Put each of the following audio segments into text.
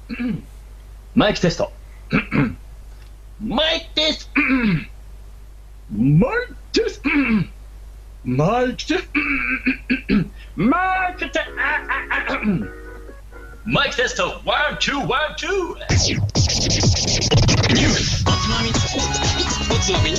マイクテスト。マイクテスト。マイクテスト。マイクテスト。マイクテスト。マイクテスト。ワン、ツー、ワン、ツー。ニュース。おつまみ。おつまみ。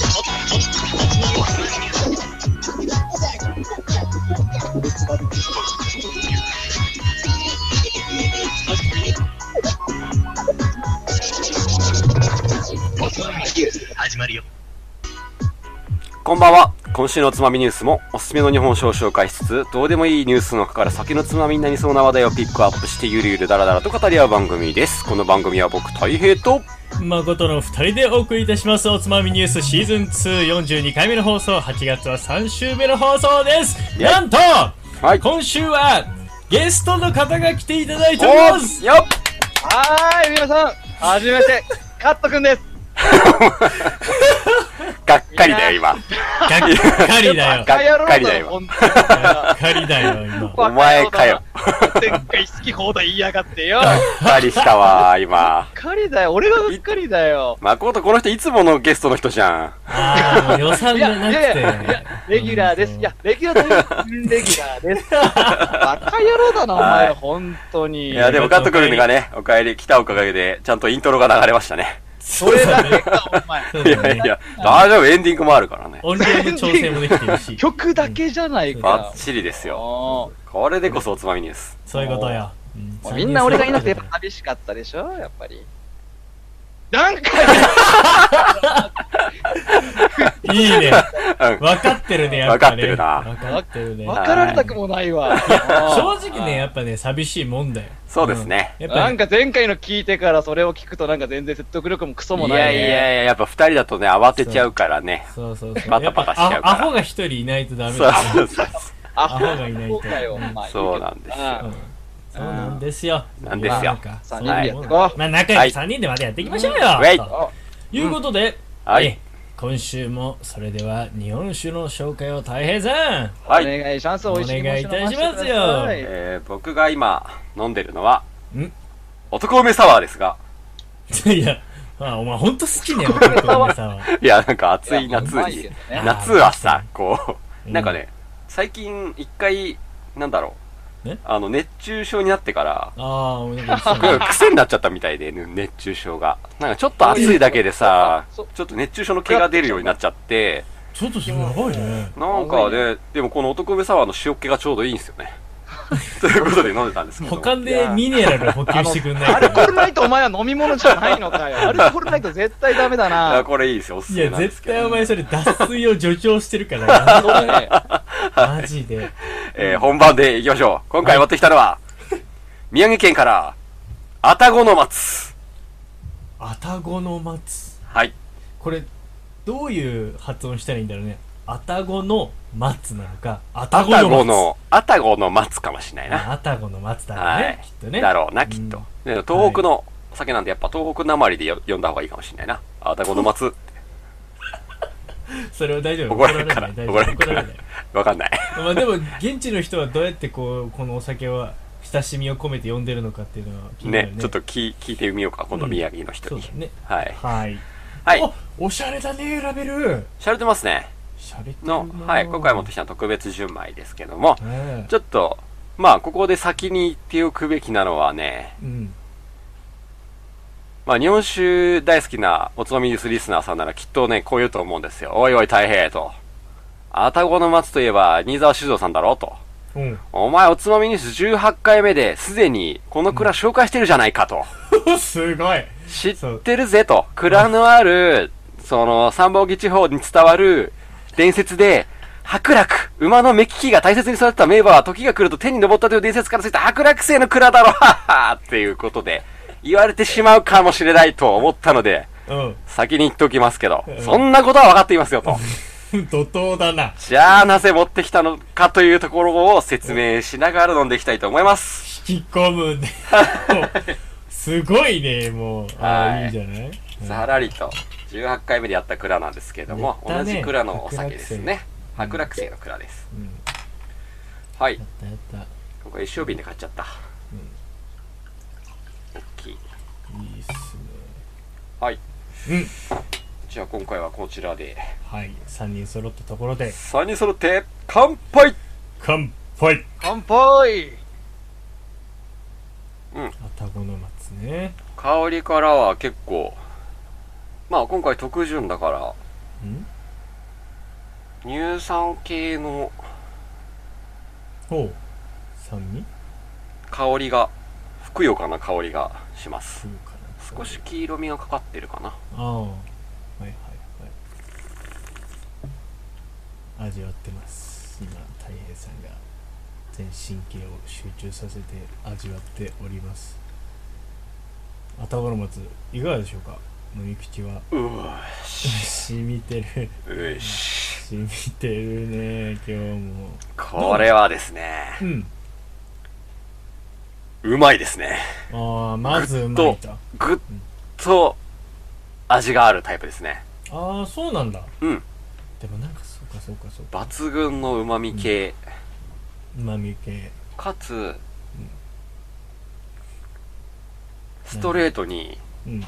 始まるよ。 こんばんは。今週のおつまみニュースもおすすめの日本酒を紹介しつつ、どうでもいいニュースの中から先のつまみになりそうな話題をピックアップしてゆるゆるだらだらと語り合う番組です。この番組は僕、たい平と誠の2人でお送りいたしますおつまみニュースシーズン242回目の放送、8月は3週目の放送です。なんと、 はい、 今週はゲストの方が来ていただいております。 よっはーい、皆さん、はじめまして、カットくんです。 がっかりだよ、今。 がっかりだよ。 がっかりだよ、今。 がっかりだよ、今。 お前かよ。 前回好き放題言いやがってよ。 がっかりしたわ、今。 がっかりだよ、俺ががっかりだよ。 誠、この人いつものゲストの人じゃん。 ああ、もう予算がなくて。 いや、レギュラーです。いや、レギュラーだよ。レギュラーです。バカ野郎だな、お前、本当に。 いや、でもカットくんがね、お帰り来たおかげで、ちゃんとイントロが流れましたね。 それだけか、お前。 いやいや、大丈夫、エンディングもあるからね。 音量の調整もできてるし。 曲だけじゃないか。 バッチリですよ。これでこそおつまみニュース。 そういうことよ。 みんな俺がいなくてやっぱ寂しかったでしょ、やっぱり。なんかいいね。分かってるね、やっぱね。 分かってるな。 分かってるね。 分かられたくもないわ。 正直ね、やっぱね、寂しいもんだよ。 そうですね。 なんか前回の聞いてからそれを聞くとなんか全然説得力もクソもないね。 いやいやいや、やっぱ二人だとね、慌てちゃうからね。 そうそうそう。 バタバタしちゃうから。 アホが一人いないとダメだ。 だ。 そうそうそう。 アホがいないと。 そうなんですよ。 そうなんですよ。 なんですよ。 3人でやっていこう。 まあ仲良く3人でまたやっていきましょうよ。ということで、今週もそれでは日本酒の紹介をたい平さん、 お願いします。 お願いいたしますよ。 僕が今飲んでるのは男梅サワーですが。 いや、お前ほんと好きね、男梅サワー。 いや、なんか暑い夏に、夏はさ、こう、なんかね、最近一回、なんだろう。熱中症になってから、癖になっちゃったみたいで、熱中症が。なんかちょっと暑いだけでさ、ちょっと熱中症の毛が出るようになっちゃって、 ちょっとすごいね。 なんかね、でもこの男梅サワーの塩気がちょうどいいんですよね。ということで飲んでたんですけど。 他でミネラル補給してくんないアルコールナイトお前は飲み物じゃないのかよ。アルコールナイト絶対ダメだな。 これいいですよ、おすすめなんですけど。 いや、絶対お前それ脱水を助長してるからそうだね。 マジで。 本番でいきましょう。今回持ってきたのは、宮城県から、愛宕の松。 愛宕の松。 はい。 これ、どういう発音したらいいんだろうね。愛宕の松なのか、愛宕の松かもしれないな。 愛宕の松だろうね、きっとね。 だろうな、きっと。東北のお酒なんで、やっぱ東北なまりで呼んだ方がいいかもしれないな。愛宕の松。 それは大丈夫。 怒られるから。怒られるから。わかんない。 まあでも、現地の人はどうやってこのお酒は親しみを込めて呼んでるのかっていうのは気になるね。 ちょっと聞いてみようか、今度宮城の人に。 そうね。 はい。 はい。おしゃれだね、ラベル。 しゃれてますね。はい、今回持ってきた特別純米ですけども、ちょっと、まあ、ここで先に言っておくべきなのはね、まあ、日本酒大好きなおつまみニュースリスナーさんならきっとね、こう言うと思うんですよ。おいおい、大平と。愛宕の松といえば、新沢酒造さんだろと。お前、おつまみニュース18回目ですでに、この蔵紹介してるじゃないかと。 すごい。 知ってるぜと。蔵のある、三宝木地方に伝わる、伝説で、伯楽、馬の目利きが大切に育てた名馬は時が来ると天に昇ったという伝説からついた伯楽星の蔵だろ、はっはっていうことで、言われてしまうかもしれないと思ったので、先に言っておきますけど、そんなことは分かっていますよと。 怒涛だな。 じゃあなぜ持ってきたのかというところを説明しながら飲んでいきたいと思います。 引き込むね。すごいね、もう。いいんじゃない？ さらりと。18回目でやった蔵なんですけれども、同じ蔵のお酒ですね。伯楽星の蔵です。はい。ここ一升瓶で買っちゃった。大きいっすね。 はい。 うん。 じゃあ今回はこちらで。 はい。3人揃ったところで。 3人揃って、乾杯。 乾杯。 乾杯。 うん。 愛宕の松ね。 香りからは結構、まあ今回特潤だから、乳酸系のほう。酸味香りが、ふくよかな香りがします。 ふくよかな。 少し黄色みがかかってるかな。 ああ。はいはいはい。味わってます。今、たい平さんが全神経を集中させて味わっております。愛宕の松、いかがでしょうか。飲み口は。染みてる。染みてるね、今日も。 これはですね。 うん。 うまいですね。 ああ、まずうまいと。 ぐっと味があるタイプですね。 ああ、そうなんだ。 うん。 でもなんかそうかそうかそうか。 抜群の旨味系。 旨味系。 かつ、ストレートに、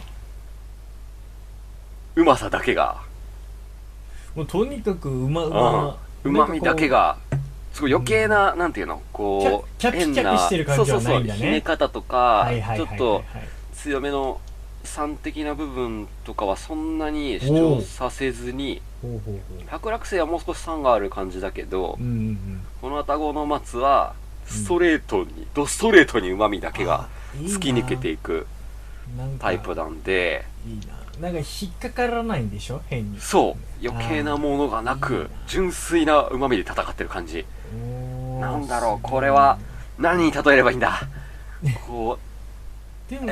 うまさだけが。 もうとにかくうまみだけが、すごい余計な、なんていうの、こう、 キャピキャピしてる感じはないんだね。 ひね方とか、ちょっとはい強めの酸的な部分とかはそんなに主張させずに、白楽星はもう少し酸がある感じだけど、この愛宕の松は、ストレートに、ドストレートに旨味だけが突き抜けていくタイプなんで、 いいな。なんか引っかからないんでしょ、変に。 そう、余計なものがなく、純粋な旨味で戦ってる感じ。なんだろう、これは何に例えればいいんだ。こう、 でも、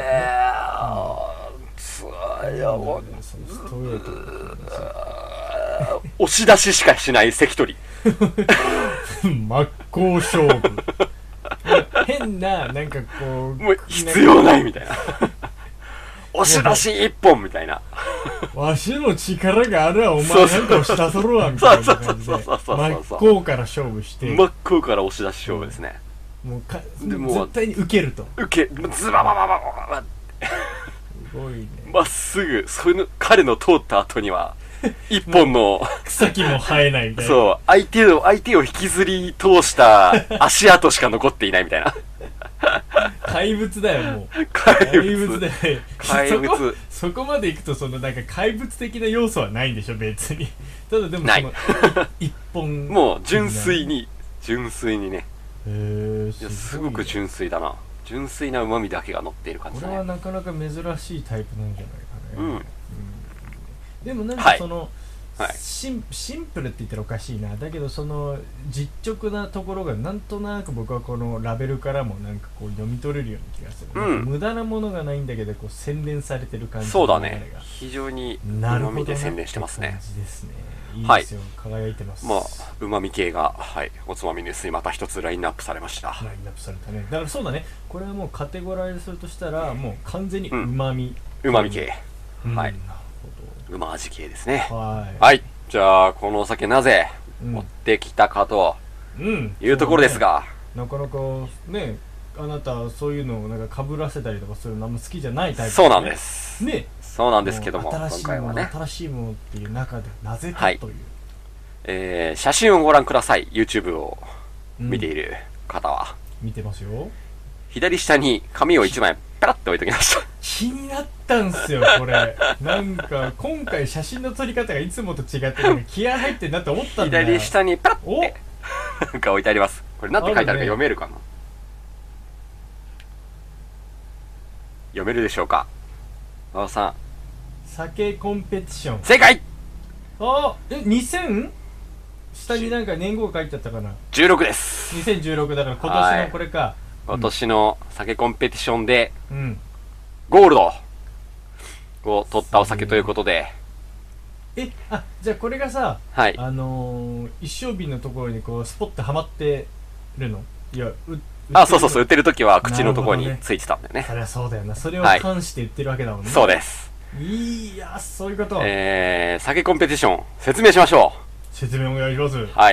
押し出ししかしない関取。 真っ向勝負。変な、なんかこう、 もう必要ないみたいな。押し出し一本みたいな。 わしの力があるわ、お前なんか押し出そろわみたいな感じで。真っ向から勝負して。 真っ向から押し出し勝負ですね。 もう絶対に受けると。 ズババババババすごいね。 まっすぐ、彼の通った後には、一本の草木も生えないみたいな。 そう、相手を引きずり通した足跡しか残っていないみたいな。 怪物だよ、もう。 怪物だよ。 怪物。 そこまで行くと、そのなんか怪物的な要素はないんでしょ、別に。ただでもその、一本。 もう純粋にね。 すごく純粋だな。純粋な旨味だけが乗っている感じだね。 これはなかなか珍しいタイプなんじゃないかね。でもなんかその、シンプルって言ったらおかしいな。だけどその実直なところがなんとなく僕はこのラベルからもなんかこう読み取れるような気がする、無駄なものがないんだけどこう洗練されてる感じ。 そうだね。非常に旨味で洗練してますね。 感じですね。いいですよ、輝いてます。 まあ旨味系がおつまみニュースにまた一つラインナップされました。 ラインナップされたね。だからそうだね。これはもうカテゴライズするとしたらもう完全に旨味系。はい。馬味系ですね。 はい。 じゃあ、このお酒なぜ持ってきたかというところですが。 なかなかね、あなたそういうのをなんか被らせたりとかするのあんま好きじゃないタイプ。 そうなんです。 ね。 そうなんですけども、 今回はね。新しいものっていう中でなぜかという。写真をご覧ください。YouTube を見ている方は。 見てますよ。 左下に紙を1枚ペラッと置いときました。 気になったんすよ、これ。なんか、今回写真の撮り方がいつもと違って、なんか気合入ってんなって思ったんだよ。 左下にペラッてなんか置いてあります。これなんて書いてあるか読めるかな、読めるでしょうか、馬場さん。 酒コンペティション。 正解。 2000？ 下になんか年号書いてあったかな。 16です。 2016だから今年のこれか。 今年の酒コンペティションで、ゴールドを取ったお酒ということで。 じゃあこれがさ、一升瓶のところにこうスポッてはまってるの？いや、 そう、売ってる時は口のところについてたんだよね。 そりゃそうだよな。それを関して言ってるわけだもんね。 そうです。 いや、そういうこと。 酒コンペティション、説明しましょう。説明お願いします。 はい。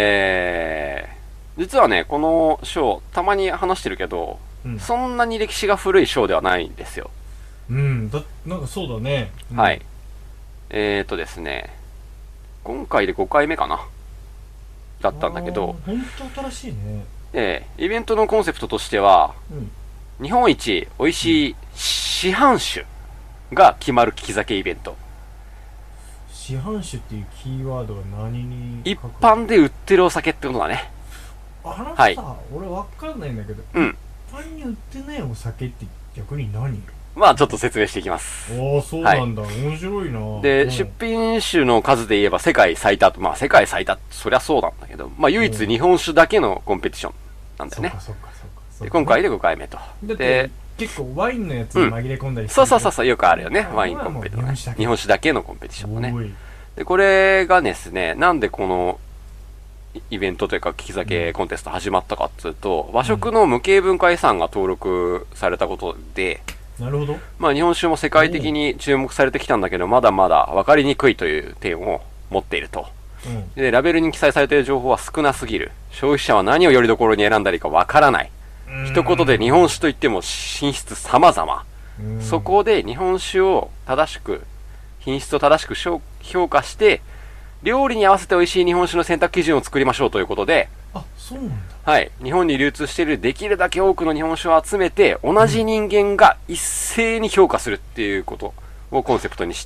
実はね、この賞、たまに話してるけど、そんなに歴史が古い賞ではないんですよ。 うんなんかそうだね、 はい。ですね、今回で5回目かなだったんだけど、 本当新しいね。 イベントのコンセプトとしては、日本一美味しい市販酒が決まる利き酒イベント。 市販酒っていうキーワードが何に一般で売ってるお酒ってことだね。 さ、 はい、 俺わかんないんだけど、 うん。 一般に売ってないお酒って逆に何？ まあちょっと説明していきます。 そうなんだ、面白いな。 で、出品種の数で言えば世界最多と、まあ世界最多ってそりゃそうなんだけど、まあ唯一日本酒だけのコンペティションなんだよね。 そうか。 で、今回で5回目と。 で、結構ワインのやつに紛れ込んだりする、 そう、よくあるよね。ワインコンペとね。日本酒だけのコンペティションもね。で、これがですね、なんでこのイベントというか、利き酒コンテスト始まったかっていうと、和食の無形文化遺産が登録されたことで、 なるほど。 まあ日本酒も世界的に注目されてきたんだけど、まだまだ分かりにくいという点を持っていると。で、ラベルに記載されている情報は少なすぎる。消費者は何をよりどころに選んだらいいか分からない。一言で日本酒といっても品質様々。そこで日本酒を正しく、品質を正しく評価して、料理に合わせて美味しい日本酒の選択基準を作りましょうということで、 そうなんだ。 はい。日本に流通しているできるだけ多くの日本酒を集めて、同じ人間が一斉に評価するっていうことをコンセプトにして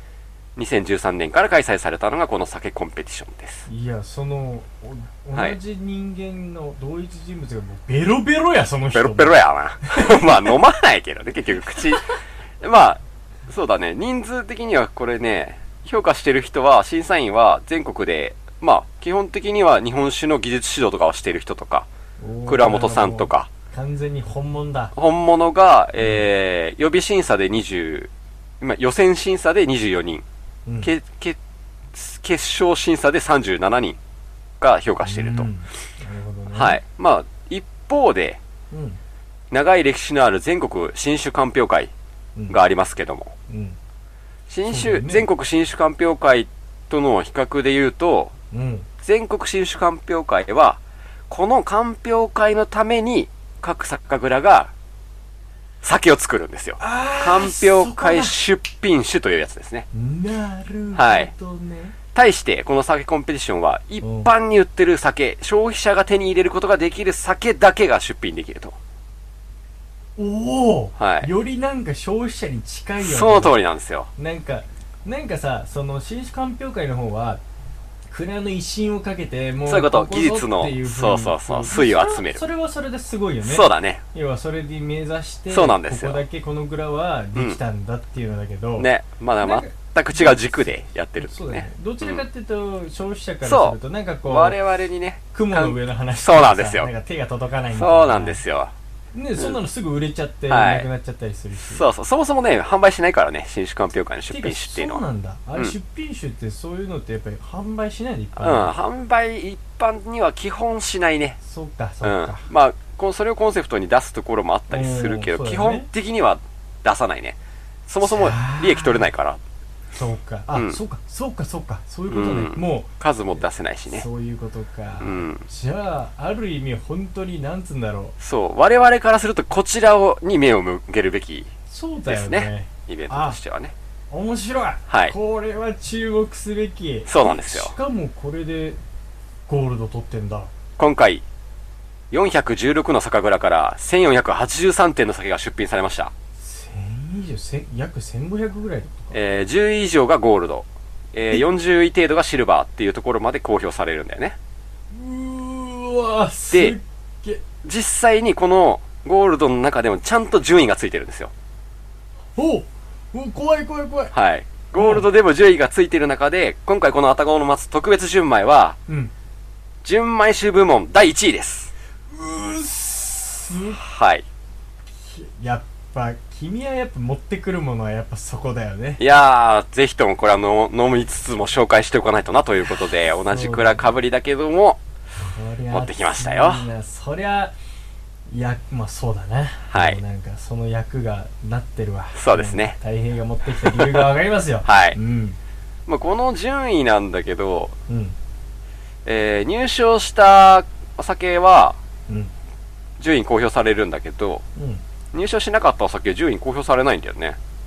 、2013年から開催されたのがこの酒コンペティションです。 いや、同じ人間の同一人物がもうベロベロや、その人。 ベロベロやな。まあ飲まないけどね、結局口。まあ、そうだね。人数的にはこれね、評価してる人は、審査員は全国で、まあ、基本的には日本酒の技術指導とかをしている人とか、倉本さんとか。 完全に本物だ。 本物が、予備審査で今予選審査で24人、決勝審査で37人が評価していると。なるほどね。はい。まあ、一方で、長い歴史のある全国新酒鑑評会がありますけども、全国新酒鑑評会との比較で言うと、全国新酒鑑評会は、この鑑評会のために各酒蔵が酒を作るんですよ。鑑評会出品酒というやつですね。 なるほどね。 はい。対して、この酒コンペティションは、一般に売ってる酒、消費者が手に入れることができる酒だけが出品できると。 はい。よりなんか消費者に近いよね。 その通りなんですよ。 なんかさ、その新酒鑑評会の方は、蔵の威信をかけて、もう、 そういうこと、技術の、そう、水を集める。 それはそれですごいよね。 そうだね。 要はそれで目指して、 そうなんですよ。 ここだけこの蔵はできたんだっていうのだけど、 ね、まだ全く違う軸でやってるってね。 そうだね。どちらかっていうと、消費者からすると、なんかこう、 我々にね、 雲の上の話そうなんですよ。 なんか手が届かないみたいな。 そうなんですよ。 ね、そんなのすぐ売れちゃって、なくなっちゃったりするし。 そう、そもそもね、販売しないからね、新酒鑑評会の出品酒っていうのは。 そうなんだ。あれ、出品酒ってそういうのってやっぱり販売しないで一般販売一般には基本しないね。 そうか。 まあ、それをコンセプトに出すところもあったりするけど、基本的には出さないね。そもそも利益取れないから。 そうか。そうか。そういうことね。もう。 数も出せないしね。 そういうことか。じゃあ、ある意味本当になんつうんだろう。そう。我々からするとこちらに目を向けるべきそうだよね。 イベントとしてはね。 面白い。 はい。 これは注目すべき。 そうなんですよ。 しかもこれでゴールド取ってんだ。 今回、416の酒蔵から1483点の酒が出品されました。 約1500ぐらいとか。 10位以上がゴールド、40位程度がシルバーっていうところまで公表されるんだよね。で、実際にこのゴールドの中でもちゃんと順位がついてるんですよ。 怖い。 はい。ゴールドでも順位がついてる中で、今回この愛宕の松特別純米は、純米酒部門第1位です。はい。 やっぱ君はやっぱ持ってくるものはやっぱそこだよね。 いやー、ぜひともこれ飲みつつも紹介しておかないとなということで、同じ蔵かぶりだけども持ってきましたよ。 そりゃまあそうだな。はい。なんかその役がなってるわ。 そうですね。 太平が持ってきた理由がわかりますよ。 はい。まあこの順位なんだけど、入賞したお酒は順位公表されるんだけど、入賞しなかったお酒は順位公表されないんだよね。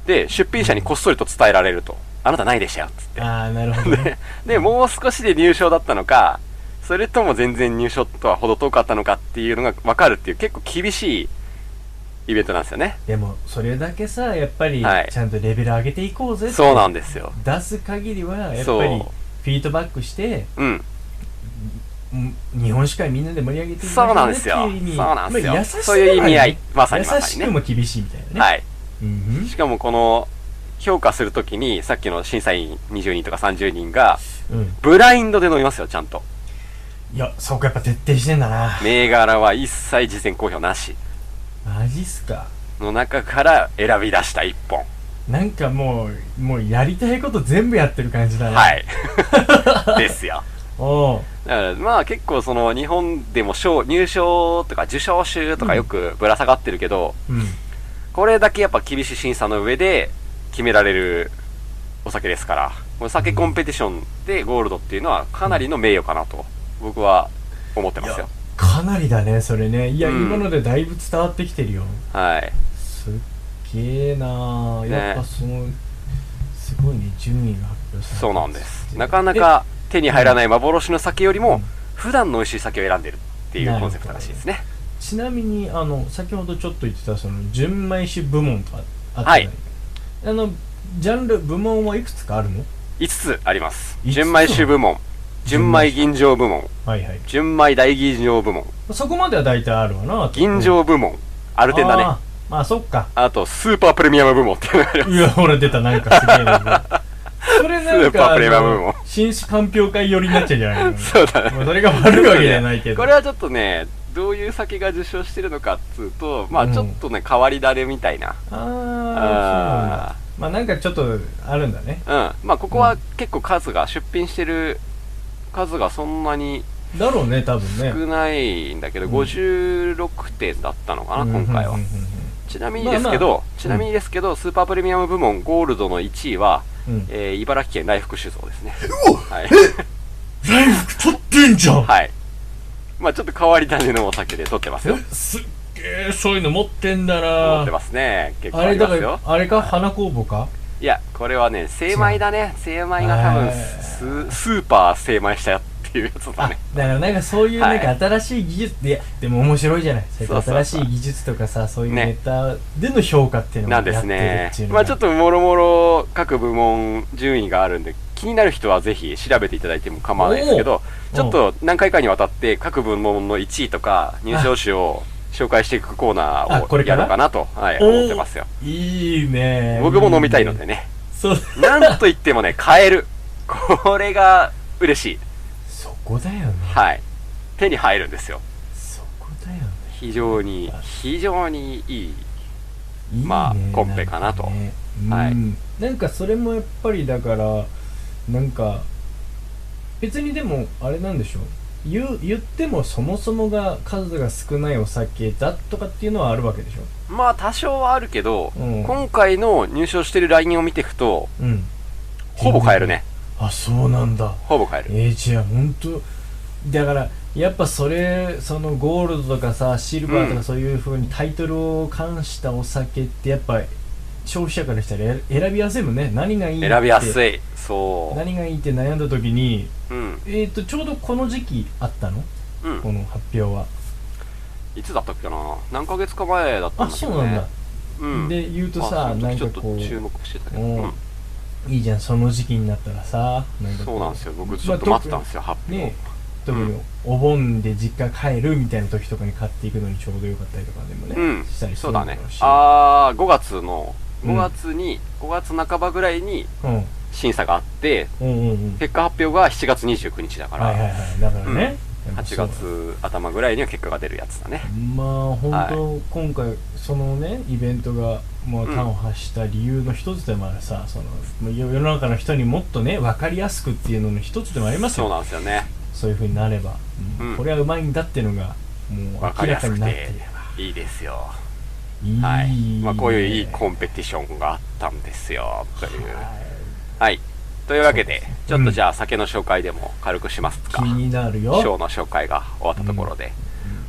で、出品者にこっそりと伝えられると。あなたないでしたよ、つって。 ああ、なるほどね。 で、もう少しで入賞だったのか、それとも全然入賞とは程遠かったのかっていうのが分かるっていう結構厳しいイベントなんですよね。 でも、それだけさ、やっぱり、 はいちゃんとレベル上げていこうぜってそうなんですよ。 出す限りは、やっぱり、 そうフィードバックして、 うん。 日本史会みんなで盛り上げていきそうましょなんですよ。 ねっていう意味そうなんですよ。 まあ優しさそういう意味合い。 でまさはあるねにまさにね。 優しくも厳しいみたいなね。 はい。 うんうんしかもこの、評価するときに、さっきの審査員20人とか30人が、 うん。 ブラインドで飲みますよ、ちゃんと。 いや、そこやっぱ徹底してんだな。 銘柄は一切事前公表なし。 マジっすか。 の中から選び出した一本。 なんかもうやりたいこと全部やってる感じだね。 は。い。ですよ。 おう。 だからまあ結構その日本でも入賞とか受賞集とかよくぶら下がってるけど、 うん。 これだけやっぱ厳しい審査の上で決められるお酒ですから、この酒コンペティションでゴールドっていうのはかなりの名誉かなと僕は思ってますよ。 かなりだね、それね。いや、 うん今のでだいぶ伝わってきてるよ。 はい。 すっげえなぁ。 ねやっぱすごいね、順位が発表されてそうなんです。なかなか手に入らない幻の酒よりもうん普段の美味しい酒を選んでるっていうコンセプトらしいですね。 ちなみに先ほどちょっと言ってたその純米酒部門とかあったはいじゃないジャンル部門はいくつかあるの？ 5つあります。 5つ純米酒部門、純米吟醸部門、 はいはい。 純米大吟醸部門、 そこまでは大体あるわな。 吟醸部門、アルテンだね。 あ、そっか。 あとスーパープレミアム部門っていうのがあります。 いや、ほら出た、なんかすげえな。それなんスーパーかプレミアム部門新酒鑑評会寄りになっちゃうんじゃないの？ そうだね。 まあそれが悪いわけじゃないけど。 これはちょっとね、どういう酒が受賞してるのかっつうと、まあちょっとね、変わり種みたいな。 ああ、そうなんだ。まあなんかちょっとあるんだね。 まあここは結構出品してる数がそんなにだろうね、多分ね。 少ないんだけど、 うん 56点だったのかな、今回はうんうんうんうん。 ちなみにですけど、スーパープレミアム部門ゴールドの1位は、 うん茨城県来福酒造ですね。はい。 ライフ取ってんじゃん。 はい。まあちょっと変わり種のお酒で取ってますよ。 すっげえ、そういうの持ってんだ持ってな。 ますね。結構あれだかありますよら、。あれか、花工房か。 いや、これはね、精米だね。精米が多分スーパー精米したよっていうやつだあ、 ね。 だからなんかそういうなんか新しい技術で、でも面白いじゃない。そうやってそうそうそう新しい技術とかさ、そういうねネタでの評価っていうのなんですもやってるねっていう。のがまあちょっともろもろ各部門順位があるんで、気になる人はぜひ調べていただいても構わないですけど、 おーちょっと何回かにわたって各部門の1位とか入賞種を紹介していくコーナあこれからーをやろうかなと、はい、 おー思ってますよ。 いいね。 僕も飲みたいのでね。 そう。 なんといってもね、買える。これが嬉しい。 そこだよね。 はい。手に入るんですよ。 そこだよね。 非常にいい。 いいね、 まあコンペかなとんねはいうんなんかそれもやっぱりだからなんか別にでもあれなんでしょう言ってもそもそもが数が少ないお酒だとかっていうのはあるわけでしょ。 まあ多少はあるけど、 うん今回の入賞してるラインを見ていくと、 うんほぼ買えるね。 あ、そうなんだ。 ほぼ買える。 じゃあ本当だからやっぱそのゴールドとかさシルバーとうんかそういう風にタイトルを冠したお酒ってやっぱ消費者からしたら選びやすいもんね。何がいいって選びやすい。そう。 何がいいって悩んだ時にうん。 ちょうどこの時期あったのうん。 この発表は。 いつだったっけな、何ヶ月か前だったんあ、 だけどね。 そうなんだ。 うん。 で言うとあさその時ちょっとなんかこ注目してたけど。 うんいいじゃんその時期になったらさなんかこそうなんですよ。僕ちょっと待ってたんですよ、発表。 ね特にお盆で実家帰るみたいな時とかに買っていくのにちょうどよかったりとかでもね、 うんしたりすそうだねるんだろうし。 5月うん 5月半ばぐらいにうん審査があって、 うんうんうん結果発表が7月29日だから、 はいはいはいだからね、 8月頭ぐらいには結果が出るやつだね。 まあ本当、 は今回そのねイベントがもう端を発した理由の一つでもあるさ、そのもう世の中の人にもっとね分かりやすくっていうのの一つでもありますよ。 そうなんですよね。 そういう風になれば、 うんこれはうまいんだっていうのがもうわかりやすく明らかになっていてればいいですよ。 いい、 はい。まあこういういいコンペティションがあったんですよ、という。はい。というわけで、ちょっとじゃあ酒の紹介でも軽くしますか。 気になるよ。 ショーの紹介が終わったところで。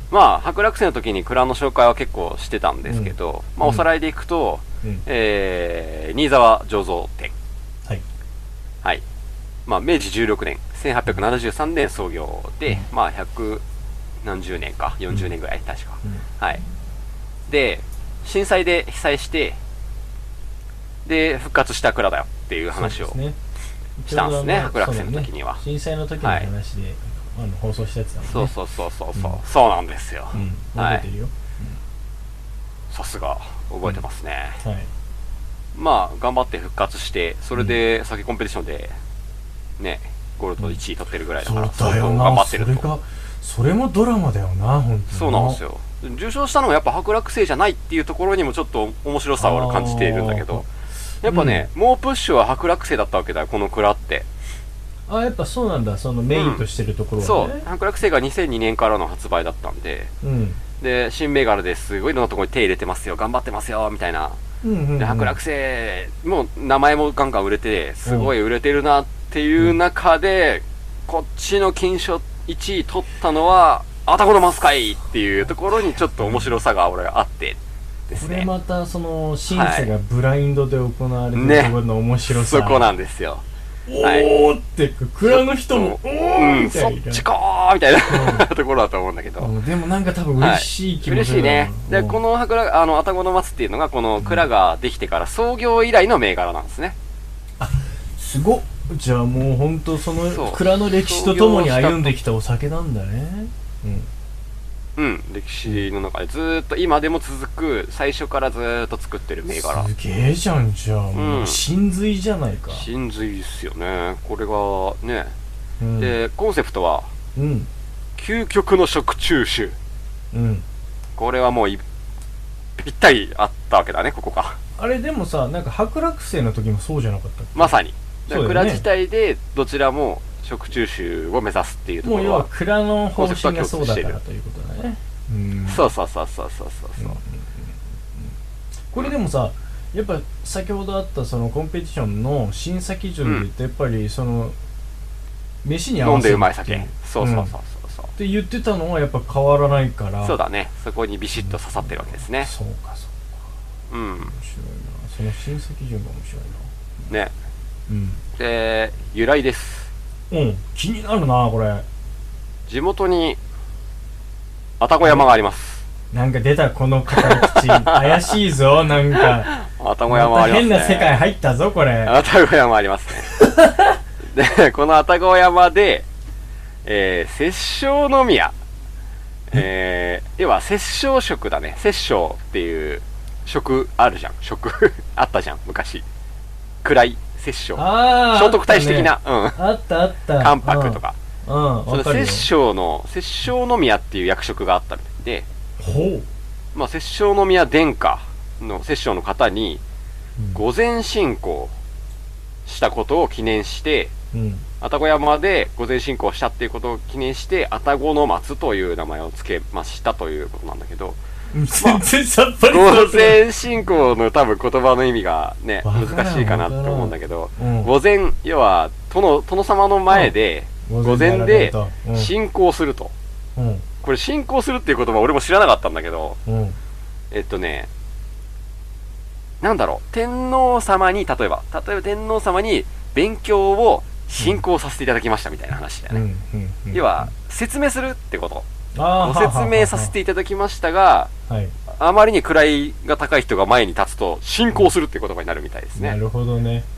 まあ、伯楽星の時に蔵の紹介は結構してたんですけど、まあ、おさらいでいくと、新沢醸造店。 はい。 はい。まあ、明治16年、1873年創業で、まあ、100何十年か、40年ぐらい、確か。はい。で、震災で被災して、で、復活した蔵だよっていう話をしたんですね、伯楽星の時には。 震災の時の話で、放送したやつだもんね。 そうそうそうそう、そうなんですよ。 覚えてるよ。 さすが、覚えてますね。 はい。 まあ、頑張って復活して、それで酒コンペティションで、ね、ゴールド1位取ってるぐらいだから、 そうだよな、 頑張ってると。 それもドラマだよな、本当に。 そうなんですよ。受賞したのはやっぱ伯楽星じゃないっていうところにもちょっと面白さを感じているんだけど、やっぱね、猛プッシュは伯楽星だったわけだよ、この蔵って。 あ、やっぱそうなんだ、そのメインとしてるところはね。 そう、伯楽星が2002年からの発売だったんで、で、新銘柄ですごいいろんなところに手入れてますよ、頑張ってますよ、みたいな。で、伯楽星、もう名前もガンガン売れて、すごい売れてるなっていう中で、こっちの金賞1位取ったのは、あたこのマスカイっていうところにちょっと面白さが俺あってですね。 これまたその審査がブラインドで行われてるところの面白さ、 そこなんですよ。 おーって蔵の人もおーみたいな、 そっちかーみたいなところだと思うんだけど、 でもなんか多分嬉しい気持ち、 嬉しいね。で、このあたごの松っていうのがこの蔵ができてから創業以来の銘柄なんですね。 あ、すごっ。じゃあもう本当その蔵の歴史とともに歩んできたお酒なんだね。 歴史の中でずーっと今でも続く、最初からずーっと作ってる銘柄。 すげえじゃん。じゃあもう真髄じゃないか。 真髄ですよね、これがね。で、コンセプトは究極の食中酒。これはもうぴったりあったわけだね、ここが。 あれでもさ、なんか伯楽星の時もそうじゃなかったっけ。 まさに蔵自体でどちらも食中酒を目指すっていうところは、 もう要は蔵の方針がそうだからということだね。 そう。 これでもさ、やっぱ先ほどあったそのコンペティションの審査基準で言って、やっぱりその飯に合わせる飲んでうまい酒、そうって言ってたのはやっぱ変わらないから。 そうだね、そこにビシッと刺さってるわけですね。 そうか。面白いな、その審査基準が面白いなね。で、由来です。 気になるな、これ。 地元に愛宕山があります。 なんか出た、この語り口怪しいぞ。なんか愛宕山ありますね。 変な世界入ったぞこれ。 愛宕山ありますね。で、この愛宕山で、摂政宮、要は摂政食だね。摂政っていう食あるじゃん。食あったじゃん、昔。位摂政、聖徳太子的な、 あった関白とか、 その摂政宮っていう役職があったみたいで、まあ摂政宮殿下の摂政の方に御前進行したことを記念して、愛宕山で御前進行したっていうことを記念して愛宕の松という名前を付けましたということなんだけど、 全然さっぱり御前進行の多分言葉の意味がね、難しいかなと思うんだけど、御前、要は殿様の前で御前で進行すると。これ進行するっていう言葉俺も知らなかったんだけど、なんだろう、天皇様に例えば天皇様に勉強を進行させていただきましたみたいな話だよね。要は説明するってこと。ご説明させていただきましたが、あまりに位が高い人が前に立つと進行するって言葉になるみたいですね。 なるほどね。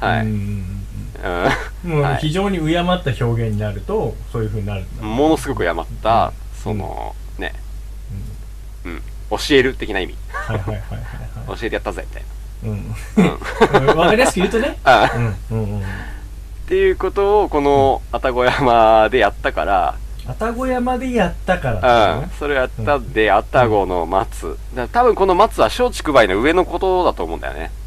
もう非常に敬った表現になるとそういう風になるんだ。 ものすごく敬ったそのね、教える的な意味。教えてやったぜみたいな。 わかりやすく言うとね。 っていうことをこの愛宕山でやったから。 愛宕山でやったから、 それをやったんで、愛宕の松。多分この松は松竹梅の上のことだと思うんだよね。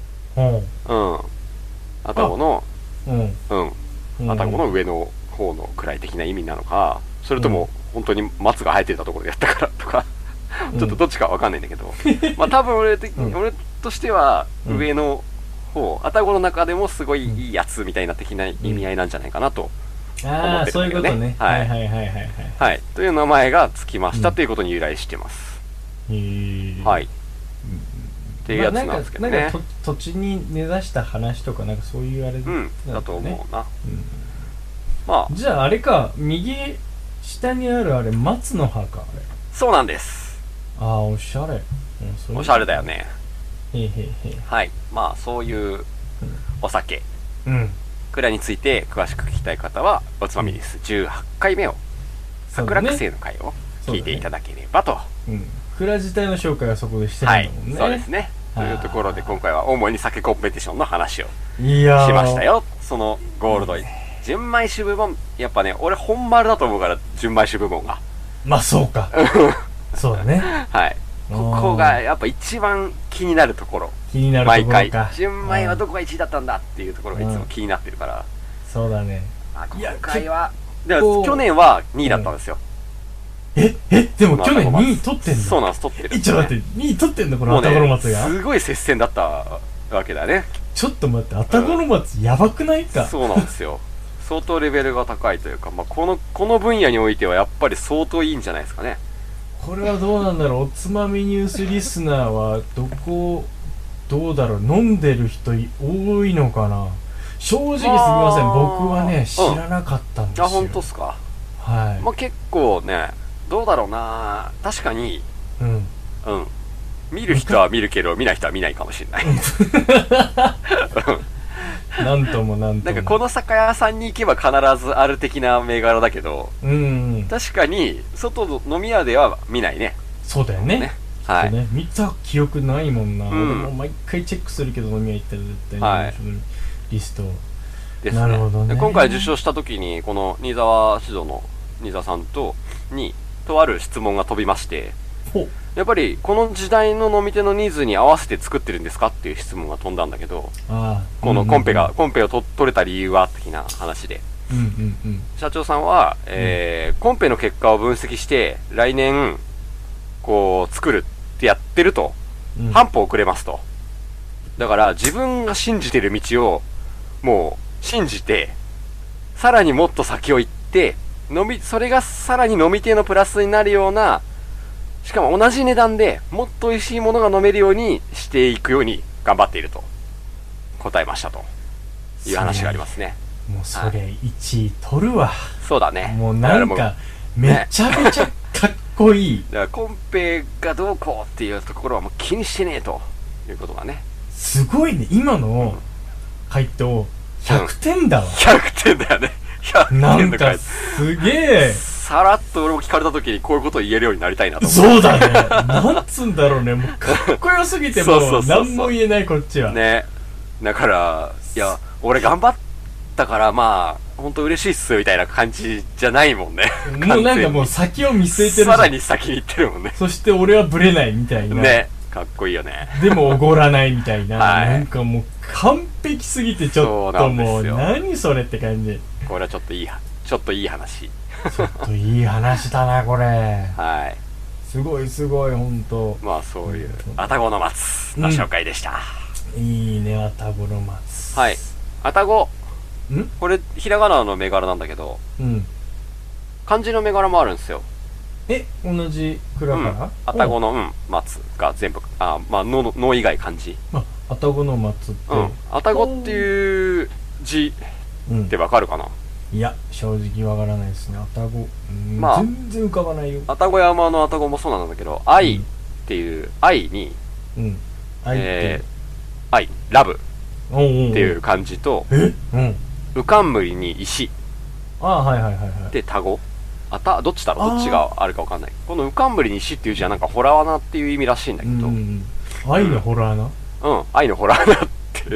愛宕の、愛宕の上の方の位的な意味なのか、それとも本当に松が生えてたところでやったからとか、ちょっとどっちかわかんないんだけど、まあ多分俺としては上の方、愛宕の中でもすごいいいやつみたいな的な意味合いなんじゃないかなとああ、そういうことね。 はいはいはいはいはいはい。 はい。という名前がつきましたということに由来してます。 へーはい。っていうやつなんですけどね。 なんか土地に根ざした話とかなんかそういうあれうん、だと思うな。 うんまあ、 じゃああれか、右下にあるあれ松の葉か、あれ。 そうなんです。 ああ、おしゃれ。 おしゃれだよね。 へへへ。 はい。まあ、そういうお酒うん。 くらいについて詳しく聞きたい方は、おつまみです。18回目を、 そうだね桜学生の会を聞いていただければと。 うん。蔵自体の紹介はそこでしてるはいんだもんね。。 そうですね。というところで、今回は主に酒コンペティションの話をいやーしましたよ。そのゴールド純米酒部門、やっぱね、俺本丸だと思うから、純米酒部門が。 まあそうか。そうだね。 はい。ここがやっぱ一番気になるところ。 気になるところか。 毎回。純米はどこが1位だったんだっていうところがいつも気になってるから。 そうだね。 今回は、でも去年は2位だったんですよ。 でも去年2位取ってんだ。 そうなんです、取ってる。 ちょっと待って、2位取ってんだ、この愛宕の松が。 すごい接戦だったわけだね。 ちょっと待って、愛宕の松やばくないか。 そうなんですよ。相当レベルが高いというか、まあ、この分野においてはやっぱり相当いいんじゃないですかね。 これはどうなんだろう。おつまみニュースリスナーはどうだろう。飲んでる人多いのかな。正直すみません、僕はね知らなかったんですよ。 あ、本当っすか。 はい。 まあ、結構ね、どうだろうな。確かに、見る人は見るけど見ない人は見ないかもしれない。 なんともなんとも。 なんかこの酒屋さんに行けば必ずある的な銘柄だけど、確かに外の飲み屋では見ないね。 そうだよね。 はい。 見た記憶ないもんな。 俺も毎回チェックするけど飲み屋行ったら絶対に、 はい、 リストですね。 なるほどね。 今回受賞した時にこの新沢酒造の新沢さんにとある質問が飛びまして、やっぱりこの時代の飲み手のニーズに合わせて作ってるんですかっていう質問が飛んだんだけど、このコンペを取れた理由は的な話で、社長さんは、コンペの結果を分析して来年こう作るってやってると、半歩遅れますと。だから自分が信じてる道をもう信じて、さらにもっと先を行ってそれがさらに飲み手のプラスになるような、しかも同じ値段でもっと美味しいものが飲めるようにしていくように頑張っていると答えましたという話がありますね。 もうそれ1位取るわ。 そうだね。 もうなんかめちゃめちゃかっこいい。 だからコンペがどうこうっていうところはもう気にしてねえということがね。 すごいね。今の回答100点だわ。 100点だよね。100点なんかすげえ。 さらっと俺も聞かれた時にこういうことを言えるようになりたいなと思う。 そうだね。なんつんだろうね。もうかっこよすぎてもう何も言えないこっちは。 ね。だから、いや、俺頑張ったからまあ、ほんと嬉しいっすみたいな感じじゃないもんね。 もうなんかもう先を見据えてるじゃん。 さらに先に行ってるもんね。 そして俺はブレないみたいな。 ね。かっこいいよね。 でもおごらないみたいな。 はい、 なんかもう完璧すぎてちょっともう何それって感じ。 これはちょっといい話。 ちょっといい話だなこれ。 はい。 すごいすごいほんと。 まあそういう愛宕の松の紹介でした。 いいね、愛宕の松。 はい。愛宕。これひらがなの銘柄なんだけど、漢字の銘柄もあるんですよ。 同じ蔵から？ 愛宕の松が全部まあの以外漢字。 愛宕の松って。 愛宕っていう字ってわかるかな？ いや、正直わからないですね。愛宕。全然浮かばないよ。 愛宕山の愛宕もそうなんだけど、愛っていう愛に、愛、ラブっていう漢字と、うかんむりに石。で、田子。どっちだろう？どっちがあるかわかんない。このうかんむりに石っていう字はなんかホラー穴っていう意味らしいんだけど。 愛のホラー穴？ 愛のホラー穴って、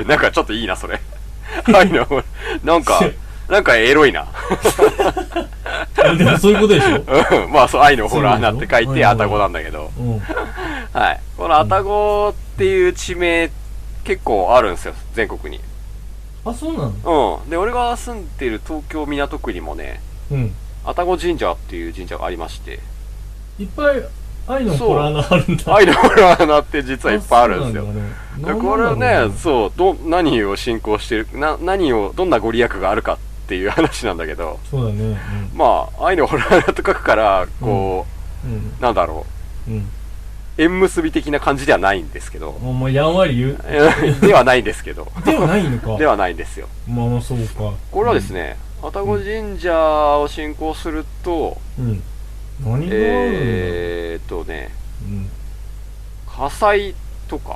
なんかちょっといいな、それ。愛のホラー、なんかエロいな。 でもそういうことでしょ？ まあそう、愛のホラー穴って書いて愛宕なんだけど。はい。この愛宕っていう地名結構あるんですよ、全国に。 あ、そうなの？ で、俺が住んでる東京港区にもね、愛宕神社っていう神社がありまして。 いっぱい愛のホラー穴あるんだ。 愛のホラー穴って実はいっぱいあるんですよ。これはね、そう、何を信仰してる、どんなご利益があるかっっていう話なんだけど、 そうだね。 まあ、愛のホラーと書くから、こう、なんだろう、縁結び的な感じではないんですけど、 もうやんわり言う。 ではないんですけど、 ではないのか。 ではないんですよ。 まあそうか。 これはですね、愛宕神社を信仰すると、 何があるんだね、火災とか、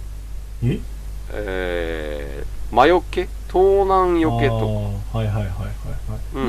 魔除け、盗難除けとか、 はいはいはいはいはい。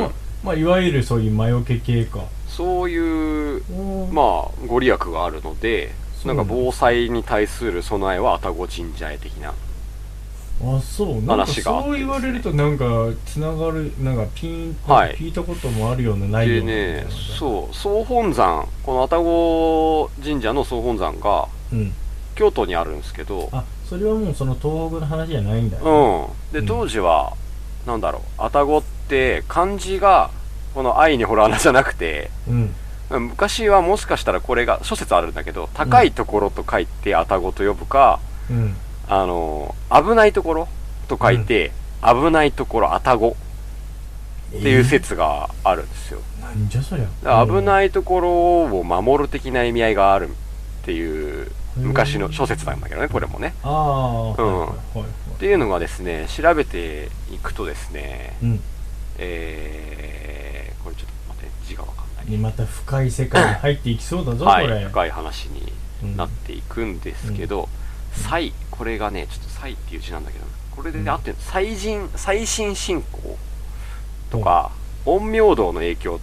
まあいわゆるそういう魔除け系か。 そういうまあご利益があるので、なんか防災に対する備えは愛宕神社へ的なそうなんかそう言われるとなんかつながる、なんかピンと聞いたこともあるような内容でね、そう総本山、この愛宕神社の総本山が京都にあるんですけど、 それはもうその東北の話じゃないんだよ。で当時はなんだろう、愛宕って漢字がこの愛にほら穴じゃなくて、昔はもしかしたらこれが諸説あるんだけど、高いところと書いて愛宕と呼ぶか、危ないところと書いて、危ないところ愛宕っていう説があるんですよ。 なんじゃそりゃ。 危ないところを守る的な意味合いがあるっていう昔の諸説なんだけどね、これもね。っていうのがですね、調べていくとですね、これちょっと待って、字がわかんない。 また深い世界に入っていきそうだぞ、これ。 深い話になっていくんですけど、これがね、ちょっと祭っていう字なんだけど、これで合ってる、最新信仰とか、陰陽道の影響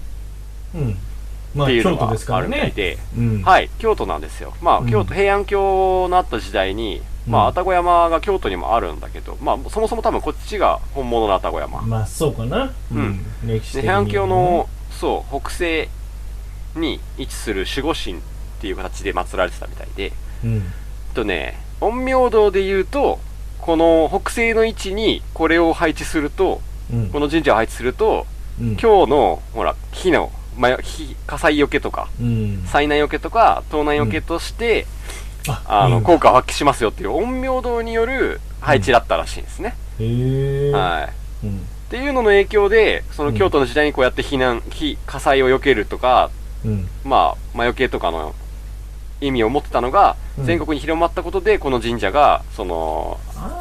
っていうのがあるみたいで、京都なんですよ。まあ、京都、平安京のあった時代に、まあ、愛宕山が京都にもあるんだけど、まあ、そもそも多分こっちが本物の愛宕山。 まあ、そうかな。 歴史的に。平安京の、北西に位置する守護神っていう形で祀られてたみたいで、陰陽道で言うと、この北西の位置にこれを配置すると、この神社を配置すると、今日の、ほら、火災よけとか、災難よけとか、盗難よけとして、効果を発揮しますよっていう陰陽道による配置だったらしいんですね。っていうのの影響で、その京都の時代にこうやって火災をよけるとか、まあ、魔除けとかの意味を持ってたのが、全国に広まったことで、この神社が、その、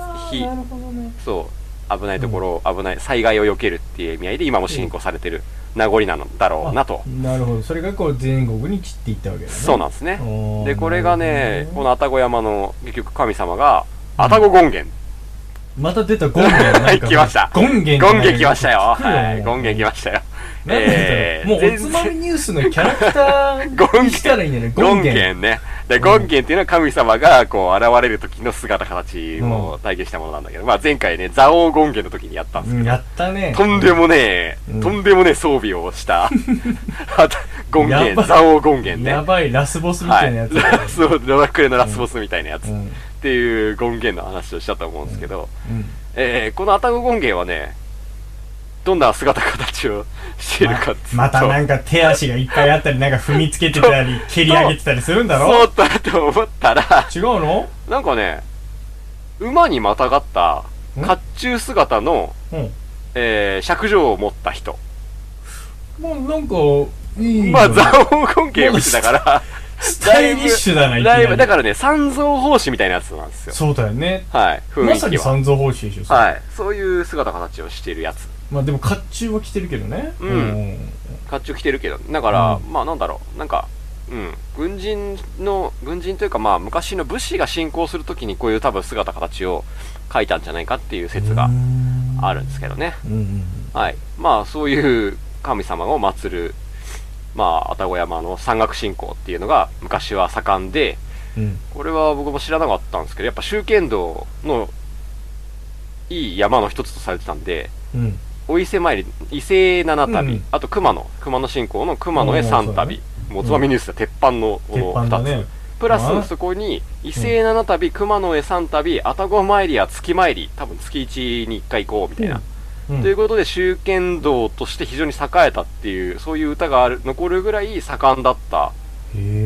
危ないところ、危ない、災害をよけるっていう意味合いで、今も信仰されてる名残なんだろうなと。 なるほど。それがこう全国に散っていったわけだね。 そうなんですね。で、これがね、この愛宕山の、結局神様が、愛宕権現。 また出た権現。 来ました。 権現来ましたよ。権現来ましたよ。 もうおつまみニュースのキャラクターにしたらいいんだよね。 権現ね。で、権現っていうのは神様がこう現れる時の姿形を体現したものなんだけど、まあ前回ね、蔵王権現の時にやったんですけど、 やったね。 とんでもねえ装備をした権現、蔵王権現ね。 やばいラスボスみたいなやつ。 そう、ドラクエのラスボスみたいなやつっていう権現の話をしたと思うんですけど、この愛宕権現はね、どんな姿形をしてるかってまたなんか手足がいっぱいあったり、なんか踏みつけてたり蹴り上げてたりするんだろ。 そうだと思ったら違うの？ なんかね、馬にまたがった甲冑姿の尺状を持った人。 もうなんかいい。 まあ蔵王権現武士だからスタイリッシュだな。 だからね、三蔵法師みたいなやつなんですよ。 そうだよね。 はい。 まさに三蔵法師でしょ。 はい。そういう姿形をしてるやつ。 まあでも甲冑は着てるけどね。 甲冑着てるけど、だから、まあなんだろう、なんか、軍人というかまあ昔の武士が侵攻するときにこういう多分姿形を描いたんじゃないかっていう説があるんですけどね。はい。まあそういう神様を祀る、まあ愛宕山の山岳信仰っていうのが昔は盛んで、これは僕も知らなかったんですけど、やっぱ修験道のいい山の一つとされてたんで、お伊勢参り、伊勢七旅、あと熊野信仰の熊野へ三旅、もうおつまみニュースで鉄板のこの2つ、プラスそこに伊勢七旅、熊野へ三旅、愛宕参りや月参り、多分月1に1回行こうみたいな、ということで修験道として非常に栄えたっていう、そういう歌が残るぐらい盛んだった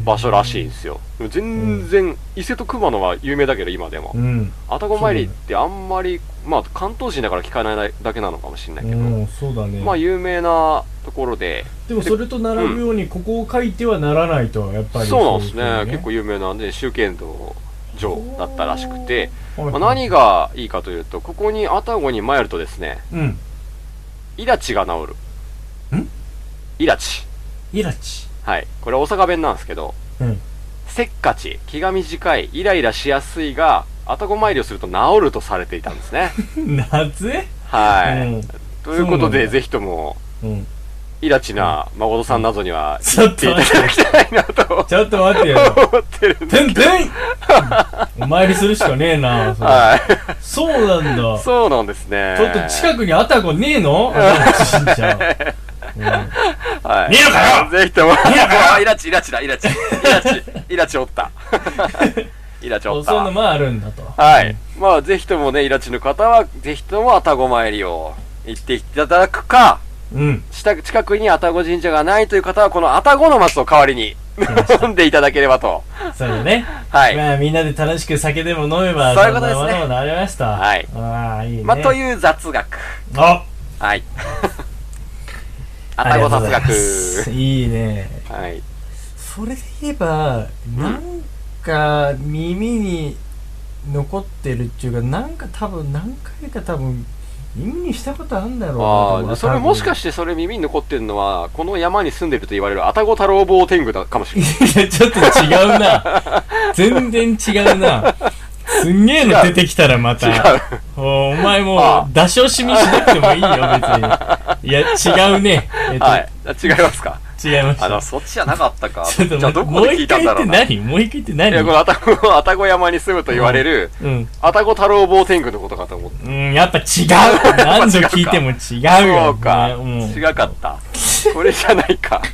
場所らしいんですよ。全然、伊勢と熊野は有名だけど、今でも。愛宕参りってあんまり、まあ、関東人だから聞かないだけなのかもしれないけど、 そうだね。 まあ、有名なところで。 でも、それと並ぶように、ここを書いてはならないと、やっぱり。 そうなんですね。結構有名なんで、修験道場だったらしくて、まあ、何がいいかというと、ここに愛宕に参るとですね、イラチが治る。イラチ。はい。これ大阪弁なんですけど、せっかち、気が短い、イライラしやすいが、愛宕参りをすると治るとされていたんですね。 なぜ？ はい。ということで、ぜひとも、イラチな誠さんなどには言っていただきたいなと。 ちょっと待ってよ。 思ってるんですけど。 お参りするしかねえな。 はい。 そうなんだ。 そうなんですね。 ちょっと近くに愛宕ねえの？愛宕神社。 はい。 ねえのかよ！ ぜひとも。イラチおった。イラチおった。 そういうのもあるんだと。 はい。まあ、ぜひともね、イラチの方は、ぜひとも愛宕参りを行っていただくか、近くに愛宕神社がないという方は、この愛宕の松を代わりに飲んでいただければと。 そうだね。 はい。 まあ、みんなで楽しく酒でも飲めば、 そういうことですね。 そんなものもなりました。 はい。 ああ、いいね。 まあ、という雑学。 はい。 愛宕雑学。 いいね。 はい。 それで言えば、なんか耳に残ってるっていうか、なんか多分何回か耳にしたことあるんだろうな。 ああ、それもしかしてそれ耳に残ってるのは、この山に住んでると言われる愛宕太郎坊天狗だかもしれない。 いや、ちょっと違うな。全然違うな。すんげえの出てきたらまた。お前もう、出し惜しみしなくてもいいよ、別に。いや、違うね。 はい。違いますか？ 違いました。 そっちじゃなかったか。 ちょっとじゃあどこで聞いたんだろうな。 もう一回言って何？ いや、この愛宕山に住むと言われる、愛宕太郎坊天狗のことかと思って。 やっぱ違う。何度聞いても違うよ。 そうか。違かった。これじゃないか。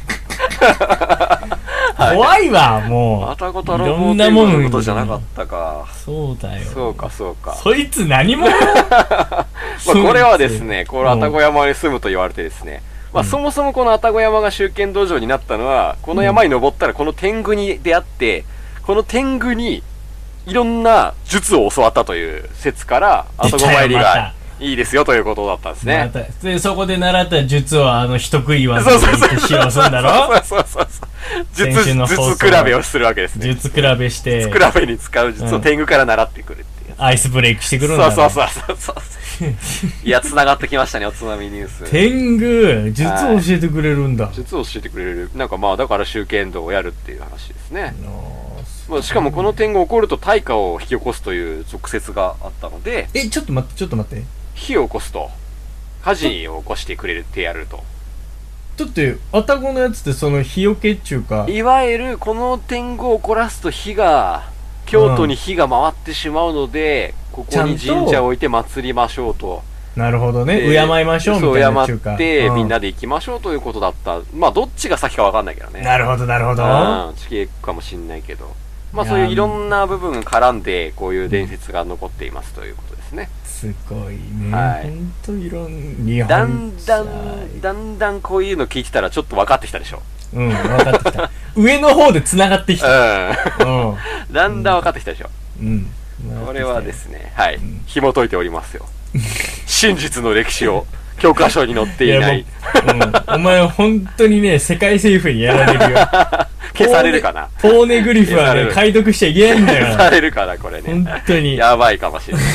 怖いわ、もう。 愛宕太郎坊天狗のことじゃなかったか。 そうだよ。 そうか。 そいつ何者？ これはですね、この愛宕山に住むと言われてですね、まあ、そもそもこの愛宕山が修験道場になったのは、この山に登ったらこの天狗に出会って、この天狗にいろんな術を教わったという説から、愛宕参りがいいですよということだったんですね。 で、そこで習った術を人食い技で披露するんだろ？ そう。術比べをするわけですね。 術比べして。 術比べに使う術を天狗から習ってくるっていう。 アイスブレイクしてくるんだ。 そう。いや、繋がってきましたね、おつまみニュース。 天狗、術を教えてくれるんだ。 術を教えてくれる。なんかまあ、だから修験道をやるっていう話ですね。まあ、しかもこの天狗起こると大火を引き起こすという俗説があったので。 ちょっと待って。 火を起こすと、火事を起こしてくれるってやると。 だって、愛宕のやつってその火よけっちゅうか。 いわゆる、この天狗を起こらすと京都に火が回ってしまうので、ここに神社を置いて祭りましょうと。 なるほどね。敬いましょうみたいな。 敬って、みんなで行きましょうということだった。まあ、どっちが先かわかんないけどね。 なるほど。 地形かもしんないけど。まあ、そういういろんな部分が絡んで、こういう伝説が残っていますということですね。 すごいね。 はい。 ほんといろんな。 だんだんこういうの聞いてたらちょっと分かってきたでしょ。 分かってきた。上の方で繋がってきた。 だんだん分かってきたでしょ。これはですね、はい。紐解いておりますよ。真実の歴史を教科書に載っていない。 お前本当にね、世界政府にやられるよ。 消されるかな。 ポーネグリフはね、解読しちゃいけないんだよ。 消されるかな、これね。 本当に。 やばいかもしれないね。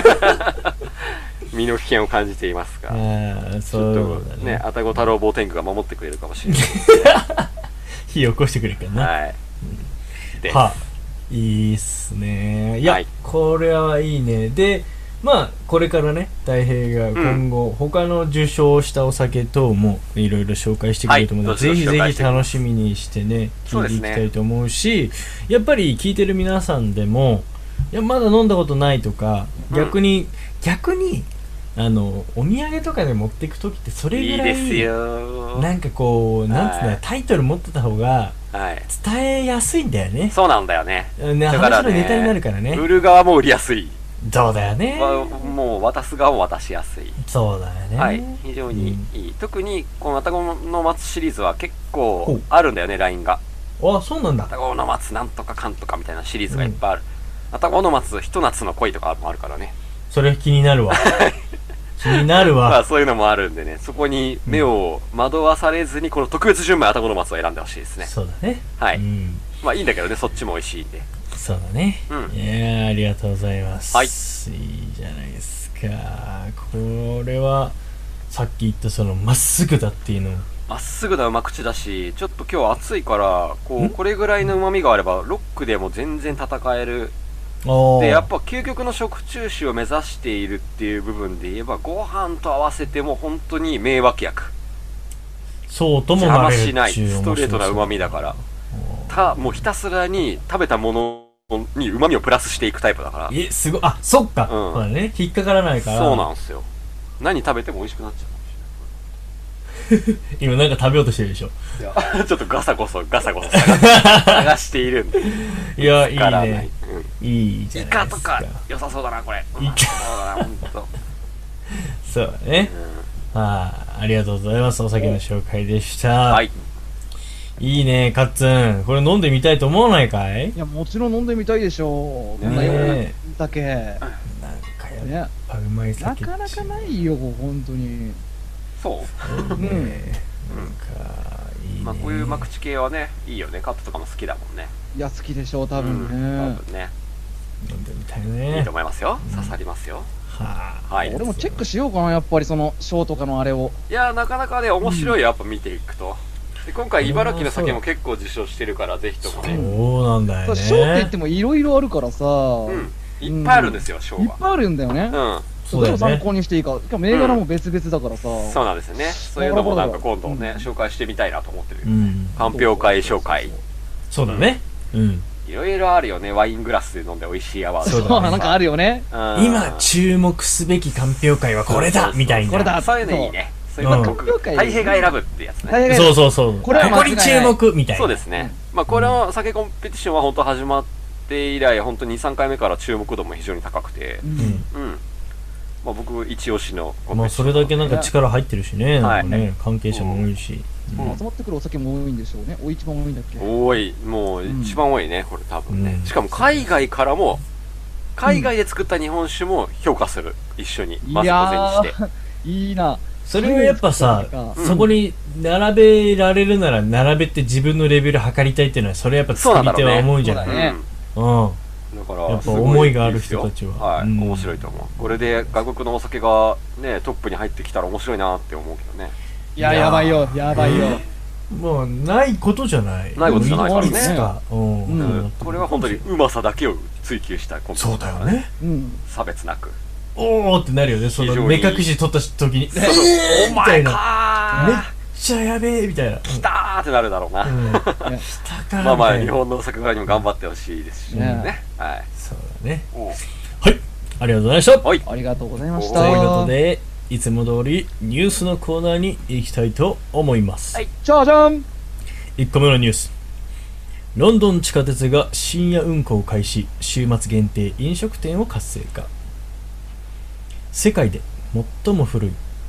身の危険を感じていますが。ちょっとね、愛宕太郎坊天狗が守ってくれるかもしれない。 火起こしてくれるからね。 はい。 いいっすね。いや、これはいいね。で、まあ、これからね、大平が今後、他の受賞したお酒等もいろいろ紹介してくれると思うので、ぜひぜひ楽しみにしてね、聞いていきたいと思うし、やっぱり聞いてる皆さんでも、いや、まだ飲んだことないとか、逆に、お土産とかで持っていくときってそれぐらい、 いいですよ。 なんかこう、なんつうの、タイトル持ってた方が、伝えやすいんだよね。 そうなんだよね。 話のネタになるからね。 売る側も売りやすい。 そうだよね。 もう渡す側も渡しやすい。 そうだよね。 はい。非常にいい。特に、この愛宕の松シリーズは結構あるんだよね、ラインが。 あ、そうなんだ。 愛宕の松なんとかかんとかみたいなシリーズがいっぱいある。愛宕の松ひと夏の恋とかもあるからね。 それ気になるわ。気になるまあわ。 そういうのもあるんでね、そこに目を惑わされずにこの特別純米愛宕の松を選んでほしいですね。 そうだね。 はい。 うん。 まあいいんだけどね、そっちも美味しいんで。 そうだね。 うんいやー、ありがとうございます。 はいいいじゃないですか。これは、さっき言ったその、まっすぐだっていうの。 まっすぐなうま口だし、ちょっと今日暑いからこれぐらいの旨味があればロックでも全然戦える。でやっぱ究極の食中酒を目指しているっていう部分で言えば、ご飯と合わせても本当に名脇役。 そうとも邪魔なれるしないっていうストレートな旨味だから、もうひたすらに食べたものに旨味をプラスしていくタイプだから。 すごい。あ、そっか。 うんそうだね。引っかからないから。 そうなんですよ。何食べても美味しくなっちゃう。 今なんか食べようとしてるでしょ。 いやちょっとガサゴソ探しているんで。 いや、いいからない。 ね。いいじゃイないですか。 カとか良さそうだなこれ。 イカそうだな本当。 そうだね。ありがとうございます。お酒の紹介でした。 はい。 いいね、カッツン。これ飲んでみたいと思わないかい？ いや、もちろん飲んでみたいでしょう。こんなよねうな酒。 なんかやっぱうまいな酒かなかないよ、本当に。 そう。 ね。なんかうんいいね。 まあこういううま口系はねいいよね。カットとかも好きだもんね。 いや、好きでしょう、多多分ね。 分ね。 飲んでみたいいいねと。思いますよ。刺さりますよ。 はあ。 はい。 俺もチェックしようかな、やっぱりその、ショーとかのあれを。 いやなかなかね面白いよやっぱ見ていくと。で今回茨城の酒も結構受賞してるからぜひともね。 そうなんだよね。 ショーって言ってもいろいろあるからさ、 うん。いっぱいあるんですよ賞は。 いっぱいあるんだよね。 うん。 そうだよね。 どれを参考にしていいか。しかも銘柄も別々だからさ。 そうなんですよね。そういうのもなんか今度ね紹介してみたいなと思ってる。 うん。 鑑評会紹介。 そうだね。うん。 いろいろあるよね。ワイングラスで飲んで美味しいアワード。 そうだねそう、なんかあるよね。 今注目すべき鑑評会はこれだみたいな。 これだそういうのいいね。そういうの僕鑑評会大平が選ぶってやつね。 大変そうそうそう。 これはここに注目みたいな。 そうですね。まあこれの酒コンペティションは本当始まって以来本当に2、3回目から注目度も非常に高くて、 うん。 うん。まあ僕一押しのコンペまあティション。 それだけなんか力入ってるしね。 はいなんかね、関係者も多いし。 集まってくるお酒も多いんでしょうね。一番多いんだっけ。 多い。もう一番多いね、これ多分ね。 うんしかも海外からも、海外で作った日本酒も評価する。一緒に。混ぜこぜにして。 いいな。 それをやっぱさ、 うんそこに並べられるなら並べて自分のレベル測りたいっていうのはそれやっぱ作り手は思うんじゃない？ そうだねうん。 だからやっぱすごい思いがある人たちははい、 うん面白いと思う。これで外国のお酒がねトップに入ってきたら面白いなって思うけどね。 いや、やばいよ、やばいよ。 もうないことじゃない。 ないことじゃないからねいつか。うん。 うんこれは本当にうまさだけを追求したコンテンツそうだよね。 うん。 差別なく。 おーってなるよね。その非常に目隠し取った時に、 お前みたいな。めっかちゃやべえみたいな。 ー来たーってなるだろうな。 うん。 ね来たかまあまあみたいな日本の酒蔵にも頑張ってほしいですしね。 ねはい。 そうだね。 おうはい。ありがとうございました。 はい。 ありがとうございましおた。 ということで、いつも通りニュースのコーナーに行きたいと思います。 はいじゃじゃん。 1個目のニュース。ロンドン地下鉄が深夜運行開始、週末限定飲食店を活性化。世界で最も古い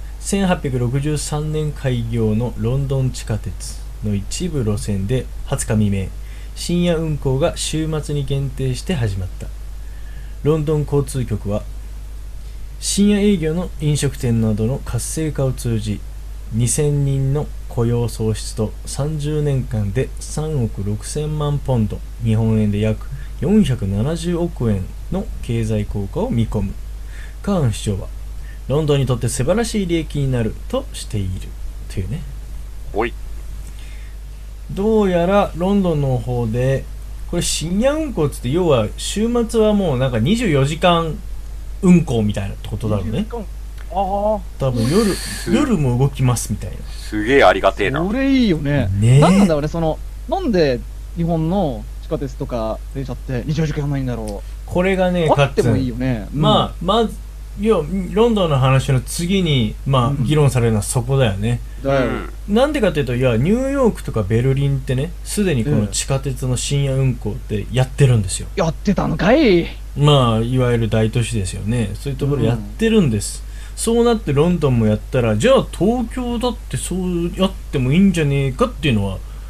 1863年開業のロンドン地下鉄の一部路線で20日未明、深夜運行が週末に限定して始まった。ロンドン交通局は深夜営業の飲食店などの活性化を通じ2000人の雇用創出と30年間で3億6000万ポンド、日本円で約470億円の経済効果を見込む。カーン市長はロンドンにとって素晴らしい利益になるとしているというね。 おい。 どうやらロンドンの方でこれ深夜運行っつって要は週末はもうなんか24時間運行みたいなことだろうね。 あ多分夜も動きますみたいな。 すげえありがてえあ、 な。 それいいよね。 ねえなんなんだろうね、その、なんで日本の地下鉄とか電車って24時間ないんだろこれがね、 う。あってもカッツンいいよね。 まあ、まず、いや、ロンドンの話の次に、まあ、議論されるのはそこだよね。 あ、だよ。 なんでかっていうと、いや、ニューヨークとかベルリンってね、すでにこの地下鉄の深夜運行ってやってるんですよ。 やってたのかい。 まあ、いわゆる大都市ですよね。そういうところやってるんです。そうなってロンドンもやったら、じゃあ東京だってそうやってもいいんじゃねえかっていうのは、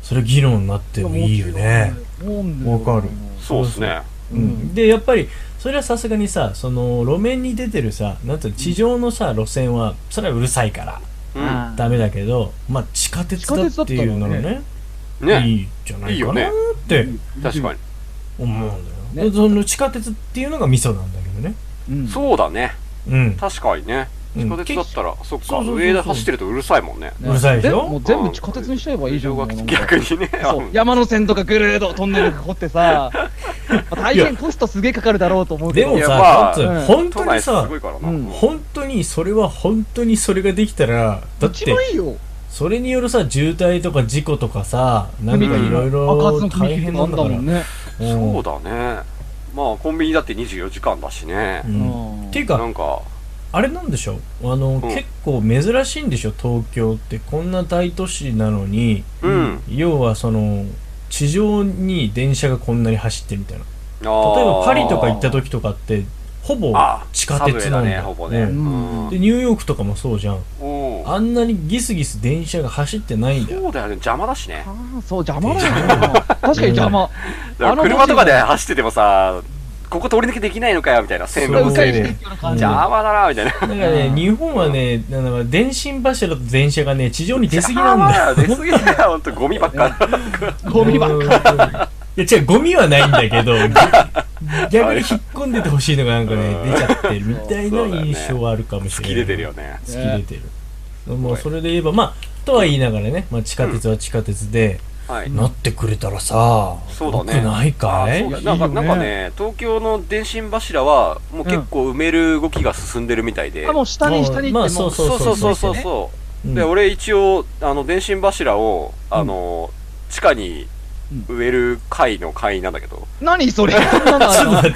それ議論になってもいいよね。わかる。 そうですね。 でやっぱりそれはさすがにさ、その路面に出てるさ、なんていうの、地上のさ路線はそれはうるさいからダメだけど、まあ地下鉄だっていうならね、いいじゃないかなって確かに思うんだよ。その地下鉄っていうのがミソなんだけどね。 そうだね。 うん確かにね。地下鉄だったら、そっか、上で走ってるとうるさいもんね。 うるさいでしょ。 もう全部地下鉄にしちゃえばいいじゃん。 逆にね。 山手線とかぐるーっとトンネル掘ってさ、大変コストすげえかかるだろうと思うけど。 でもさ、本当にさ、 本当にそれは本当にそれができたら、だってそれによるさ、渋滞とか事故とかさ、なんかいろいろ大変なんだからね。 そうだね。まあコンビニだって24時間だしね。 っていうか、なんかあれなんでしょ、結構珍しいんでしょ、東京ってこんな大都市なのに、要はその地上に電車がこんなに走ってるみたいな。例えばパリとか行った時とかってほぼ地下鉄なんだよ。でニューヨークとかもそうじゃん。あんなにギスギス電車が走ってないんだよ。 そうだよね、邪魔だしね。 そう邪魔だよね。確かに邪魔。 車とかで走っててもさ、ここ通り抜けできないのかよみたいな、線路のせいで邪魔だなみたいな。だからね、日本はね、電信柱と電車がね、地上に出過ぎなんだよ。 出過ぎだよ、ほんとゴミばっか。 ゴミばっか。 いや違う、ゴミはないんだけど、逆に引っ込んでてほしいのがなんかね、出ちゃってるみたいな印象はあるかもしれない。 突き出てるよね。 突き出てる。もうそれで言えば、まあとは言いながらね、まあ地下鉄は地下鉄でなってくれたらさ、よくないかい？ なんかね、東京の電信柱はもう結構埋める動きが進んでるみたいで。 もう下に下にってもうそう。で、俺一応電信柱を地下に植える会の会員なんだけど。 何それ？ ちょっと待って。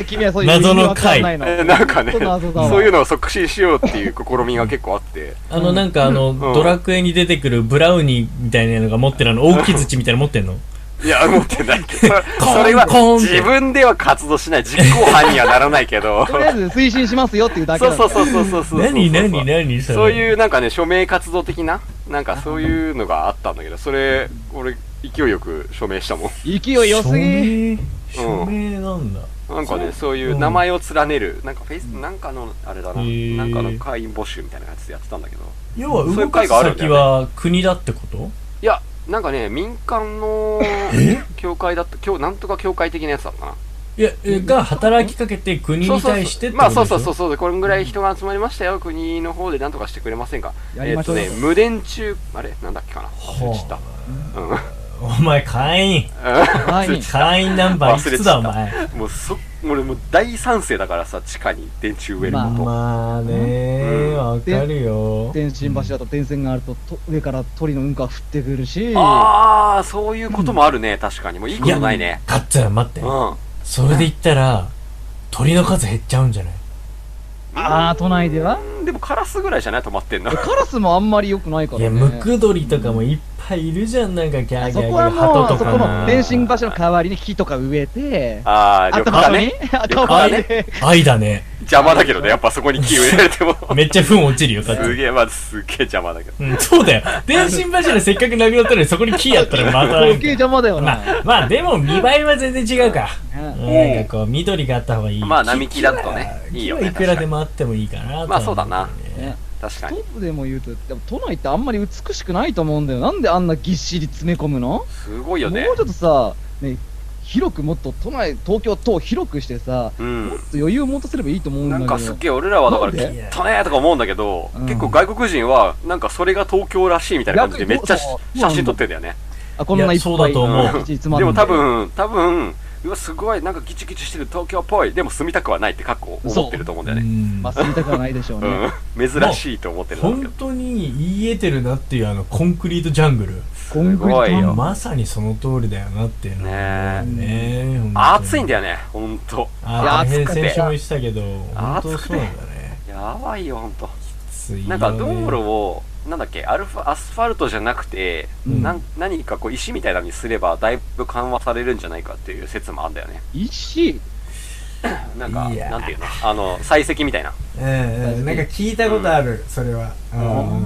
君はそういう謎の会。 なんかね、そういうのを促進しようっていう試みが結構あって。 なんかドラクエに出てくるブラウニーみたいなのが持ってる大き槌みたいなの持ってんの？ いや、持ってないけど、それは自分では活動しない、実行犯にはならないけど。 とりあえず推進しますよっていうだけだ。 そう。 何そういうなんかね、署名活動的な、なんかそういうのがあったんだけど、それ、俺、勢いよく署名したもん。 勢い良すぎ。 署名なんだ。 なんかね、そういう名前を連ねる、なんかなんかの、あれだな、なんかの会員募集みたいなやつでやってたんだけど。 要は動かす先は国だってこと？ いや、なんかね、民間の協会だった、なんとか協会的なやつだったな。 いや、が働きかけて国に対してってことでしょ？ まあそう、これぐらい人が集まりましたよ、国の方でなんとかしてくれませんか。無電柱、あれなんだっけかな。忘れちゃった。 お前会員ナンバーいくつだお前。 もう俺もう大賛成だからさ、地下に電柱植えること。 まあね、わかるよ。 電信柱と電線があると上から鳥のうんこが降ってくるし。 ああ、そういうこともあるね、確かに。もういいことないね。 かっつら待って。それで言ったら鳥の数減っちゃうんじゃない？ 都内ではでもカラスぐらいじゃない止まってんの。 カラスもあんまり良くないからね。 いや、ムクドリとかもいっぱいいるじゃん、なんかギャーギャーギャー。 そこはもうそこの電信柱の代わりに木とか植えて、 緑化ね。 愛だね。 邪魔だけどね、やっぱそこに木植えられてもめっちゃ糞落ちるよ、だって。 すげえ、まずすげえ邪魔だけど。 そうだよ。電信柱せっかくなくなったのにそこに木やったらまた余計邪魔だよな。 まあでも見栄えは全然違うか。なんかこう緑があった方がいい。 まあ並木だとね、いいよね。 いくらでもあってもいいかな。 まあそうだな。確かに。 一つでも言うと、でも都内ってあんまり美しくないと思うんだよ。なんであんなぎっしり詰め込むの？ すごいよね。 もうちょっとさ、ね、広くもっと東京都を広くしてさ、もっと余裕を持たせればいいと思うんだけど。 なんかすっげえ俺らはだからきっとねとか思うんだけど、結構外国人はなんかそれが東京らしいみたいな感じでめっちゃ写真撮ってんだよね。 こんないっぱい。 そうだと思う。 でも多分うわすごいなんかギチギチしてる東京っぽい、でも住みたくはないって過去思ってると思うんだよね。 まあ住みたくはないでしょうね。 珍しいと思ってるんだけど。 本当に言えてるなっていうコンクリートジャングル。 すごいよ。 まさにその通りだよなっていうのね。暑いんだよね、ほんと。 大変先週も言ってたけど、本当そうなんだね。 やばいよ、ほんと。 きついよね。 なんか道路をなんだっけ、アスファルトじゃなくて、何かこう石みたいなのにすればだいぶ緩和されるんじゃないかっていう説もあんだよね。 石なんか、なんていうの、採石みたいな。 なんか聞いたことある、それは。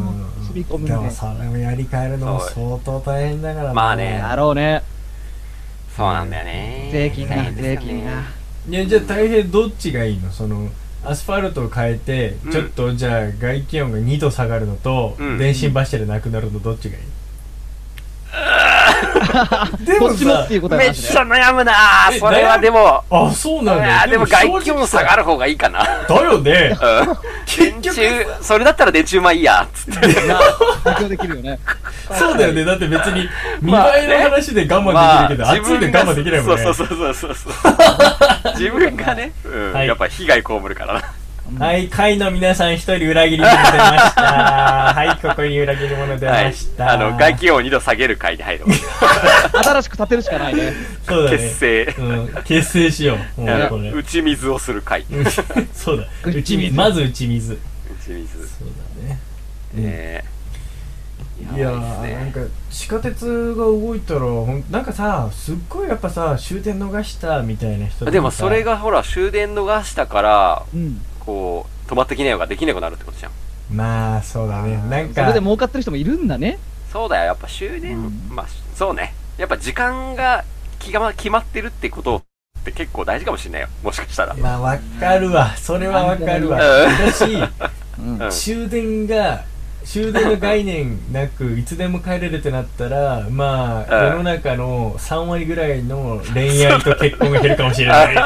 積み込むね。 でもそれをやり替えるのも相当大変だからね。 まあねだろうね。 そうなんだよね。 税金が、 大変ですよね税金が。 いや、じゃあ大変どっちがいいの？アスファルトを変えて、 うんちょっとじゃあ外気温が2度下がるのと、 うん電信柱なくなるのどっちがいい？でどっちもっていうことはめっマジでちゃ悩むなぁ。 えそれはでも、 あ、そうなんだ。 でも外気温下がる方がいいかな。 だよね。 電柱、それだったら電柱まあいいや、つって。 妥協できるよね。 そうだよね。だって別に見栄えの話で我慢できるけど、暑いで我慢できないもんね。 そうそうそうそうそう。自分がね、 はいやっぱ被害被るからな。 はい、会の皆さん一人裏切り者出ました。はい、ここに裏切り者出はいまし。た。 外気温を2度下げる回に入ろう。 新しく建てるしかないね。 そうだね。 結成。 結成しよう。もうこれ。 打ち水をする回。 そうだ。 打ち水まず打ち水。 打ち水。 そうだね。いやー、なんか地下鉄が動いたらなんかさ、すっごいやっぱさ、終電逃したみたいな人とかでもそれがほら終電逃したからうん。 こう止まってきなよができなくなるってことじゃん。 まあそうだね。なんかそれで儲かってる人もいるんだね。 そうだよ、やっぱ終電、まあそうね、やっぱ時間が決まってるってことって結構大事かもしれないよ、もしかしたら。 まあわかるわ。それはわかるわ。 うんだし、 うん。 うん終電の概念なくいつでも帰れるってなったら、まあ、 うん世の中の3割ぐらいの恋愛と結婚が減るかもしれない。も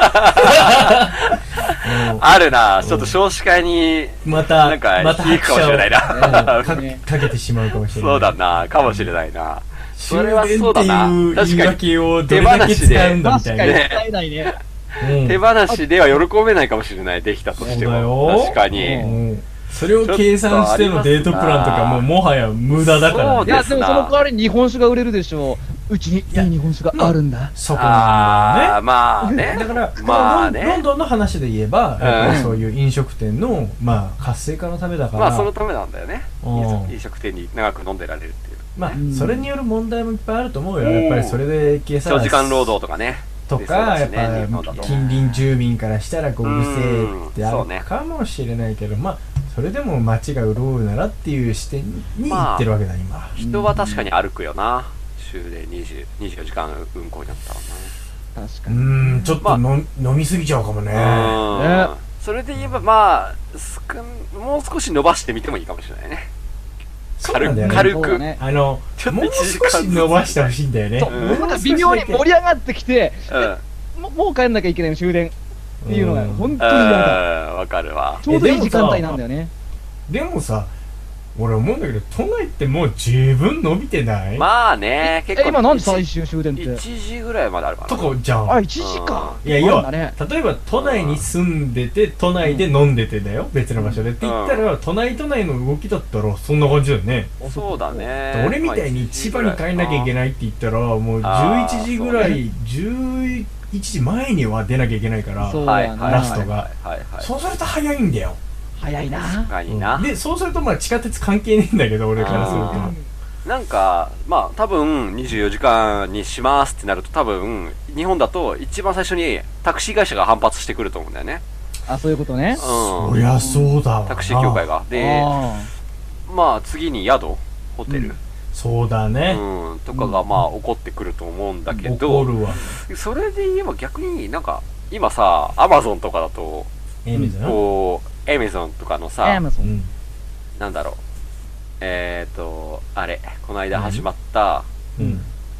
うあるな、ちょっと少子化にまたなんかまた響くかもしれないな。 かけてしまうかもしれない。 そうだな、かもしれないな。そ終れは電ってそうだな。 いう言い確かに訳をどれだけ使うんだみたいな。 確かに使えないね。 うん手放しでは喜べないかもしれない、できたとしてそうだも。 よ確かに。 うんそれを計算してのデートプランとかもはや無駄だからそういや、 ですなでもその代わりに日本酒が売れるでしょう。うちにいい日本酒があるんだ。 そこなんだよね。 まあね。 だから、 まあねロンドンの話で言えば、やっぱりそういう飲食店の、まあ、活性化のためだから、 まあそのためなんだよね。 うん飲食店に長く飲んでられるっていう。 まあうんそれによる問題もいっぱいあると思うよ。やっぱりそれで計算長時間労働とかね。 とか、やっぱ日本だと近隣住民からしたらこううるせえってあそうねるかもしれないけど、まあそれでも街が潤うならっていう視点に行ってるわけだ、今。 人は確かに歩くよな。終電24時間運行になったら確かに。 ちょっと飲みすぎちゃうかもね。 な。 ねそれで言えばまあもう少し伸ばしてみてもいいかもしれないね。 そうなんだよね。 軽く。 そうだねもちょっとう少し伸ばしてほしいんだよね。 そう、 うんなんか微妙に盛り上がってきて、 うん。 もう帰んなきゃいけないの終電っていうのがうん本当に嫌だ。 わかるわ。 ちょうどいい時間帯なんだよね。 でもさ、俺思うんだけど、都内ってもう十分伸びてない、 まあね、結構。 今なんで最終終電って。 1時ぐらいまであるかな。 とかじゃん。 あ、1時か。 いや、要は、 なんだね。 例えば都内に住んでて、都内で飲んでてだよ、別の場所で。って言ったら、都内の動きだったら、そんな感じだよね。 そうだね。 俺みたいに千葉に帰んなきゃいけない。 ないって言ったら、もう11時ぐらい、11時前には出なきゃいけないから、 そうはいだな。 ラストがはいはい。 そうすると早いんだよ。 早いな。 確かにな。 で、そうするとまあ地下鉄関係ねえんだけど、俺からすると。 なんか、まあ多分24時間にしますってなると多分、日本だと一番最初にタクシー会社が反発してくると思うんだよね。 あ、そういうことね。 そりゃそうだわな。 タクシー協会が。で、 あまあ次に宿、ホテル、 そうだね。 とかがまあ起こってくると思うんだけ怒ど、 るわ。 それで言えば逆になんか、今さ、アマゾンとかだと、 エミズな。 こう、エメゾンとかのあ。 さ、 アマゾン。 うん。 なんだろう、あれ、この間始まった、 うん。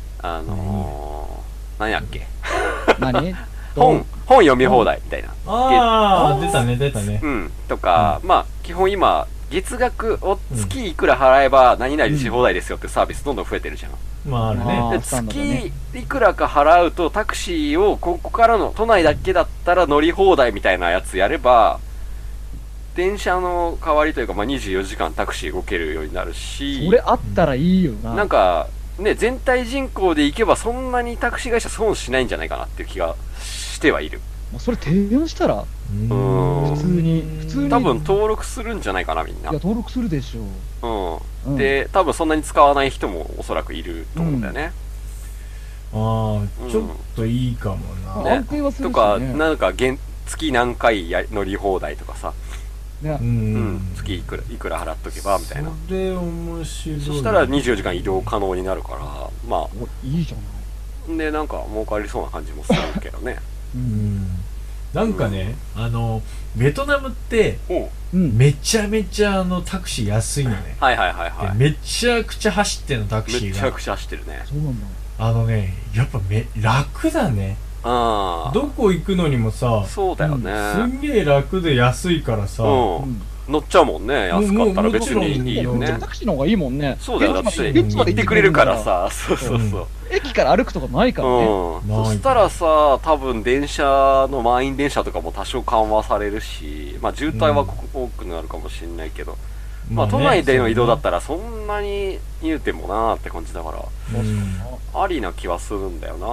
何やっけ、 何本読み放題みたいな。 ああ、出たね、出たね。 とか、まあ、基本今、月額を月いくら払えば何々し放題ですよってサービスどんどん増えてるじゃん。 まああるね。 あーでスタンダードね月いくらか払うとタクシーをここからの都内だけだったら乗り放題みたいなやつやれば、電車の代わりというか、まあ、24時間タクシー動けるようになるし、 それあったらいいよな。 なんか、ね、全体人口で行けばそんなにタクシー会社損しないんじゃないかなっていう気がしてはいる。 もうそれ提案したら、 普通に多分登録するんじゃないかな、みんな。 いや、登録するでしょう。 で、多分そんなに使わない人もおそらくいると思うんだよね。 ああ、ちょっといいかもな。 ね安定はするしねとか、なんか月何回乗り放題とかさ、 ねう。 うんん。月いくら払っとけば、みたいな。 それ面白い。 そしたら24時間移動可能になるから、まお、いいじゃない。 あ、で、なんか儲かりそうな感じもするけどね。 うん。なんかね、ベトナムって、 おう。 うん。 めちゃめちゃタクシー安いのね。 はいはいはいはい。 でめちゃくちゃ走ってんの、タクシーが。 めちゃくちゃ走ってるね。 そうなんだ。 やっぱ楽だね。 ああ。 どこ行くのにもさ、 そうだよね。 すんげえ楽で安いからさ、 うん。乗っちゃうもんね。安かったら別にいいよね。 タクシーの方がいいもんね。 そうだよ。だって、 現地まで行ってくれるから。さ。そうそうそう。 駅から歩くとかないからね。 うん。 ないそしたらさ、多分電車の満員電車とかも多少緩和されるし、まあ渋滞は多くなるかもしれないけど、まあ都内での移動だったらそんなに言うてもなーって感じだから、ありな気はするんだよな。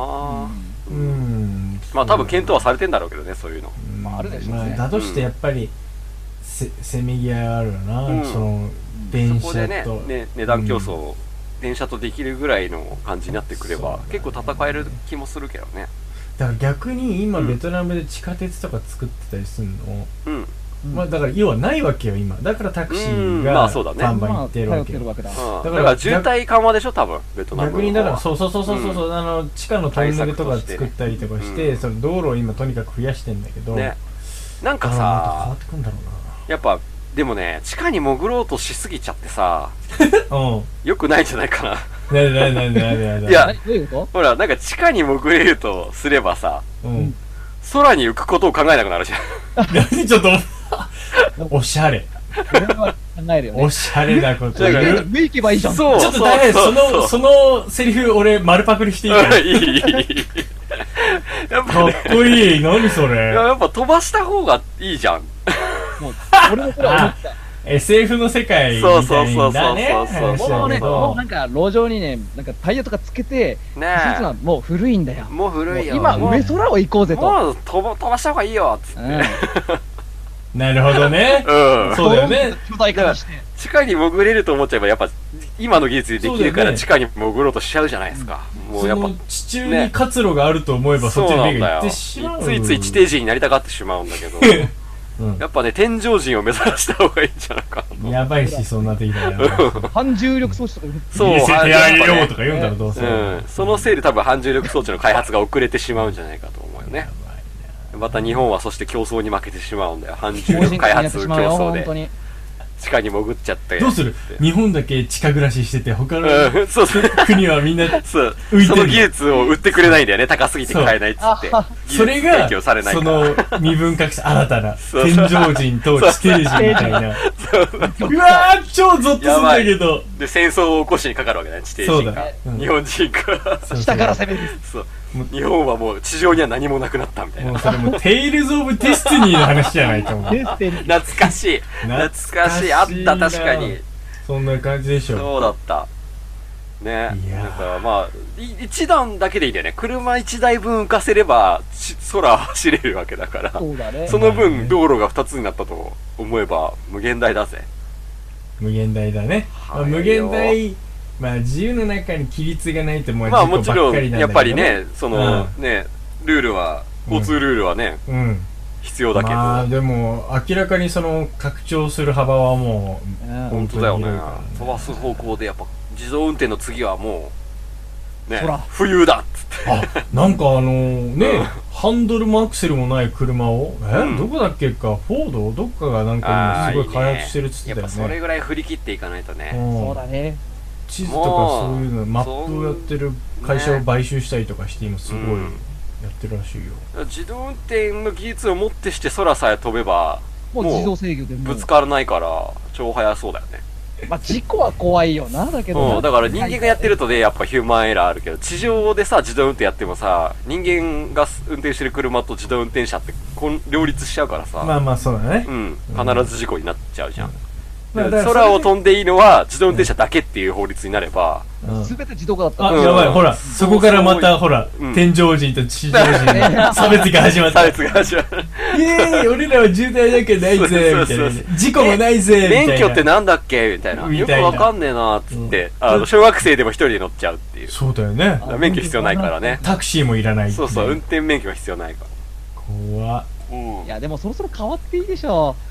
まあ多分検討はされてんだろうけどね、そういうの。 まああるでしょうねだとしてやっぱり、せめぎ合いあるよな、 うんその電車そこでと、 ね、値段競争を電車とできるぐらいの感じになってくれば、結構戦える気もするけどね。 だから逆に今うんベトナムで地下鉄とか作ってたりするの、 うん。 まあだから要はないわけよ今、だからタクシーまがあそうだねバンバン行ってるわけよ、 頼ってるわけだ。 だから渋滞緩和でしょ、多分、ベトナムの方は。 逆にだからそう、地下のトンネルとか作ったりとかして、その道路を今とにかく増やしてんだけど、 ね。なんかだからまた変わさっ、てくんだろやっぱ、でもね、地下に潜ろうとしすぎちゃってさ、 うな。うん。 良くないんじゃないかな。 いいやどういうこほら、なんか地下に潜れるとすればさ、 うん。 空に浮くことを考えなくなるじゃん。 何ちょっと、おしゃれ。 とこれは考えるよね。 おしゃれなことだから言う。 上行けばいいじゃん。 そうちょっと大変、そのセリフ俺丸パクリしていいかいい。やっぱかっね、 こいい。何それ。 やっぱ飛ばした方がいいじゃん。 もう俺もそれは思った。 SF の世界みたいなね。 そうそうそう話もうね、 だけどもうなんか路上にね、なんかタイヤとかつけて、 ね走るのはもう古いんだよ。 もう古いよ。 今、 もう上空を行こうぜと。 もう飛ばした方がいいよ、つって。 なるほどね。 うん。 そうだよね。 巨大化して。 地下に潜れると思っちゃえば、やっぱ、今の技術でできるからそうだよね地下に潜ろうとしちゃうじゃないですか。もうやっぱその、地中に活路があると思えばそっちに目がいってしまう。 ついつい地底人になりたがってしまうんだけど、 うんやっぱね、天上人を目指した方がいいんじゃないかなと。 やばいし、そうなってきたら。 反重力装置とか言うそう見せてあげやっぱねようとか言うんだろ、どうせ。 うん。そのせいで多分反重力装置の開発が遅れてしまうんじゃないかと思うよね。また日本はそして競争に負けてしまうんだよ。反重力開発競争で。 本当に。 地下に潜っちゃって。 どうする日本だけ地下暮らししてて、他のうん、そうそう。 国はみんな、 そう。 浮いてるその技術を売ってくれないんだよね。高すぎて買えないっつって。 それが技術提供され、ないそから。 の身分格差、新たなそう天上人と地底人みたいな。うわー、超ゾッとするんだけど。 で、戦争を起こしにかかるわけだね、地底人がそうだ。うん日本人が。 そう下から攻める。 そう。日本はもう地上には何もなくなったみたいな。 もうそれもう、テイルズ・オブ・デスティニーの話じゃないと思う。 デスティニー。 懐かしい。懐かしい。あった、確かに。 そんな感じでしょ。 そうだった。ね。 いやーだからまあ、一段だけでいいんだよね。車一台分浮かせれば、空走れるわけだから。 そうだね。 その分、道路が二つになったと思えば、無限大だぜ。 無限大だね。 はいまあ無限大、まあ自由の中に規律がないともうまあ事故もちろん、 ばっかりなんだけど、 やっぱりね、その、ね、ルールは、交通ルールはね、 うん。 必要だけど。 まあでも、明らかにその拡張する幅はもう、 うん本当だよね本当に広いからね。 飛ばす方向でやっぱ自動運転の次はもう、ね空、 冬だっつって。 あ、なんかね、ハンドルもアクセルもない車を、 うんどこだっけか、フォードどっかがなんか今すごい開発してるっつってやっぱたよね。 それぐらい振り切っていかないとね。 うんそうだね。 地図とかそういうの、マップをやってる会社を買収したりとかして今すごいうんやってるらしいよ。 自動運転の技術をもってして空さえ飛べば、 もう自動制御でもう。 ぶつからないから、超速そうだよね。 まあ事故は怖いよな、だけどな。 うん、だから人間がやってるとね、やっぱヒューマンエラーあるけど、地上でさ、自動運転やってもさ、人間が運転してる車と自動運転車って両立しちゃうからさ、 まあまあそうだねう。ん、必ず事故になっちゃうじゃん。 まあだから空を飛んでいいのは自動運転車だけっていう法律になれば、 うんすべて自動化だった。 あ、 うんやばい、ほら、そこからまた、ほらうん、 天上人と地上人の差別が始まった。 差イ別が始まる。 エーイ俺らは渋滞だけないぜみたいそうそうな。事故もないぜみたいな。 免許ってなんだっけみたいな。よくみたいなわかんねえなーっつって、 うん小学生でも一人で乗っちゃうっていう。 そうだよね。 免許必要ないからね。 タクシーもいらない。 そうそう、運転免許が必要ないか怖っ。 ら。うんい。や、でもそろそろ変わっていいでしょ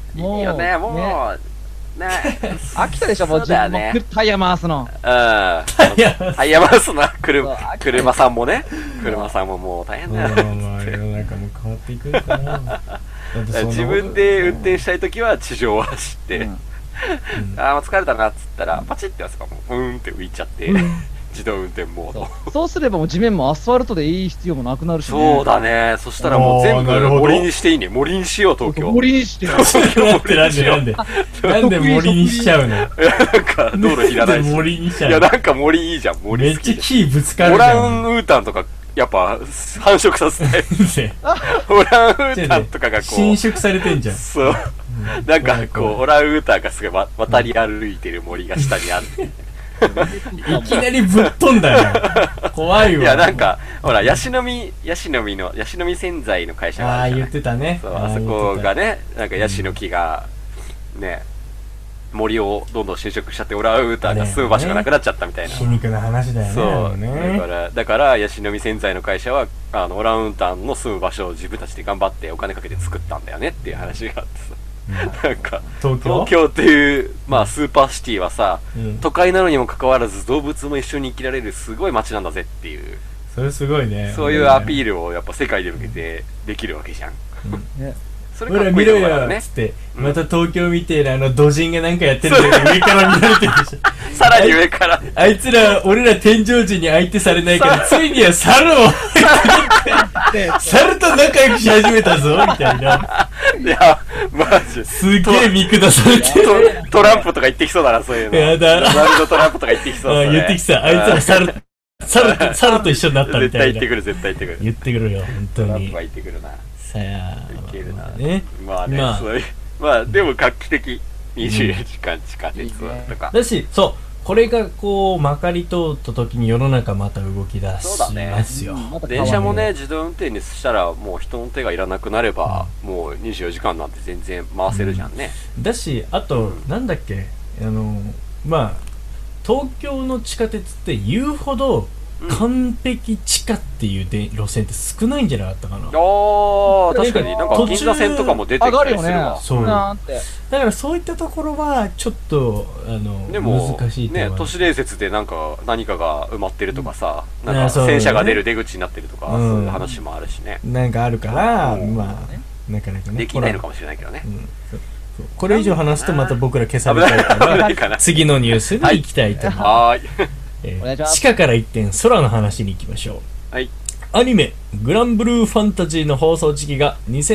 いいよね、もう、ね。 飽きたでしょ、もう自分もタイヤ回すの。 タイヤ回すな、車さんもね。車さんももう大変だよ。 まあまあ世の中も変わっていくのかな。 自分で運転したいときは地上を走って、ああ、疲れたなっつったら、パチッてやつがもう、って浮いちゃって、自動運転モード。 そうすればもう地面もアスファルトでいい必要もなくなるしね。 そうだね。そしたらもう全部森にしていいね。森にしよう、東京。 森にしてよ。 なんで森にしちゃうの？ なんか道路いらないし。 森にしちゃう。 いや、なんか森いいじゃん、森めっちゃ木ぶつかるじゃん。 オランウータンとか、やっぱ繁殖させたい。オランウータンとかがこう。 侵食されてんじゃん。 そう。なんかこう、オランウータンがすごい渡り歩いてる森が下にあって。 いきなりぶっ飛んだよ。怖いわ。 いや、なんか、ほら、ヤシの実洗剤の会社があるじゃない。 言ってたね。 そう、あそこがね、なんかヤシの木が、ね、森をどんどん侵食しちゃって、オランウータンが住む場所がなくなっちゃったみたいな。 皮肉な話だよね。 そう。だから、ヤシの実洗剤の会社は、オランウータンの住む場所を自分たちで頑張ってお金かけて作ったんだよねっていう話があってさ。なんか東京っていう、まあ、スーパーシティはさ、都会なのにもかかわらず動物も一緒に生きられるすごい街なんだぜっていう、 それすごいね。 そういうアピールをやっぱ世界で向けてできるわけじゃん。それほら見ろよっつって、また東京みてえな土人がなんかやってるんだけど上から見られてるでしょ。 さらに上からあいつら俺ら天井人に相手されないからついには猿を猿と仲良くし始めたぞみたいな。 いやマジすげえ見下されてトランプとか言ってきそうだな、そういうの。 やだ、 ワールドトランプとか言ってきそう。 言ってきた。あいつら猿と一緒になったみたいな。 絶対言ってくるよ、本当に。 トランプは言ってくるな。 さあ、 いけるな。 ね。 まあね、まあでも画期的。24時間地下鉄とか。 だし、そう。これがこうまかり通った時に世の中また動き出しますよ。 電車もね、自動運転にしたらもう人の手がいらなくなれば、もう24時間なんて全然回せるじゃんね。 だし、あと、なんだっけ、まあ東京の地下鉄って言うほど完璧地下っていう路線って少ないんじゃなかったかな。 確かになんか銀座線とかも出てきたりするわ。 そう。だからそういったところはちょっとでも難しいね、都市伝説でなんか何かが埋まってるとかさ、なんか戦車が出る出口になってるとか、そういう話もあるしね。 なんかあるから、まあなかなかねできないのかもしれないけどね。 これ以上話すとまた僕ら消されちゃうから次のニュースに行きたいと思います。地下から一点空の話に行きましょう。 はい。 アニメグランブルーファンタジーの放送時期が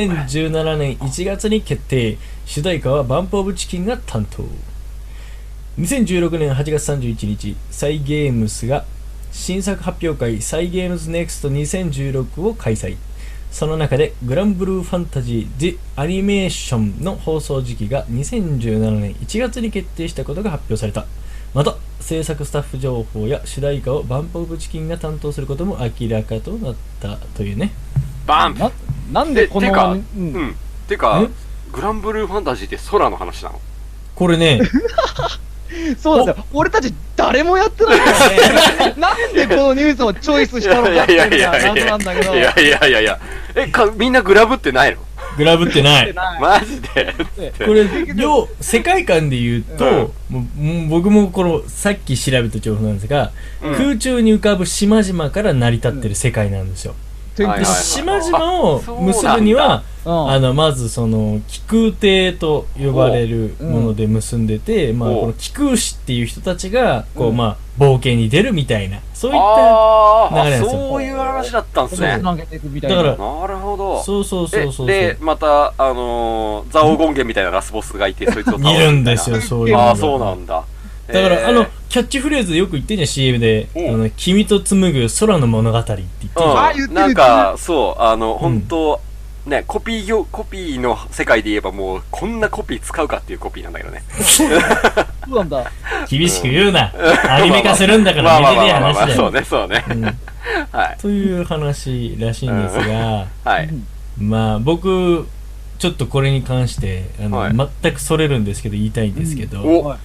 2017年1月に決定。主題歌はバンプオブチキンが担当。2016年8月31日サイゲームスが新作発表会サイゲームズネクスト2016を開催。その中でグランブルーファンタジー The アニメーションの放送時期が2017年1月に決定したことが発表された。また制作スタッフ情報や主題歌をバンプオブチキンが担当することも明らかとなったというね。 バンプなんでこのてかグランブルーファンタジーって空の話なの？ これねそうなんだよ。俺たち誰もやってないからね。なんでこのニュースをチョイスしたのかっていうのが謎なんだけど。 いやみんなグラブってないの？ グラブってない。 マジでこれ世界観で言うと、僕もこのさっき調べた情報なんですが、空中に浮かぶ島々から成り立ってる世界なんですよ。島々を結ぶにはまずその気空艇と呼ばれるもので結んでて、この気空士っていう人たちがこう冒険に出るみたいな、そういった流れなんですよ。 そういう話だったんですね。だからなるほど。 そうでまたザオゴンゲンみたいなラスボスがいて、そいつを倒すみたいな。 いるんですよ、そういうのが。 そうなんだ。 だからキャッチフレーズよく言ってんじゃん CM で君と紡ぐ空の物語って言ってる。 なんかそう本当ね、コピーの世界で言えばもうこんなコピー使うかっていうコピーなんだけどね。 そうなんだ。 厳しく言うな。アニメ化するんだからめでてえ話だよ。 そうね。はい。 という話らしいんですが、 はい。 まあ僕ちょっとこれに関して全くそれるんですけど言いたいんですけど、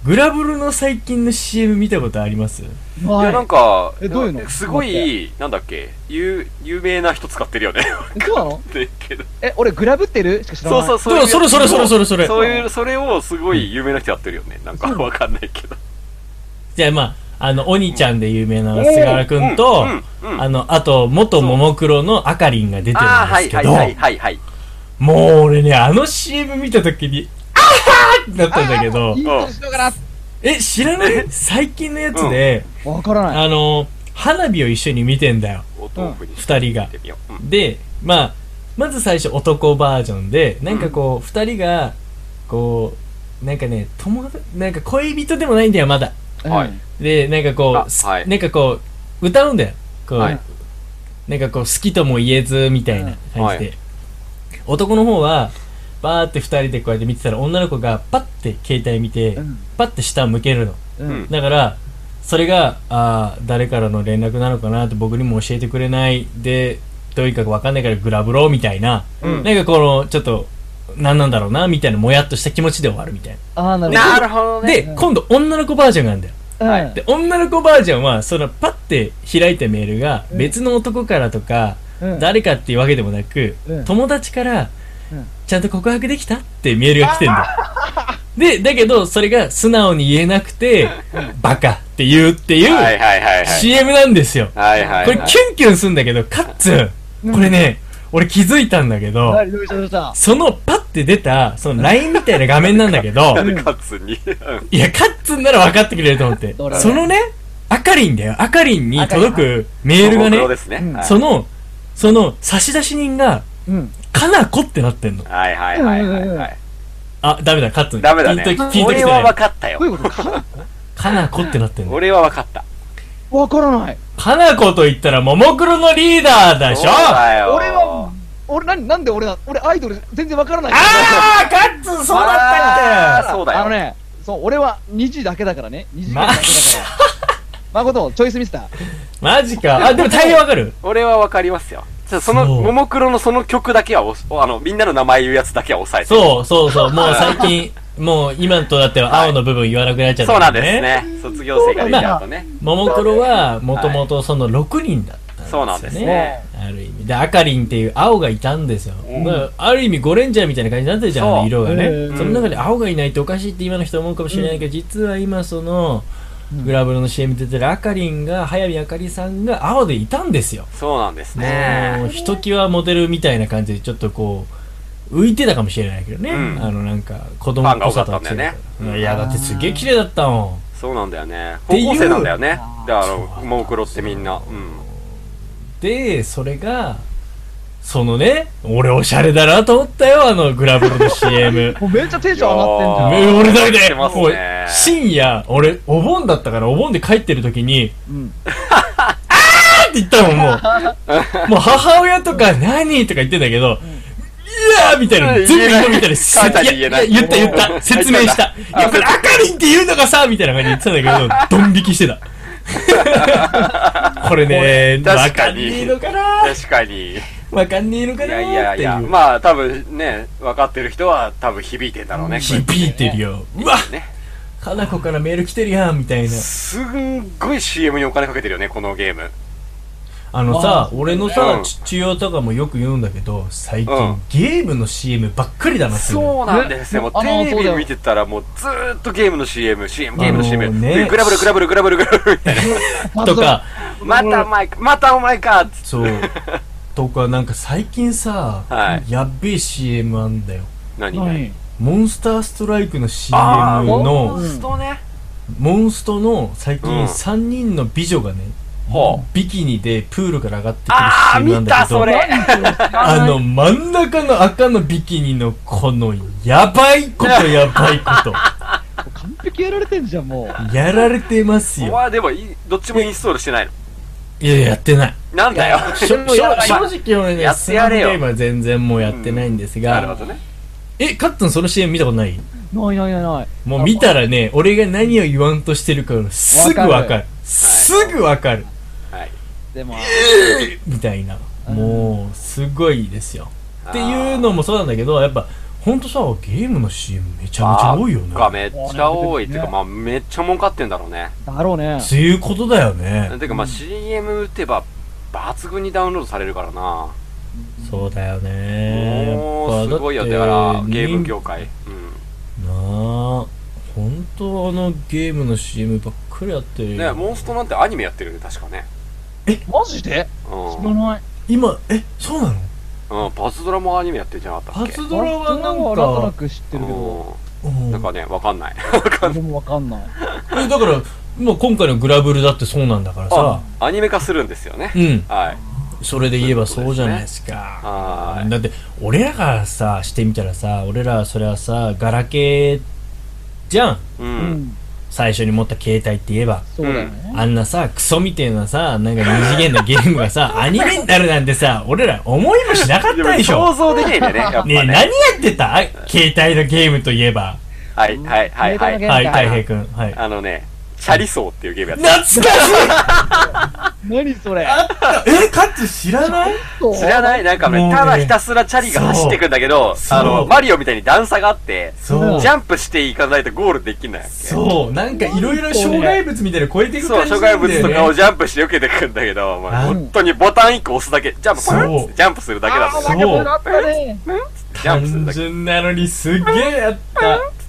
グラブルの最近の CM 見たことあります？ いや、なんか、 どういうの？ すごい、なんだっけ、有名な人使ってるよね。 そうなの？ けど。 俺グラブってるしか知らない。 そう、 それ。 それをすごい有名な人やってるよね。なんかわかんないけど。 じゃあまあ、鬼ちゃんで有名な菅原くんと、あと、元ももクロのあかりんが出てるんですけど、もう俺ね、あの CM 見たときに、あーってなったんだけど、知らない？最近のやつで、 わからない。 花火を一緒に見てんだよ。二人が。で、まず最初男バージョンで、なんかこう、二人が、こう、なんかね、なんか恋人でもないんだよ、まだ。で、なんかこう、なんかこう、歌うんだよ。こう、なんかこう、好きとも言えず、みたいな感じで。男の方は、バーって二人でこうやって見てたら、女の子がパッて携帯見て、パッて下を向けるの。だから、それが、誰からの連絡なのかなって僕にも教えてくれないで、どういうかわかんないからグラブローみたいな、なんかこの、ちょっと、何なんだろうな、みたいなもやっとした気持ちで終わるみたいな。 なるほどね。 で、今度女の子バージョンがあるんだよ。で、女の子バージョンは、そのパッて開いたメールが、別の男からとか、誰かっていうわけでもなく、友達から、ちゃんと告白できたってメールが来てんだよ。で、だけど、それが素直に言えなくて、バカって言うっていう CM なんですよ。これキュンキュンすんだけど、カッツン、これね、俺気づいたんだけど、そのパッて出た、その LINE みたいな画面なんだけど、 カッツンに。 いや、カッツンなら分かってくれると思って。そのね、あかりんだよ。あかりんに届くメールがね、その差出人が、かなこってなってんの。あ、ダメだ、カッツン。 ダメだね。俺は分かったよ。 かなこってなってんの。 俺は分かった。 わからない。 かなこと言ったら、ももクロのリーダーでしょ。 なんで俺アイドル全然わからない。 カッツンそうだったっけ。 そうだよ。 俺は2時だけだからね。2時だけだから。誠、チョイスミスター。 マジか。でも大変わかる。 俺はわかりますよ。その、ももクロのその曲だけは、みんなの名前言うやつだけは抑えて。 そう。もう最近、もう今とだっては青の部分言わなくなっちゃった、ね。 そうなんですね。卒業生が出ちゃうとね。 ももクロは、もともとその6人だったんですよね。 そうなんですね。 ある意味。で、あかりんっていう青がいたんですよ。ある意味ゴレンジャーみたいな感じになってるじゃん、色がね。その中で青がいないとおかしいって今の人は思うかもしれないけど、実は今その、グラブルの CM 出てるあかりんが、早見あかりさんが青でいたんですよ。 そうなんですね。 ひときわモデルみたいな感じでちょっとこう浮いてたかもしれないけどね、なんか子供っぽさとは違う。いやだってすげえ綺麗だったもん。 そうなんだよね。高校生なんだよね。でももクロってみんな。 でそれがそのね、俺おしゃれだなと思ったよ、グラブルの CM。 めっちゃテンション上がってんじゃん。 俺だけで、深夜、俺、お盆だったから、お盆で帰ってる時に、あーって言ったもん、もう。もう母親とか何とか言ってんだけど、いやーみたいな、全部言うみたいな、言った、説明した。いや、これ、あかりんって言うのがさ、みたいな感じで言ってたんだけど、ドン引きしてた。これね、わかんねえのかな。 確かに。 わかんねえのかなーっていう。いや、 まあ多分ね、分かってる人は多分響いてんだろうね。 響いてるよ。うわかなこからメール来てるやんみたいな。 すんごい CM にお金かけてるよね、このゲーム。 さ、俺のさ、父親とかもよく言うんだけど、最近ゲームの CM ばっかりだなって。 そうなんですよ。もうテレビ見てたらもうずーっとゲームの CM、ゲームの CM。グラブルみたいな。 とか、 またお前かそう。とか、なんか最近さ、やっべえ CM あんだよ。 何モンスターストライクの CM の、モンストの最近3人の美女がね、ビキニでプールから上がってくる CM なんだけど、真ん中の赤のビキニのこのやばいこと。 完璧やられてんじゃん、もう。やられてますよ。 お前でも、どっちもインストールしてないの？ いや、やってない。 なんだよ。 正直俺ね、スマホゲームは全然もうやってないんですが。 なるほどね。 カッツンその CM 見たことない？ ない。 もう見たらね、俺が何を言わんとしてるかすぐわかる。すぐわかる。 でも、 みたいな。もう、すごいですよ。っていうのもそうなんだけど、やっぱ、 ほんとさ、ゲームの CM めちゃめちゃ多いよね。 がめっちゃ多いっていうか、まあめっちゃ儲かってんだろうね。 だろうね。 そういうことだよね。 てかまあ CM 打てば抜群にダウンロードされるからな。 そうだよね。 もうすごいよ。だからゲーム業界。 なあ、本当ゲームの CM ばっかりやってるよ。 ね、モンストなんてアニメやってるね、確かね。 マジで知らない。 今、そうなの？ パズドラもアニメやってるんじゃなかったっけ？ パズドラはなんなんとなか、 く知ってるけど。 なんかね、わかんない。 俺もわかんない。 だから、もう今回のグラブルだってそうなんだからさ。 アニメ化するんですよね。はい。 それで言えばそうじゃないですか。 はい。 だって、俺らがさ、してみたらさ、俺らそれはさ、ガラケーじゃん。最初に持った携帯って言えば。 そうだよね。 あんなさ、クソみてえなさ、なんか二次元のゲームがさ、アニメになるなんてさ、俺ら思いもしなかったでしょ。 想像できないんだよね、やっぱね。 ねえ、何やってた携帯のゲームといえば。 はい、はい、はい、はい。 はい、たい平くん。はい。 チャリソーっていうゲームやってた。 懐かしい何それ。 カツ知らない？ 知らない？なんかね、ただひたすらチャリが走ってくんだけど、マリオみたいに段差があって、ジャンプしていかないとゴールできんのやっけ。 そう、なんかいろいろ障害物みたいなの超えていくそう、 感じなんだよね。 障害物とかをジャンプして避けてくんだけど、本当にボタン1個押すだけ、ジャンプ、ジャンプするだけだもん。 そう。単純なのにすっげえやった。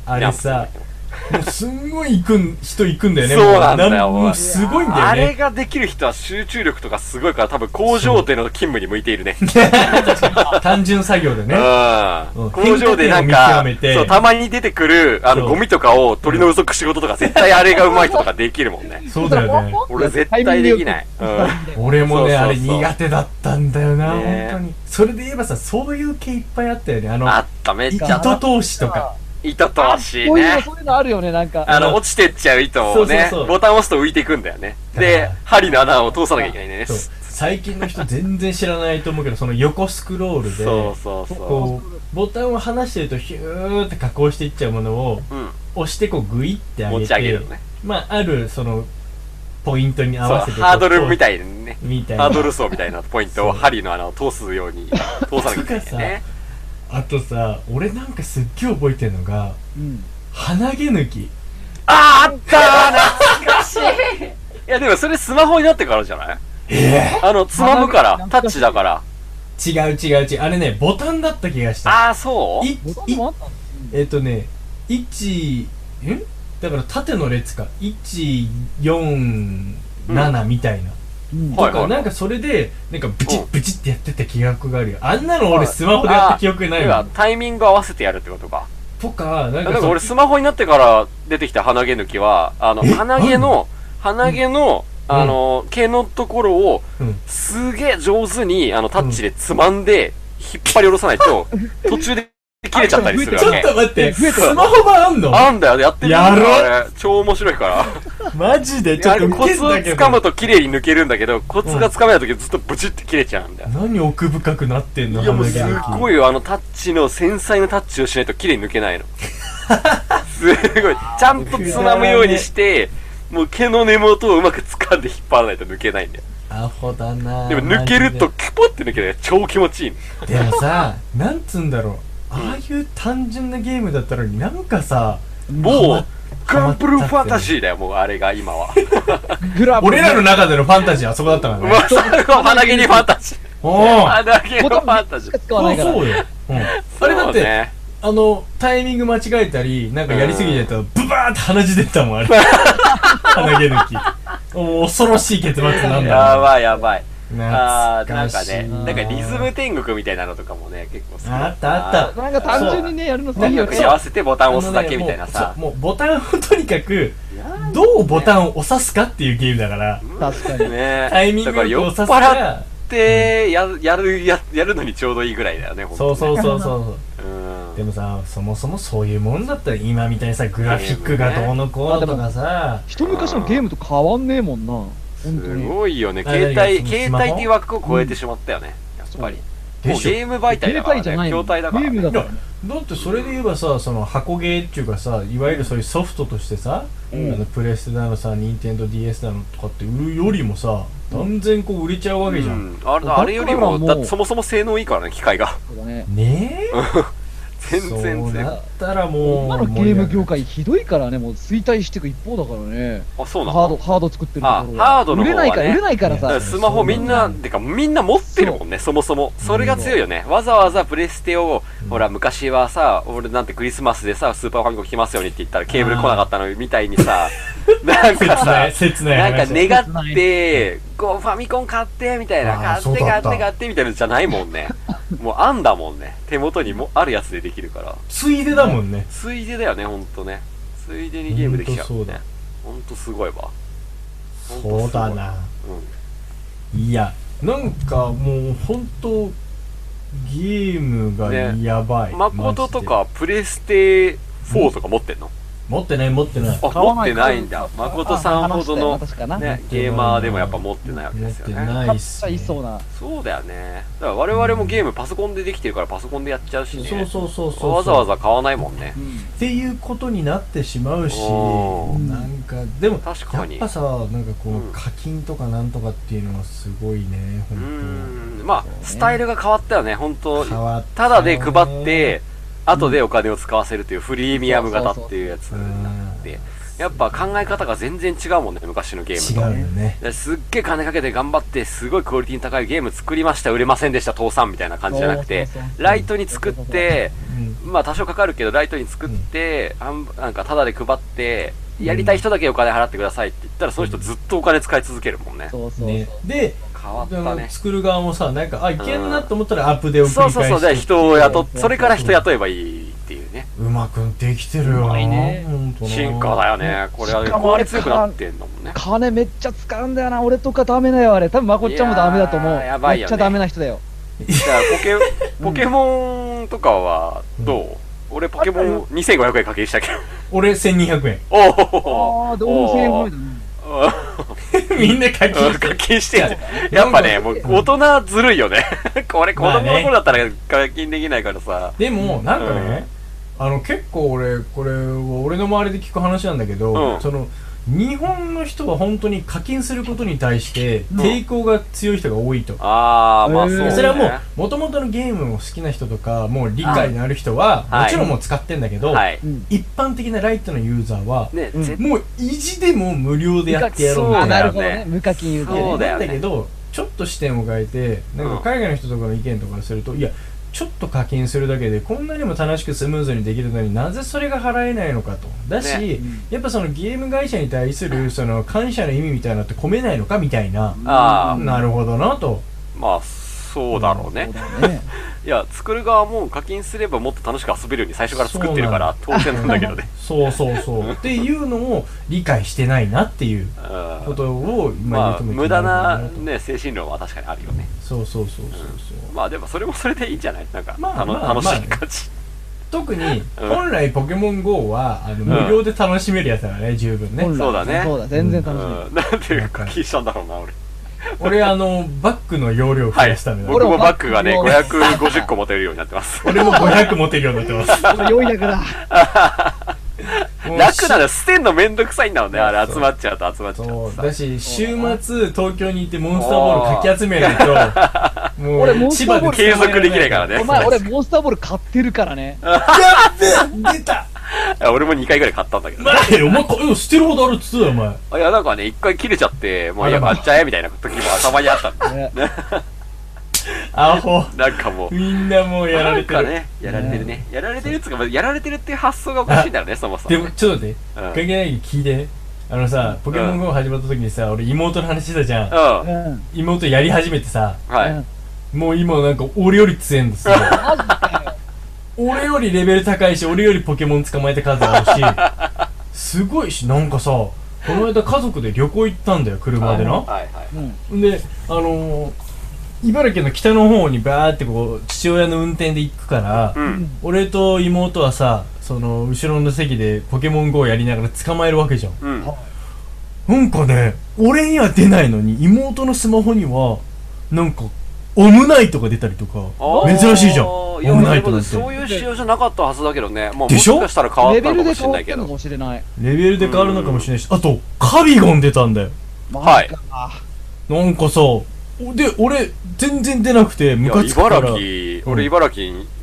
あれさ、もうすんごい人行くんだよね。 そうなんだよ。 もうすごいんだよね。 あれができる人は集中力とかすごいから多分工場での勤務に向いているね。 単純作業でね。 工場でなんか、そう、たまに出てくる、ゴミとかを取り除く仕事とか絶対あれが上手い人とかできるもんね。 そうだよね。 俺絶対できない。 俺もね、あれ苦手だったんだよな、本当に。それで言えばさ、そういう系いっぱいあったよね。 あった、めっちゃ。 糸通しとか。 糸通しね。 そういうのあるよね、なんか。 落ちてっちゃう糸をね、ボタン押すと浮いていくんだよね。で、針の穴を通さなきゃいけないね。 最近の人全然知らないと思うけど、その横スクロールで、こう、ボタンを離してるとヒューって加工していっちゃうものを、押してこうグイって上げて、 持ち上げるね。 まあ、ある、その、ポイントに合わせて。 ハードルみたいにね。 ハードル層みたいなポイントを針の穴を通すように、通さなきゃいけないね。 あとさ、俺なんかすっげえ覚えてるのが、鼻毛抜き。 あったー、懐かしい。いやでもそれスマホになってからじゃない？つまむから、タッチだから。 違う。あれね、ボタンだった気がした。 そう？ だから縦の列か。1、4、7みたいな。なんかそれで、なんかブチッブチッってやってた記憶があるよ。あんなの俺スマホでやった記憶ないわ。 タイミング合わせてやるってことか。 とか、 なんか俺スマホになってから出てきた鼻毛抜きは、鼻毛の、毛のところを、すげえ上手に、タッチでつまんで、引っ張り下ろさないと、途中で切れちゃったりするわけ。 ちょっと待って、スマホ版あんの？ あんだよ、やってみる。やろう。超面白いから。 マジでちょっとコツを掴むと綺麗に抜けるんだけど、コツが掴めないときずっとブチって切れちゃうんだよ。 何奥深くなってんの？ いやもうすごいよ、タッチの繊細なタッチをしないと綺麗に抜けないの。すごい。ちゃんとつまむようにして、もう毛の根元をうまく掴んで引っ張らないと抜けないんだよ。 アホだな。 でも抜けるとキュポって抜ける超気持ちいいの。 でもさ、なんつんだろう。ああいう単純なゲームだったのになんかさ、 もうグランプルファンタジーだよ、もうあれが今は。 俺らの中でのファンタジーあそこだったからね。 鼻毛にファンタジー。鼻毛のファンタジー。 そうよ。あれだって、タイミング間違えたり、なんかやりすぎちゃったら、ブバーって鼻血出たもん、あれ。鼻毛抜き。恐ろしい結末なんだ。 やばいやばい。 なんかね、なんかリズム天国みたいなのとかもね、結構好き。 あった。 なんか単純にね、やるのいいよね。合わせてボタンを押すだけみたいなさ。 もうボタンをとにかく、どうボタンを押さすかっていうゲームだから。 確かにね。 タイミングを押さすから。ってやるのにちょうどいいぐらいだよね、 そう。でもさ、そもそもそういうもんだったら今みたいにさ、グラフィックがどうのこうのとかさ。 一昔のゲームと変わんねえもんな。 すごいよね。携帯っていう枠を超えてしまったよね、やっぱり。もうゲーム媒体だからね、筐体だからね。 だってそれで言えばさ、その箱ゲーっていうかさ、いわゆるそういうソフトとしてさ、プレステだのさ、ニンテンドー DS だのとかって売るよりもさ、断然こう売れちゃうわけじゃん。 あれよりも、だってそもそも性能いいからね、機械が。 ねえ全然そう強い。 だったらもう今のゲーム業界ひどいからね、もう衰退していく一方だからね。 あ、そうなの？ ハード作ってるところは。 ハードの方はね売れないからさ。 スマホみんな、てかみんな持ってるもんね、そもそも。それが強いよね。わざわざプレステを、ほら、昔はさ、俺なんてクリスマスでさ、スーパーファミコン来ますようにって言ったらケーブル来なかったのみたいにさ、なんかさ、 切ないなんか話。 願って、こうファミコン買ってみたいな、 あー買ってそうだった買ってみたいなのじゃないもんね。もうあんだもんね。手元にもあるやつでできるから。 ついでだもんね。 ついでだよね、ほんとね。ついでにゲームできちゃうもんね。ほんとすごいわ。 そうだな。 うん。 いや、なんかもう本当ゲームがやばい。 誠とかプレステ4とか持ってんの？ 持ってない持ってない。 あ、持ってないんだ。誠さんほどの確かな。 ね、ゲーマーでもやっぱ持ってないわけ持ってですよね。 ないっすね。 いそうな。 そうだよね。だから我々もゲームパソコンでできてるからパソコンでやっちゃうしね。 そうわざわざ買わないもんね。 っていうことになってしまうし、 おーなんかでも確かにやっぱさ、なんかこう、 うん課金とかなんとかっていうのはすごいね、 う本ん。まあ、スタイルが変わったよね、本当当変わったよね。 ただで配って、後でお金を使わせるというフリーミアム型っていうやつになって、やっぱ考え方が全然違うもんね、昔のゲームと。 違うよね。 すっげえ金かけて頑張ってすごいクオリティの高いゲーム作りました、売れませんでした、倒産みたいな感じじゃなくてそうそうそうライトに作ってうんまあ多少かかるけどライトに作って、なんかタダで配ってやりたい人だけお金払ってくださいって言ったらその人ずっとお金使い続けるもんね。 そうそうそう。 ね、で変わったね。 作る側もさ、なんかいけんなと思ったらアップデーを繰りそう返してそうそう、で人を雇ってそれから人雇えばいいっていうね、 うまくできてるよな。 うまいねほんとな進化だよね。これはしかも効率よくなってんだもんね。 金めっちゃ使うんだよな。俺とかダメだよ、あれ。多分まこっちゃんもダメだと思う。 いやーやばいよねめっちゃダメな人だよ。 じゃあポケモンとかはどう？俺ポケモン2500円課金したけど。 俺1200円。 おお。 ああ、どうも1000円超えだね。 みんな課金して課金してんじゃん。やっぱね、もう大人ずるいよね。これ子供の頃だったら課金できないからさ。 でもなんかね、結構俺これは俺の周りで聞く話なんだけど、 うんその日本の人は本当に課金することに対して抵抗が強い人が多いと。 ああ、まあそうね。 それはもう元々のゲームを好きな人とかもう理解のある人ははいもちろんもう使ってんだけど、 はい。 一般的なライトのユーザーはね、 うん絶もう意地でも無料でやってやろうみそうたいなあ、なるほどね。無課金言うてね。 そうだよねなんだけどちょっと視点を変えてなんか海外の人とかの意見とかすると、いやちょっと課金するだけでこんなにも楽しくスムーズにできるのになぜそれが払えないのかと。だし、 ねやっぱそのゲーム会社に対するその感謝の意味みたいなのって込めないのかみたいな、 ああ、 なるほどなと。 まあそうだろうね。 そうだね。 いや、作る側も課金すればもっと楽しく遊べるように最初から作ってるから当然なんだけどね。 そうそうそうっていうのを理解してないなっていううんことを今まあ言うと無駄なとね精神論は確かにあるよね。 そうそうそうそうそう、 まあでもそれもそれでいいんじゃない？なんかまあまあ楽しい感じ。 特にうん本来ポケモン GO は無料で楽しめるやつだね、十分ね。 本来そうだねそうだ、全然楽しみ。 うん、なんで課金したんだろうな俺。 俺バッグの容量を増はいやすためだ、 僕もバッグがね俺も 550個持てるようになってます。 俺も500持てるようになってます。 400だ。 もう楽なの捨てんのめんどくさいんだもんね、あれ集まっちゃうと集まっちゃそううとさ。 だし週末東京に行ってモンスターボールかき集めないとも俺モンスターボール継続できないからねお前、俺モンスターボール買ってるからね。 やっべ出た俺も2回ぐらい買ったんだけどね。 お前捨てるほどあるっつってたよお前。 いやなんかね1回切れちゃってもういや買っちゃえみたいな時も頭にあったんだ。 ねアホなんかもうみんなもうやられてる。 なんかねやられてるね。やられてるっつうかやられてるっていう発想がおかしいんだよねそもそもね。 でもちょっと待ってうん関係ないけど聞いて。さポケモン GO 始まった時にさ俺妹の話してたじゃん。 うんうん。 妹やり始めてさはいもう今なんか俺より強いんですよ。 マジかよ。 俺よりレベル高いし俺よりポケモン捕まえた数あるしすごいし、なんかさこの間家族で旅行行ったんだよ車でな。 はいはいうん。 で茨城の北の方にバーってこう父親の運転で行くから、 うん俺と妹はさその後ろの席でポケモン GO やりながら捕まえるわけじゃん。 うんなんかね俺には出ないのに妹のスマホにはなんかオムナイトが出たりとか珍しいじゃん。オいやムナイトなんてそういう仕様じゃなかったはずだけどね。まあもでしょしかしたら変わっレベルたのかもで変わってんのしれないけど。 かもしれない。 レベルで変わるのかもしれないし、あとカビゴン出たんだよ。 はいマジか。 なんかさで俺全然出なくていやムカつくから。 茨城、俺茨城に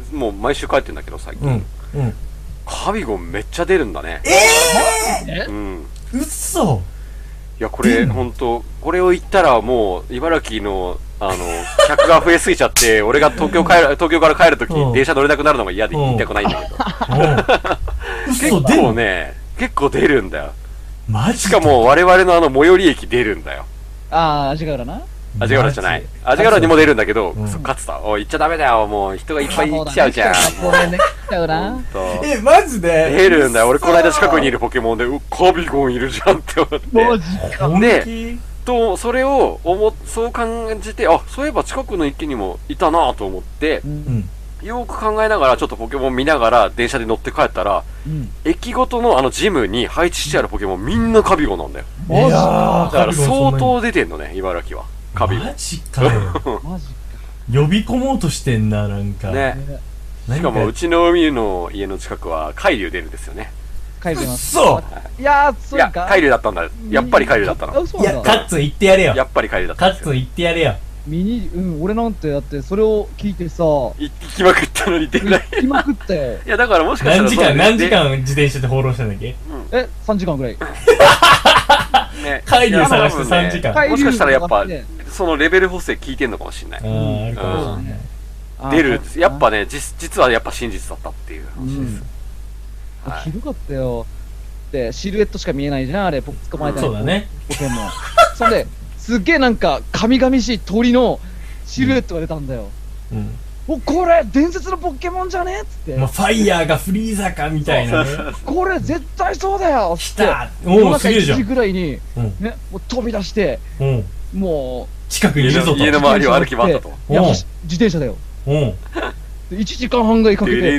もう毎週帰ってんだけど最近、 うんカビゴンめっちゃ出るんだね。 えうん。 うっそ。 いや、これ、ほんと、これを言ったらもう、茨城の、客が増えすぎちゃって、俺が東京から帰るとき、電車乗れなくなるのが嫌で言いたくないんだけど。結構ね、結構出るんだよ。 マジしかも、我々の最寄り駅出るんだよ。 あー、味が浦な。 味が浦じゃない。味が浦にも出るんだけど、勝つた。おい、行っちゃダメだよ。もう人がいっぱい来ちゃうじゃん。 これね、来ちゃうな。 マジで出るんだよ。俺この間近くにいるポケモンで、カビゴンいるじゃんって思って。 マジか。 で、それをそう感じて、あ、そういえば近くの駅にもいたなと思って、よく考えながら、ちょっとポケモン見ながら電車で乗って帰ったら、駅ごとのジムに配置してあるポケモンみんなカビゴンなんだよ。 いやー、 だから相当出てんのね、茨城は。カビゴン。 マジかよ。 マジか。 呼び込もうとしてんな、なんか。 ね。しかも、うちの海の家の近くは海流出るんですよね。 海流ます。 そう。 いやー、そうか。 いや、海流だったんだ。やっぱり海流だったの。 いや、カッツン言ってやれよ。 やっぱり海流だったカッツン言ってやれよ。 俺なんてだってそれを聞いてさ、 行きまくったのに出ない。 行きまくったよ。 いや、だからもしかしたら何時間自転車で放浪したんだっけ？ 3時間ぐらい。 海流探して3時間。 もしかしたらやっぱ、そのレベル補正聞いてんのかもしれない。 あるかもしれない。 出る。やっぱね、実はやっぱ真実だったっていう話です。 ひどかったよ。で、シルエットしか見えないじゃん、あれ、捕まえたそうだね。 ポケモン。そんで、すっげえなんか、神々しい鳥のシルエットが出たんだよ。お、これ、伝説のポケモンじゃねっつって。 ファイヤーがフリーザかみたいなね。 これ、絶対そうだよ来たもうすげえじゃん。1時ぐらいに、ね、もう飛び出して、もう、 近くにいるぞと。 家の周りを歩き回ったと。 いや、自転車だよ。1時間半ぐらいかけて、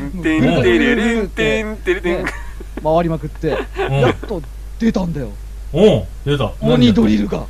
回りまくって、やっと出たんだよ。 出た。 鬼ドリルが。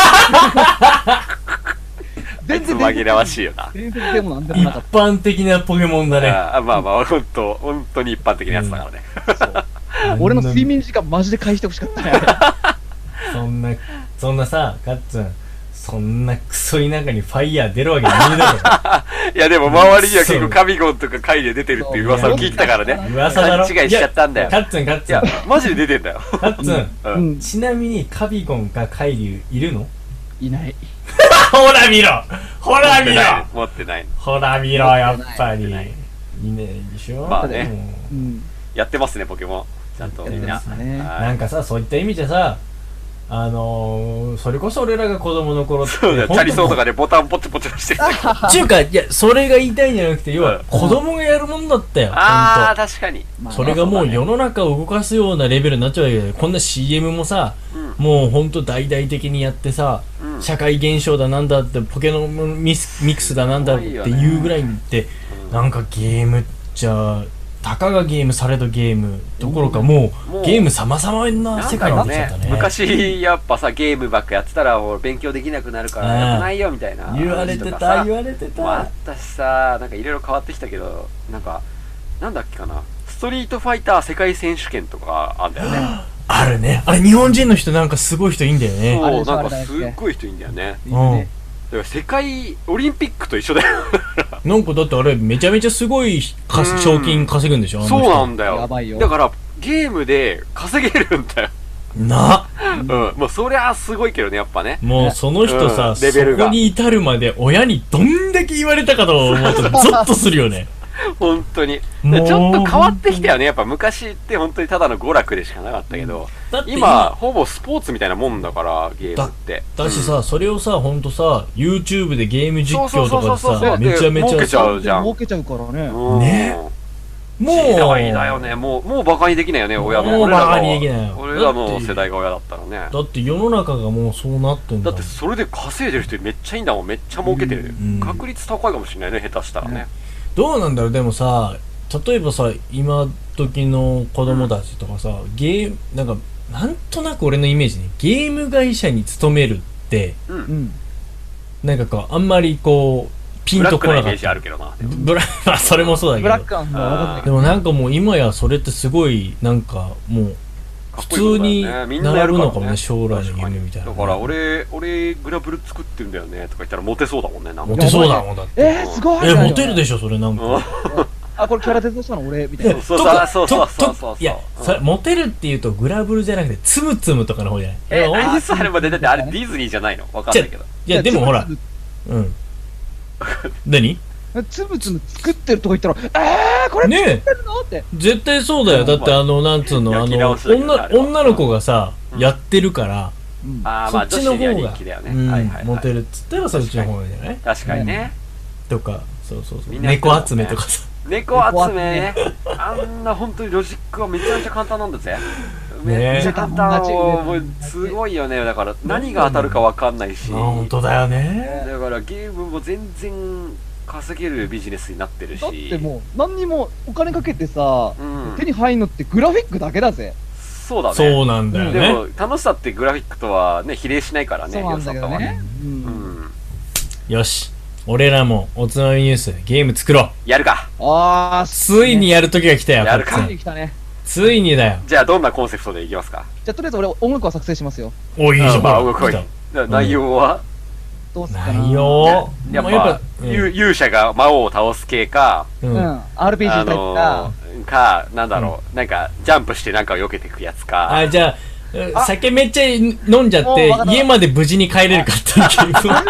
全然紛らわしいよな。 伝説でもなんでもなかった。 一般的なポケモンだね。 まあまあ、本当に一般的なやつだからね。 俺の睡眠時間マジで返してほしかったよ。 そんなさ、カッツン。そんなクソ田舎にファイヤー出るわけないだろ。 いやでも周りには結構カビゴンとか貝で出てるっていう噂を聞いてたからね。 噂だろ。 勘違いしちゃったんだよ。 カッツン。いや、 マジで出てんだよ。 カッツン。ちなみにカビゴンか海流いるの？ いない。 ほら見ろ持ってない。 ほら見ろ、やっぱり。いねえでしょ？ まあね。やってますね、ポケモン。ちゃんとみんな。 なんかさ、そういった意味でさ、それこそ俺らが子供の頃って。 そうだよ、チャリソーとかでボタンポチポチ押してる。 ちゅうか、いや、それが言いたいんじゃなくて、要は、子供がやるもんだったよ。 ああ、確かに。 それがもう世の中を動かすようなレベルになっちゃうわけで、こんな CM もさ、もうほんと大々的にやってさ、社会現象だなんだって、ポケモンミックスだなんだっていうぐらいにって、なんかゲームじゃ、たかがゲームされどゲームどころかもうゲーム様々な世界になっちゃったね。 昔やっぱさゲームばっかやってたら勉強できなくなるからやってないよみたいな言われてたもあったしさ、なんかいろいろ変わってきたけど、なんかなんだっけかな、ストリートファイター世界選手権とかあんだよね。 あるね。あれ日本人の人なんかすごい人いいんだよね。 そう、なんかすっごい人いいんだよね。だから世界オリンピックと一緒だよ。 なんかだってあれめちゃめちゃすごい賞金稼ぐんでしょ。 そうなんだよ。 やばいよ。 だからゲームで稼げるんだよ。もうそりゃすごいけどね、やっぱね。 もうその人さ、そこに至るまで親にどんだけ言われたかと思うとゾッとするよね。 本当にちょっと変わってきたよね。やっぱ昔って本当にただの娯楽でしかなかったけど、今ほぼスポーツみたいなもんだからゲームってだしさ、それをさ、ほんとさ YouTube でゲーム実況とかでさめちゃめちゃ儲けちゃうじゃん。 儲けちゃうからね。 ね、もう時代だよね。もうバカにできないよね、親の。 俺らの世代が親だったらね。 だって世の中がもうそうなってんだ。 だってそれで稼いでる人めっちゃいいんだもん。めっちゃ儲けてる。確率高いかもしれないね、下手したらね。 どうなんだろう。でもさ、例えばさ、今時の子供たちとかさ、なんとなく俺のイメージね、ゲーム会社に勤めるって、なんかこうあんまりこうピンとこなかった。ブラックなイメージあるけどな。それもそうだけど。 ブラック感は分かんないけど。 でもなんかもう今やそれってすごいなんかもう普通に並ぶのかもね、将来の夢みたいな。 だから俺グラブル作ってるんだよねとか言ったらモテそうだもんね。 モテそうだもんだって。 すごい。 モテるでしょそれなんか。 あ、これキャラデザしたの俺みたいな。 そうそう。 いや、それ、モテるって言うとグラブルじゃなくて、つむつむとかの方じゃない。 あれも出てて、あれディズニーじゃないのわかんないけど。 いや、でもほら、うん。何つむつむ作ってるとこ行ったら、これ作ってるのって。 絶対そうだよ。だってなんつうの、女の子がさ、やってるから、そっちの方が、モテるっつったらそっちの方じゃない？ 確かにね。 とか、そう。猫集めとかさ。 猫集めね。あんな本当にロジックはめちゃめちゃ簡単なんだぜ。めっちゃ簡単。もうすごいよね。だから何が当たるかわかんないし。 本当だよね。 だからゲームも全然稼げるビジネスになってるし。 だってもう何にもお金かけてさ、手に入るのってグラフィックだけだぜ。 そうだね。 そうなんだよね。 でも楽しさってグラフィックとはね比例しないからね。 そうなんだよね。 よし。俺らもおつまみニュースゲーム作ろう。やるか。 ついにやる時が来たよ。 やるか。 ついにだよ。 じゃあどんなコンセプトでいきますか。 じゃあとりあえず俺音楽は作成しますよ。 お、いいじゃん。 音楽はいい。内容はどうすかな。 内容やっぱ勇者が魔王を倒す系か、 RPG タイプか、なんだろう、なんかジャンプしてなんかを避けていくやつか。 じゃあ酒めっちゃ飲んじゃって家まで無事に帰れるかっていうゲーム。なん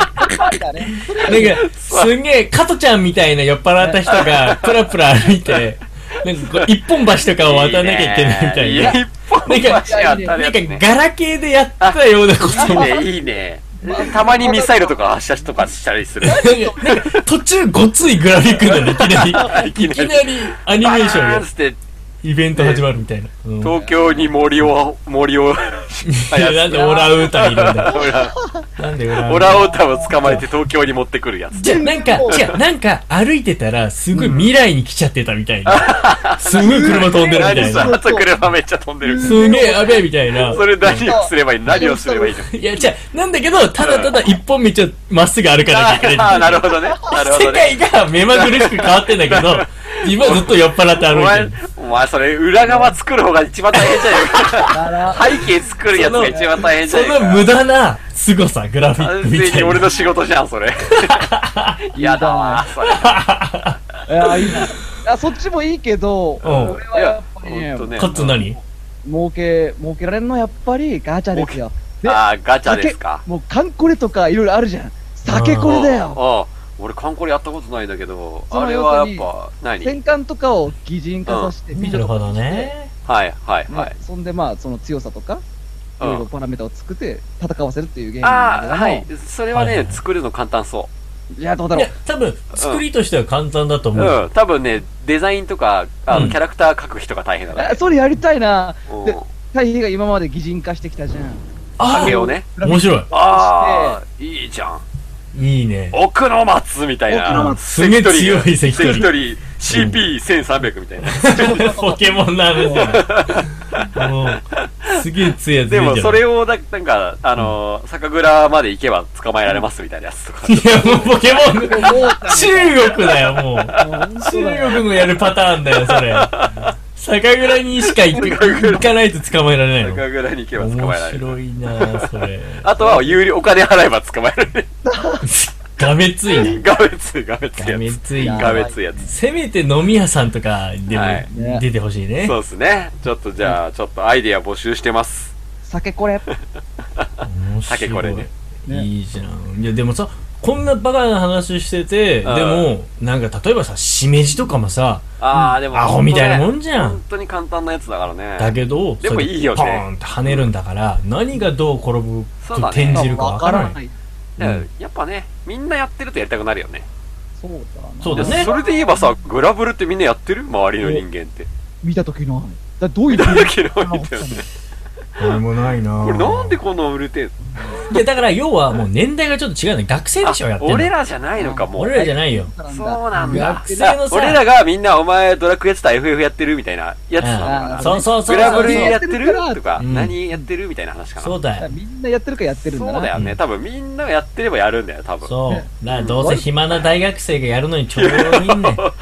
かすんげえ加トちゃんみたいな酔っ払った人がプラプラ歩いてなんか一本橋とかを渡らなきゃいけないみたいな。 一本橋なんかガラケーでやったようなことも。 いいね。たまにミサイルとか発射とかしたりする。 なんか途中ごついグラフィックなのいきなりアニメーションがイベント始まるみたいな。 東京に森をなんでオランウータンいるんだよ。なんでオランウータンを捕まえて東京に持ってくるやつ。 じゃあなんか歩いてたらすごい未来に来ちゃってたみたいな。すごい車飛んでるみたいな。 あと車めっちゃ飛んでる。 すげえやべえみたいな。 それ何をすればいいの？ いや、じゃあなんだけどただ一本道をまっすぐ歩かなきゃいけない。 なるほどね。 世界が目まぐるしく変わってんだけど、今ずっと酔っ払って歩いてる。 お前それ裏側作る方が一番大変じゃないか。背景作るやつが一番大変じゃないか。 その無駄な凄さ、グラフィックみたいな。 完全に俺の仕事じゃん、それ。嫌だわ、それ。 いや、いいな。そっちもいいけど、俺はやっぱりね、 かつ何儲けられるのはやっぱりガチャですよ。 ガチャですか。 もうカンコレとかいろいろあるじゃん。酒コレだよ。 俺カンコレやったことないんだけど、あれはやっぱ何？ 戦艦とかを擬人化させて、 なるほどね。 はい。 そんでその強さとか、いろいろパラメータを作って戦わせるっていうゲームなんだけど。 はい。それはね、作るの簡単そう。 いや、どうだろう。 多分、作りとしては簡単だと思う。 多分ね、デザインとか、キャラクター描く人が大変だから。 それやりたいな。で、大平が今まで擬人化してきたじゃん。 酒をね。 面白い。 いいじゃん。 いいね。 奥の松みたいな。 すげえ強い関取。 CP1300 みたいな。 ポケモンなんですよ。もう、すげえ強いやつ。 でもそれをなんか、酒蔵まで行けば捕まえられますみたいなやつとか。 いや、もうポケモン、中国だよ、もう。中国のやるパターンだよ、それ。酒蔵にしか行かないと捕まえられないの。 酒蔵に行けば捕まえられる。 面白いなそれ。 あとはお金払えば捕まえられる。 がめついね。 がめついやつ。 せめて飲み屋さんとかでも出てほしいね。 そうですね。ちょっとじゃあ、ちょっとアイディア募集してます。 酒これ。 酒これね。 いいじゃん。いや、でもさ、こんなバカな話してて、でも、なんか例えばさ、しめじとかもさ、 でもアホみたいなもんじゃん。 本当に簡単なやつだからね。 だけど、 でもいいよね。 ポーンって跳ねるんだから、何がどう転ぶと転じるかわからない。 やっぱね、みんなやってるとやりたくなるよね。 そうだね。 それで言えばさ、グラブルってみんなやってる？周りの人間って。 見た時のどういう時の見たよね。 何もないなこれなんでこんな売れてんの？ いや、だから要はもう年代がちょっと違うね。学生でしょ、やってるの。 俺らじゃないのか、もう。 俺らじゃないよ。 そうなんだ。 学生のさ、 俺らがみんなお前ドラクエやってた FF やってるみたいなやつなのかな。 そう。 グラブルやってるとか、何やってるみたいな話かな。 そうだよ。 みんなやってるかやってるんだな。 そうだよね。多分みんなやってればやるんだよ、多分。 そう。だからどうせ暇な大学生がやるのにちょうどいいんだよ。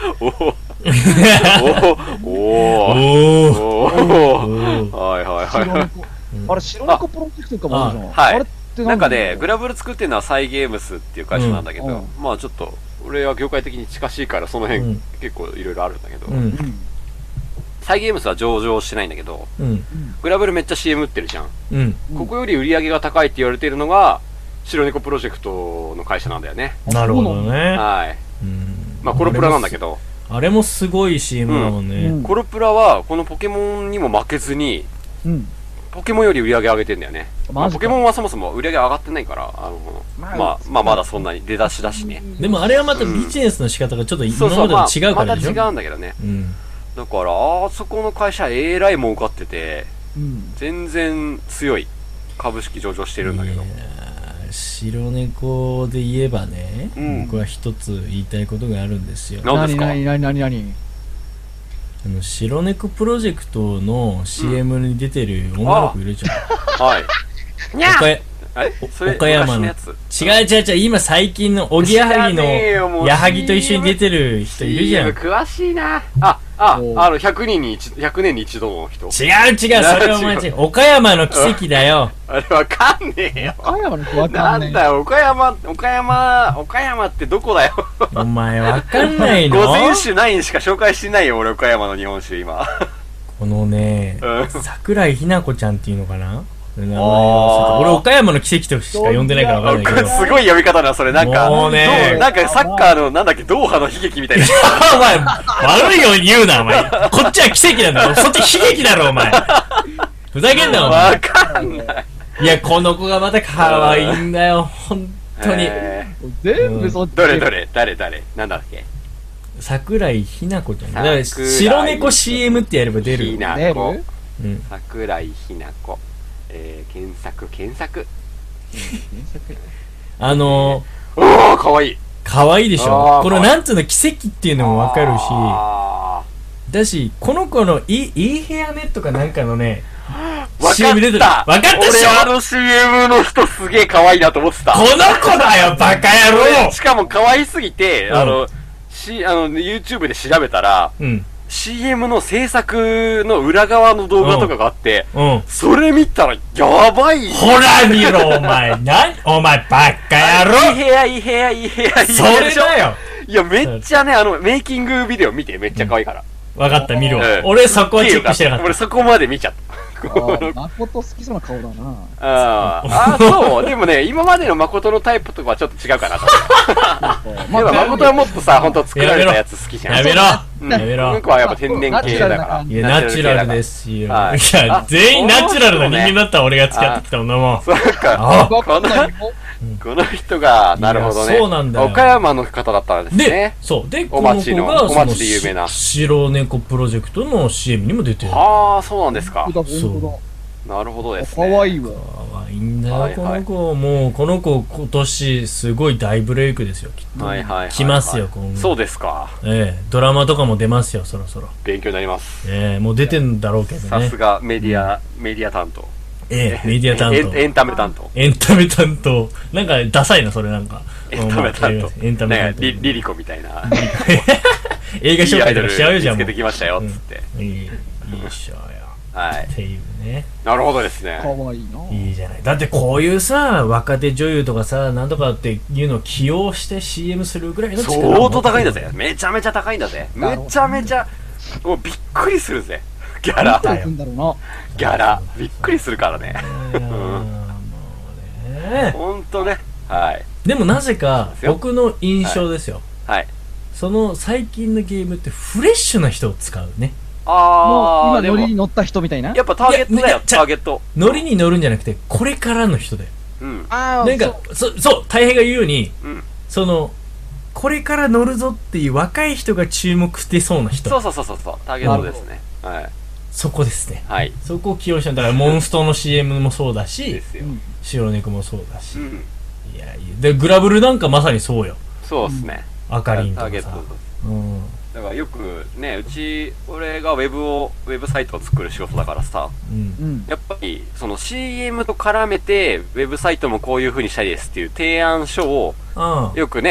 はい。あれ、白猫プロジェクトかもあるじゃん。 はい。なんかね、グラブル作ってるのはサイゲームスっていう会社なんだけど、まあちょっと、 俺は業界的に近しいからその辺、結構いろいろあるんだけど、サイゲームスは上場してないんだけど、グラブルめっちゃ CM 打ってるじゃん。ここより売り上げが高いって言われてるのが、白猫プロジェクトの会社なんだよね。 なるほどね。 はい。まあコロプラなんだけど。 あれもすごい CM だもんね。 コロプラは、このポケモンにも負けずに、ポケモンより売り上げ上げてんだよね。ポケモンはそもそも売り上げ上がってないから、まだそんなに出だしだしね。 でもあれはまたビジネスの仕方がちょっと今までと違うからでしょ。 また違うんだけどね。だから、あそこの会社えらい儲かってて、全然強い株式上場してるんだけど。 白猫で言えばね、僕は一つ言いたいことがあるんですよ。 何ですか？ 何白猫プロジェクトの CM に出てる女の子いるじゃん。 はい。 岡山のやつ。違う、今最近のおぎやはぎの矢作と一緒に出てる人いるじゃん。 詳しいな。100年に一度の人。 違う、それはお前違う。岡山の奇跡だよ。 あれわかんねえよ。 岡山の子わかんねえ。 なんだよ、岡山ってどこだよ。 お前わかんないの？ 午前酒9しか紹介してないよ、俺岡山の日本酒今。 このね、桜井日奈子ちゃんっていうのかな？俺岡山の奇跡としか呼んでないから分かんないけど。 すごい読み方だな、それ。なんか、 もうね、 なんかサッカーの、なんだっけ、ドーハの悲劇みたいな。 お前、悪いように言うな、お前。こっちは奇跡なんだろ。そっち悲劇だろ、お前。ふざけんな、お前。 わかんない。 いや、この子がまた可愛いんだよ、本当に。 全部そっち。 どれ誰なんだっけ？ 桜井日奈子ちゃん。だから白猫 CM ってやれば出る。 日奈子。 うん。 桜井日奈子。検索。 おー、かわいい。 かわいいでしょ。このなんつうの奇跡っていうのもわかるし。だし、この子のいい部屋ねとかなんかのね、CM 出てる。わかったでしょ？ 俺CM の人すげえ可愛いなと思ってた。 この子だよ、バカ野郎！ しかも可愛すぎて、YouTube で調べたら、CM の制作の裏側の動画とかがあって、それ見たらやばい。 ほら見ろ、お前。お前バカ野郎！ いい部屋。 それだよ。 いや、めっちゃね、メイキングビデオ見て、めっちゃ可愛いから。 わかった、見るわ。俺そこはチェックしてなかった。 俺そこまで見ちゃった。 誠好きそうな顔だな。そう。でもね、今までの誠のタイプとかはちょっと違うかなと。誠はもっとさ、本当作られたやつ好きじゃん。 やめろ。 僕はやっぱ天然系だから。 いや、ナチュラルですよ。いや、全員ナチュラルな人間だったら俺が付き合ってきた女も。 そうか。この人が、なるほどね。 そうなんだよ。 岡山の方だったんですね。 で、この子が、 お町で有名な。 白猫プロジェクトの CM にも出てる。 ああ、そうなんですか。 なるほどですね。 かわいいわ。 かわいいんだよ、この子。もう、この子今年すごい大ブレイクですよ、きっと。来ますよ、今後。 そうですか。 ドラマとかも出ますよ、そろそろ。 勉強になります。 もう出てんだろうけどね。 さすがメディア担当。 メディア担当。 エンタメ担当。 エンタメ担当。なんか、ダサいな、それなんか。 エンタメ担当。 エンタメ担当。 リリコみたいな。 映画紹介とかしちゃうじゃん。 見つけてきましたよ、つって。 いいっしょよ。 はい。 っていうね。 なるほどですね。 かわいいな。 いいじゃない。だってこういうさ、若手女優とかさ、なんとかっていうのを起用して CM するぐらいの力相当高いんだぜ。めちゃめちゃ高いんだぜ。めちゃめちゃ、もうびっくりするぜ。ギャラ。ギャラ。びっくりするからね。ほんとね。はい。 でもなぜか、僕の印象ですよ。 はい。 その最近のゲームってフレッシュな人を使うね。 もう今ノリに乗った人みたいな。 やっぱターゲットだよ、ターゲット。 ノリに乗るんじゃなくて、これからの人だよ。なんか、そう、大平が言うように、これから乗るぞっていう若い人が注目してそうな人。 そう、ターゲットですね。はい。 そこですね。 はい。 そこを起用した。だから、モンストの CM もそうだし、白猫もそうだし。いや、で、グラブルなんかまさにそうよ。 そうですね。 アカリンとかさ。 ターゲット。だからよくね、俺がウェブサイトを作る仕事だからさ、やっぱりその CM と絡めてウェブサイトもこういう風にしたいですっていう提案書をよくね、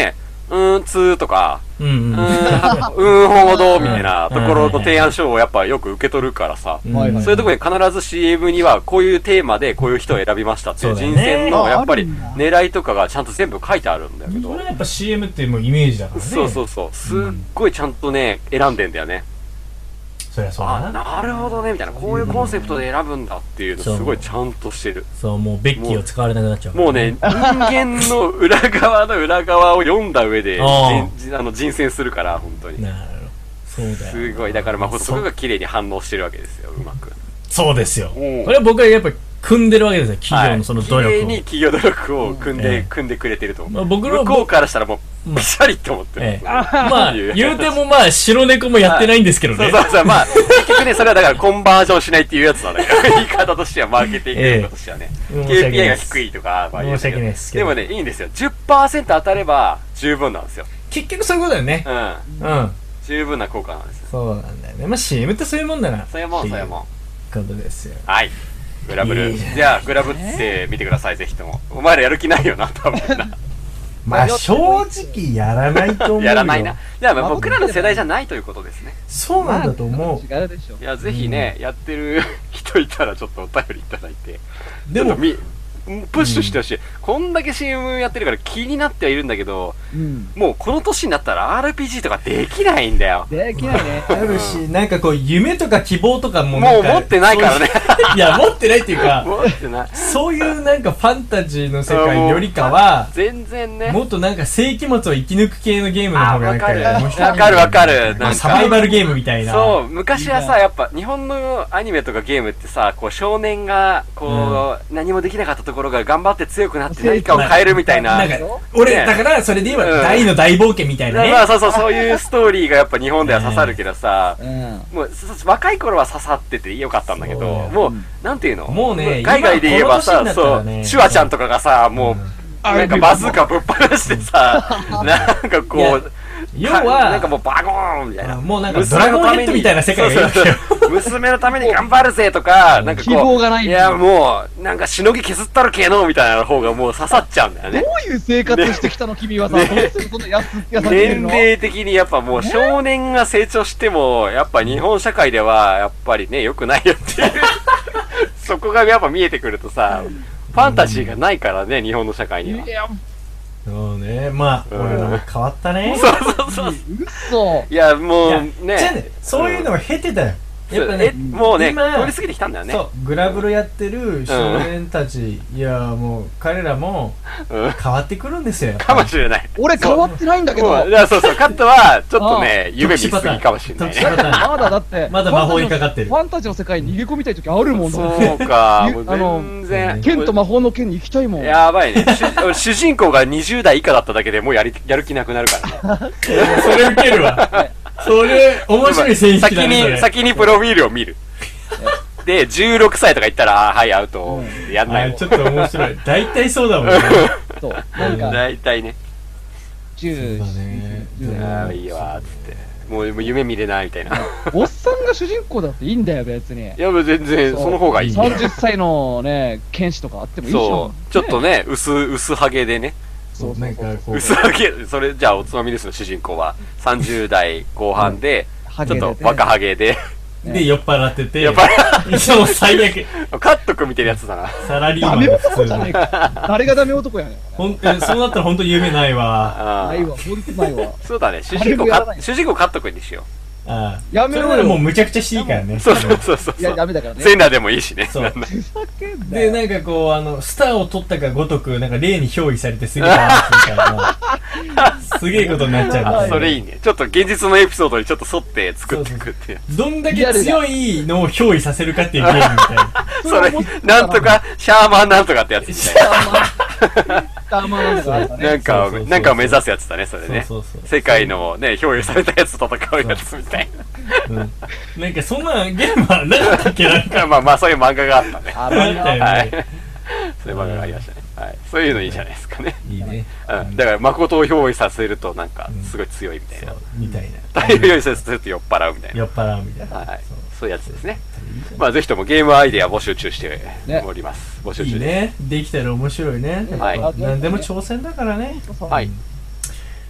つとか、 うんほど、みたいなところの提案書をやっぱよく受け取るからさ、そういうところに必ず CM にはこういうテーマでこういう人を選びましたっていう人選のやっぱり狙いとかがちゃんと全部書いてあるんだけど。 それはやっぱ CM ってもうイメージだからね。 そうそうそう。すっごいちゃんとね、選んでんだよね。 そりゃそうだな。 なるほどね、みたいな。こういうコンセプトで選ぶんだっていうのすごいちゃんとしてる。 そう、もうベッキーを使われなくなっちゃう。 もうね、人間の裏側の裏側を読んだ上で、人選するから、本当に。 なるほど。そうだよ。 すごい。だから誠そこが綺麗に反応してるわけですよ、うまく。 そうですよ。これは僕はやっぱり組んでるわけですよ、企業のその努力を。 綺麗に企業努力を組んでくれてると思う。 僕の向こうからしたらもう、ピシャリって思ってる。 まあ、言うてもまあ、白猫もやってないんですけどね。 そうそうそう、まあ、結局ね、それはだからコンバージョンしないっていうやつなんだけど、言い方としては、マーケティングとしてはね。KPI が低いとか、 申し訳ないですけど。 でもね、いいんですよ。10% 当たれば十分なんですよ。 結局そういうことだよね。うん。 十分な効果なんですよ。 そうなんだよね。まあ CM ってそういうもんだな。 そういうもん、そういうもん。 ことですよ。 はい。グラブル。じゃあ、グラブってみてください、ぜひとも。お前らやる気ないよな、多分な。 まあ正直やらないと思うよ。 やらないな。じゃあ、僕らの世代じゃないということですね。 そうなんだと思う。 違うでしょ。 いや、ぜひね、やってる人いたらちょっとお便りいただいて。 でも、 プッシュしてほしい。こんだけ CM やってるから気になってはいるんだけど、もうこの年になったら RPG とかできないんだよ。 できないね。 あるし、なんかこう、夢とか希望とかももう持ってないからね。 いや、持ってないっていうか、 持ってない。 そういうなんかファンタジーの世界よりかは、 全然ね。 もっとなんか世紀末を生き抜く系のゲームの方がなんか面白い。 わかるわかる。 なんかサバイバルゲームみたいな。 そう、昔はさ、やっぱ日本のアニメとかゲームってさ、こう少年が、こう、何もできなかったところが頑張って強くなって何かを変えるみたいな。 なんか、俺、だからそれで言えば大の大冒険みたいなね。 まあそうそう、そういうストーリーがやっぱ日本では刺さるけどさ、もう若い頃は刺さっててよかったんだけど、もう、なんていうのもうね、 海外で言えばさ、そう、シュワちゃんとかがさ、もう、なんかバズーカぶっ放してさ、なんかこう、 要は、 なんかもうバゴーンみたいな。 もうなんかドラゴンヘッドみたいな世界がいるんだよ。 娘のために頑張るぜとか、なんかこう、 希望がない。 いやもう、なんかしのぎ削ったるけのみたいな方がもう刺さっちゃうんだよね。 どういう生活してきたの君はさ、 年齢的にやっぱもう少年が成長しても、やっぱ日本社会ではやっぱりね、良くないよっていう。そこがやっぱ見えてくるとさ、ファンタジーがないからね、日本の社会には。 そうね、まあ、俺ら変わったね。 そうそうそう。 嘘。 いや、もうね。 じゃあね、そういうのが経てたよ。やっぱね、 もうね、通り過ぎてきたんだよね。 そう、グラブルやってる少年たち、いや、もう、彼らも、変わってくるんですよ。 かもしれない。 俺変わってないんだけど。 いや、そうそう、カットは、ちょっとね、夢見すぎかもしれない。 まだだって、 まだ魔法にかかってる。 ファンタジーの世界に逃げ込みたい時あるもんだ。 そうか、全然。 剣と魔法の剣に行きたいもん。 やばいね。主人公が20代以下だっただけでもうやる気なくなるからね。 それウケるわ。それ、面白い選手だね。 先にプロフィールを見る。で、16歳とか言ったら、はい、アウト。やんないもん。 ちょっと面白い。大体そうだもんね。 そう。なんか、 大体ね。 10、 いいわ、つって。もう夢見れないみたいな。 おっさんが主人公だっていいんだよ、別に。 いや、全然、その方がいい。 30歳のね、剣士とかあってもいいじゃん。 そう。ちょっとね、薄ハゲでね。 そう、なんかこう。 薄ハゲ、それ、じゃあ、おつまみニュースの主人公は、30代後半で、ちょっと若ハゲで、 で、酔っ払ってて、酔っ払っても最悪。 カット君みたいなやつだな。 サラリーマンが普通じゃねえか。誰がダメ男やねん。そうなったら本当に夢ないわ。 ないわ、本当ないわ。 そうだね、主人公カット君にしよう。 やめろよ。もうむちゃくちゃしていいからね。 そうそうそうそう。 いや、ダメだからね。 全裸でもいいしね。 そう。で、なんかこう、スターを取ったかごとく、なんか霊に憑依されてすげえなっていうから、すげえことになっちゃう。 それいいね。ちょっと現実のエピソードにちょっと沿って作っていくっていう。 どんだけ強いのを憑依させるかっていうゲームみたいな。 それ、なんとか、シャーマンなんとかってやつみたいな。なんかを目指すやつだね、それね。世界のね、憑依されたやつと戦うやつみたいな。なんかそんなゲームはなかったっけなんか。 まあそういう漫画があったね。 あったよね。 そういう漫画がありましたね。はい。そういうのいいじゃないですかね。 いいね。 だから誠を憑依させるとなんかすごい強いみたいな。 みたいな。大量にさせると酔っ払うみたいな。 酔っ払うみたいな。 はい。そういうやつですね。まあぜひともゲームアイデア募集中しております。募集中ね。できたら面白いね。 はい。 何でも挑戦だからね。 はい。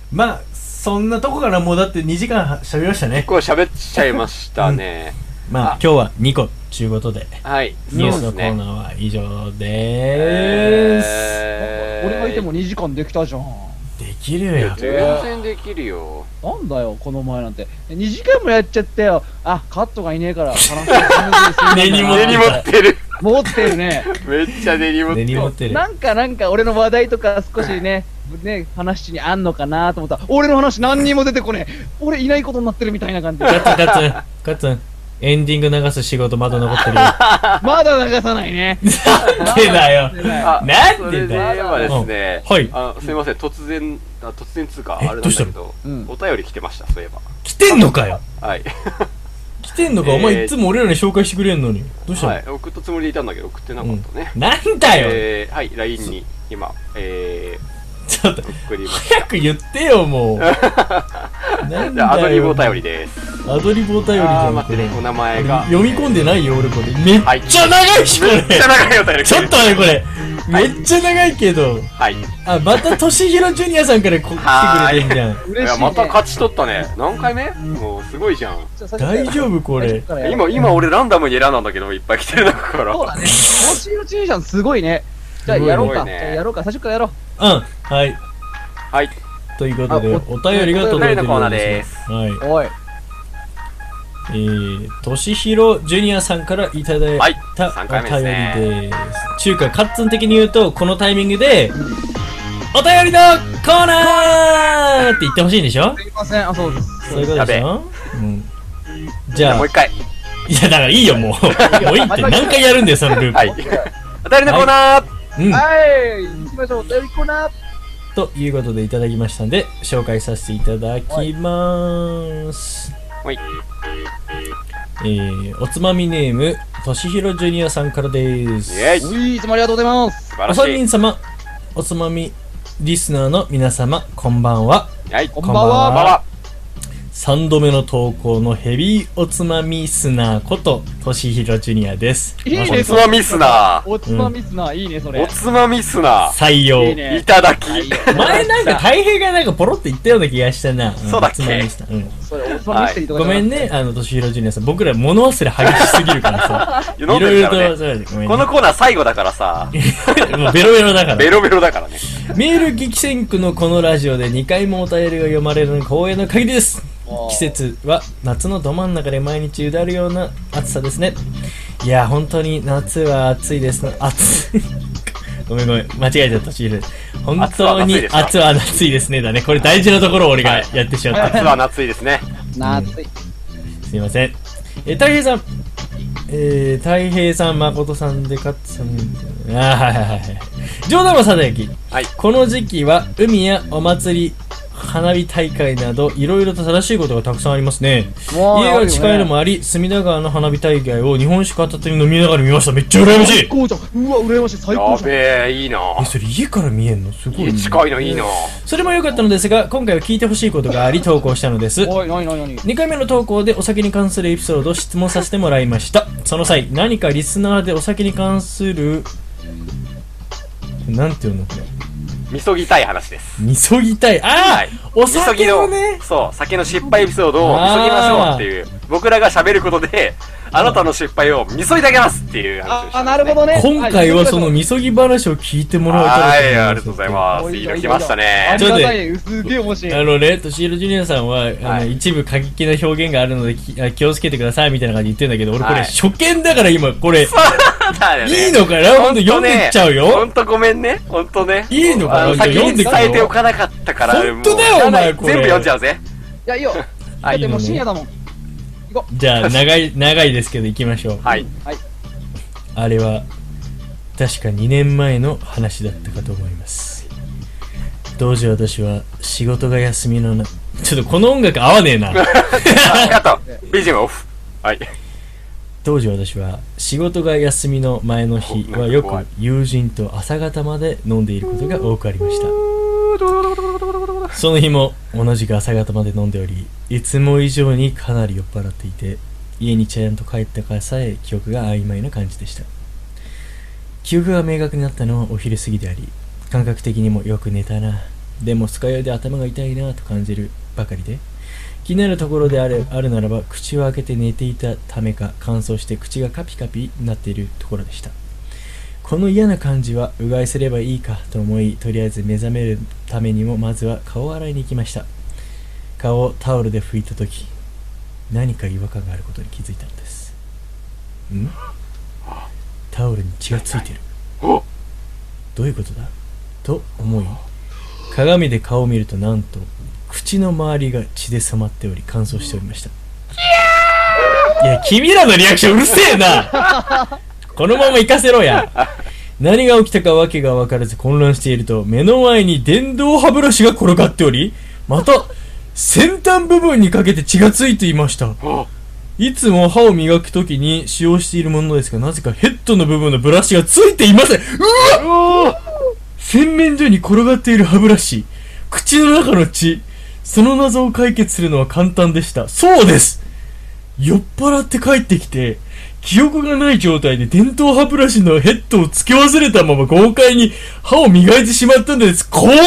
まあそんなとこからもうだって2時間喋りましたね。 結構喋っちゃいましたね。 まあ今日は2個ということではい。 ニュースのコーナーは以上でーす。 俺がいても2時間できたじゃん。 できるよ。 全然できるよ。 なんだよ、この前なんて。2時間もやっちゃったよ。あ、カットがいねえから話がスムーズに進んだ根に持ってる。 持ってるね。 めっちゃ根に持ってる。 根に持ってる。 なんか俺の話題とか少しね、話にあんのかなと思ったら、俺の話何にも出てこねえ。俺いないことになってるみたいな感じで。 カッツン、エンディング流す仕事まだ残ってるよ。 まだ流さないね。 なんでだよ。なんでだよ。 それではですね、 はい。 すみません、突然つうか、あれなんだけど、お便り来てました、そういえば。 来てんのかよ。 はい。 来てんのか、お前いつも俺らに紹介してくれんのに。どうしたの？ はい、送ったつもりでいたんだけど、送ってなかったね。 なんだよ。 はい、LINE に、今、 ちょっと、 送りました。 早く言ってよ、もう。なんだよ。 アドリブお便りです。 アドリブお便りじゃん。 待ってね、お名前が。 読み込んでないよ、俺これ。めっちゃ長いし、これ。 めっちゃ長いお便り。 ちょっと待って、これ。めっちゃ長いけど。 はい。 あ、また、としひろジュニアさんから来てくれてんじゃん。 嬉しいね。 また勝ち取ったね。何回目？もう、すごいじゃん。 大丈夫これ。 今俺ランダムに選んだんだけど、いっぱい来てる中から。 そうだね。星のチージャンすごいね。じゃあやろうか。最初からやろう。 うん、はい。 はい。 ということで、お便りが届いてるコーナーです。 はい。 おい。 としひろジュニアさんからいただいたお便りです。中華カッツン的に言うと、このタイミングで、お便りのコーナーって言ってほしいんでしょ？ すいません、そうです。 そういうことでしょ？うん。じゃあ、 もう一回。 いや、だからいいよ、もう。もういいって何回やるんだよ、そのループ。 はい。お便りのコーナー。 うん。 はい。行きましょう。お便りコーナー。 ということでいただきましたんで、紹介させていただきます。 はい。 おつまみネーム、としひろジュニアさんからです。 イェイ。 いつもありがとうございます。 お三人様、おつまみリスナーの皆様、こんばんは。 はい、 こんばんは。 3度目の投稿のヘビーおつまみスナーこととしひろジュニアです。 いいね、 おつまみスナー。 おつまみスナー、いいね、それ。 おつまみスナー。 採用。 いただき。 前なんか大平がなんかポロって言ったような気がしたな。 そうだっけ？ ごめんね、としひろジュニアさん。僕ら物忘れ激しすぎるからさ。いろいろと、 このコーナー最後だからさ。 もうベロベロだから。 ベロベロだからね。 メール激戦区のこのラジオで2回もお便りが読まれるの光栄の限りです。季節は夏のど真ん中で毎日うだるような暑さですね。いや本当に夏は暑いですね。暑いごめん間違えちゃったし本当に暑は夏いですねだね。これ大事なところを俺がやってしまった。 夏は夏いですね。 夏い、 すいません。たい平さんたい平さん誠さんでかつさん冗談はさておき、この時期は海やお祭り花火大会などいろいろと正しいことがたくさんありますね。家が近いのもあり、隅田川の花火大会を日本酒片手に飲みながら見ました。めっちゃ羨ましい。 最高じゃん。うわ羨ましい、最高じゃん。 やべえ、いいな。 それ家から見えんのすごい、ね、 家近いのいいな。 それも良かったのですが、今回は聞いてほしいことがあり投稿したのです。2回目の投稿でお酒に関するエピソードを質問させてもらいました。その際何かリスナーでお酒に関するなんていうのこれみそぎたい話です。 みそぎたい。ああ、お酒のね。 そう、酒の失敗エピソードをみそぎましょうっていう。僕らが喋ることで、あなたの失敗をみそいであげますっていう話をした、ね。 なるほどね。 今回はそのみそぎ話を聞いてもらえたら。 はい、ありがとうございます。いいの来ましたね。 ありがたいね。すげえ面白い。 としひろジュニアさんは、一部過激な表現があるので気をつけてくださいみたいな感じで言ってんだけど、俺これ初見だから今これ。いいのかな。ほんと読んでっちゃうよ。 ほんとごめんね。ほんとね。 いいのかな。 先に伝えておかなかったから。 ほんとだよお前これ。 全部読んじゃうぜ。 いやいいよ。だってもう深夜だもん。 じゃあ長いですけど行きましょう。 はい。 あれは確か2年前の話だったかと思います。当時私は仕事が休みのな、ちょっとこの音楽合わねえな。 ありがとう。BGM オフ。はい。 当時私は仕事が休みの前の日はよく友人と朝方まで飲んでいることが多くありました。その日も同じく朝方まで飲んでおり、いつも以上にかなり酔っ払っていて、家にちゃんと帰ったからさえ記憶が曖昧な感じでした。記憶が明確になったのはお昼過ぎであり、感覚的にもよく寝たなでも二日酔いで頭が痛いなと感じるばかりで、気になるところであるならば、口を開けて寝ていたためか乾燥して口がカピカピになっているところでした。この嫌な感じはうがいすればいいかと思い、とりあえず目覚めるためにもまずは顔を洗いに行きました。顔をタオルで拭いたとき、何か違和感があることに気づいたのです。タオルに血がついてる。どういうことだと思い、鏡で顔を見ると、なんと口の周りが血で染まっており乾燥しておりました。いや、君らのリアクションうるせえなこのまま行かせろや。何が起きたかわけが分からず混乱していると、目の前に電動歯ブラシが転がっており、また先端部分にかけて血がついていました。いつも歯を磨くときに使用しているものですが、なぜかヘッドの部分のブラシがついていません。うわ！洗面所に転がっている歯ブラシ、口の中の血、その謎を解決するのは簡単でした。そうです！酔っ払って帰ってきて、記憶がない状態で電動歯ブラシのヘッドを付け忘れたまま豪快に歯を磨いてしまったのです。怖っ！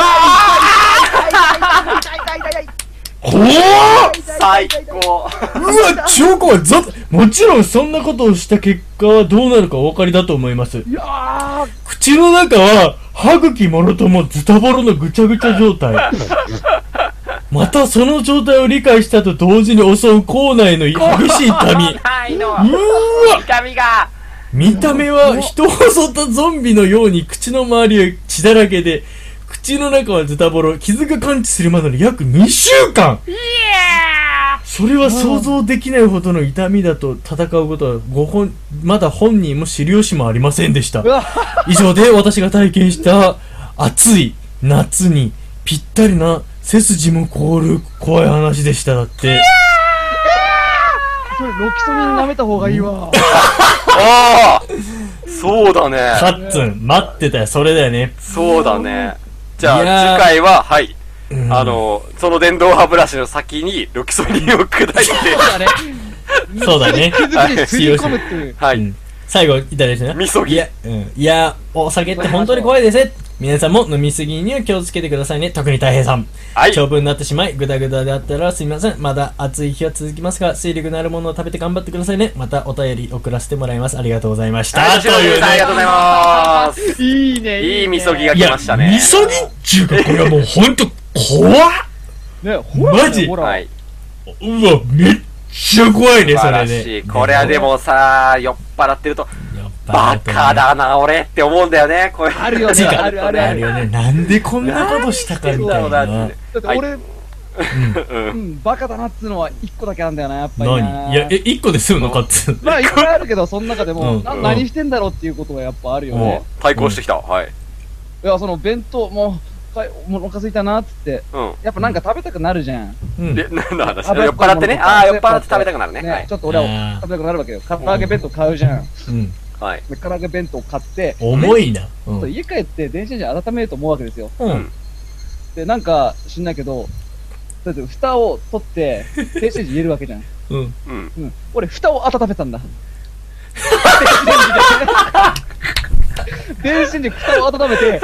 怖っ！ 最高。 うわ、超怖い。もちろんそんなことをした結果はどうなるかお分かりだと思います。 いやー、 口の中は歯茎もろともズタボロのぐちゃぐちゃ状態。またその状態を理解したと同時に襲う口内の激しい痛み。うわ、 痛みが。 見た目は人を襲ったゾンビのように口の周りは血だらけで、口の中はズタボロ、傷が完治するまでの約2週間。それは想像できないほどの痛みだと戦うことはまだ本人も知る由もありませんでした。以上で私が体験した暑い夏にぴったりな背筋も凍る怖い話でした。だってそれロキソニン舐めた方がいいわ。 ああ、そうだね。 カッツン待ってたよ。それだよね。 そうだね。じゃあ次回は、はい、その電動歯ブラシの先にロキソニンを砕いてそうだね。 気づきに吸い込むっていう。 はい。 最後いたですね。 みそぎ。 いや、お酒って本当に怖いですね。皆さんも飲みすぎには気をつけてくださいね。特に大平さん。 はい。 長文になってしまい、ぐだぐだであったらすみません。まだ暑い日は続きますが、水力のあるものを食べて頑張ってくださいね。またお便り送らせてもらいます。ありがとうございました。 というね。ありがとうございます。 いいね。 いいみそぎが来ましたね。 みそぎっちゅうか、これはもうほんと怖っね、ほら、 マジほら。 はい。 うわ、めっちゃ怖いね、それで。 これはでもさ、酔っ払ってると、バカだな俺って思うんだよね。これあるよね。あるよね。なんでこんなことしたかみたいな。 だって俺、バカだなっつうのは一個だけなんだよな、やっぱり。 何？いや、1個で済むのかっつう。 まあいっぱいあるけど、その中でも、何してんだろうっていうことはやっぱあるよね。 対抗してきた。はい。 いや、その弁当、もうお腹すいたなっつって、やっぱなんか食べたくなるじゃん。 で、何の話？酔っ払ってね。ああ、酔っ払って食べたくなるね。 ちょっと俺は食べたくなるわけよ。唐揚げ弁当買うじゃん。 はい。 唐揚げ弁当買って、 重いな。 家帰って電子レンジ温めると思うわけですよ。 うん。 で、なんか知んないけど、だって蓋を取って電子レンジ入れるわけじゃん。 うん。 俺蓋を温めたんだ。電子レンジ蓋を温めて、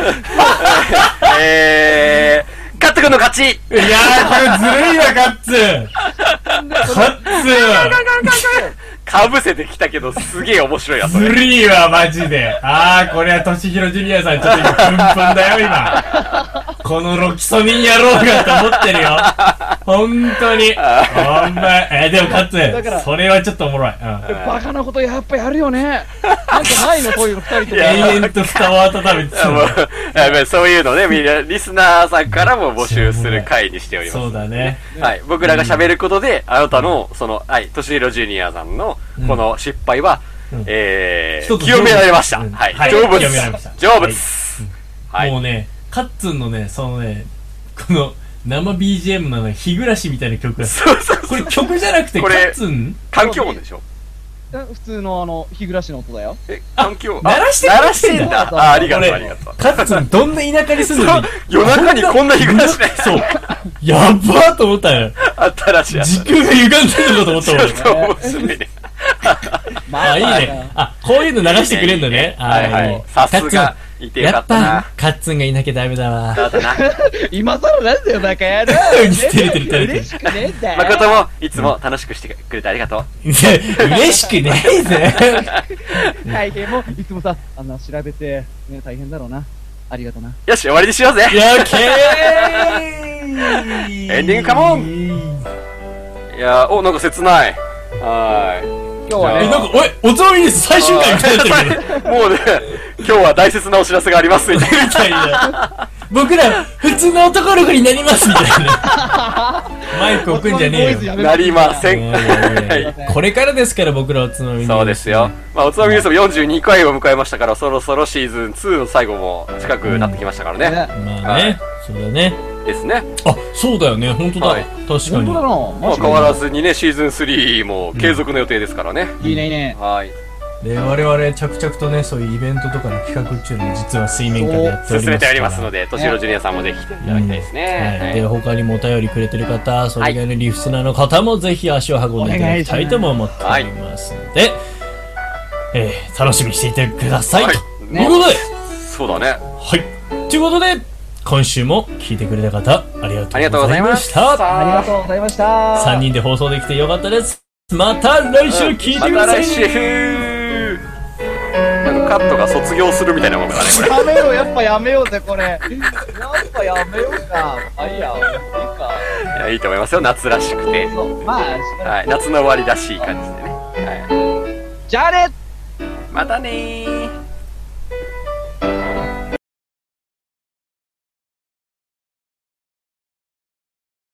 カッツくんの勝ち。 いやー、これずるいわ、カッツ。カッツ。 かぶせてきたけど、すげえ面白いやつ。 ずるいわ、マジで。これはとしひろジュニアさん、ちょっと今、プンプンだよ、今。このロキソニンやろうがと思ってるよ。ほんとに。ほんま、でもカッツ、それはちょっとおもろい。 バカなことやっぱやるよね。なんかないの、そういうの二人とも。 延々と蓋を温めてそういうのね、みんな、リスナーさんからも募集する回にしております。 そうだね。 はい。僕らが喋ることで、あなたの、はい、としひろジュニアさんの、この失敗は、清められました。はい。成仏。成仏。はい。 もうね、カッツンのね、そのね、この、生 BGM の日暮らしみたいな曲が。 そう。 これ曲じゃなくて、カッツン環境音でしょ？ 普通の日暮らしの音だよ。 環境音。 鳴らしてんだ。 ありがとう、ありがとう。 カッツン、どんな田舎に住んでるの？ 夜中にこんな日暮らしない。 そう。やばーと思ったよ。 新しい。 時空が歪んでるのかと思ったもん。 ちょっと面白いね。 いいね。こういうの流してくれんのね。 はい。さすが。 いてよやっかったなぱ。カッツンがいなきゃダメだわ。 だったな。 今更なんだよ、バカ野郎。 照れてる照れてる嬉しくねえんだよ。 誠も、いつも楽しくしてくれてありがとう。 嬉しくねえぜ。 大変も、いつもさ、調べて、ね、大変だろうな。ありがとな。 よし、終わりにしようぜ。 オッケーエンディングカモンいやー、お、なんか切ない。はーい。 今日はね、 なんか、おつまみニュース最終回みたいになってるけど。 もうね、今日は大切なお知らせがありますみたいな。 みたいな。僕ら、普通の男の子になりますみたいな。マイク置くんじゃねえよ。 なりません。 これからですから、僕らおつまみニュース。 そうですよ。まあ、おつまみニュースも42回を迎えましたから、そろそろシーズン2の最後も近くなってきましたからね。 まあね、そうだね。 ですね。 あ、そうだよね、本当だ。 はい確かに。 本当だな。 まあ、変わらずにね、シーズン3も継続の予定ですからね。 いいね、いいね。 はい。 で、我々、着々とね、そういうイベントとかの企画っていうのも実は水面下でやっておりますから。 進めてありますので、としろジュニアさんもぜひ来ていただきたいですね。 はい、で他にもお便りくれてる方、それ以外のリスナーの方もぜひ足を運んでいただきたいとも思っておりますので、楽しみにしていてください、 はいということで、 そうだね。 はいということで今週も聞いてくれた方ありがとうございましたありがとうございましたありがとうございました。 3人で放送できてよかったです。また来週聞いてくださいね。 また来週なんかカットが卒業するみたいなもんだね、これ。 やめよう、やっぱやめようぜ、これ。やっぱやめようか。あ、いいや、いいか。 いや、いいと思いますよ、夏らしくて。 そう、まあ、しばらはい、夏の終わりらしい感じでね。はい。 く。じゃあね。 またねー。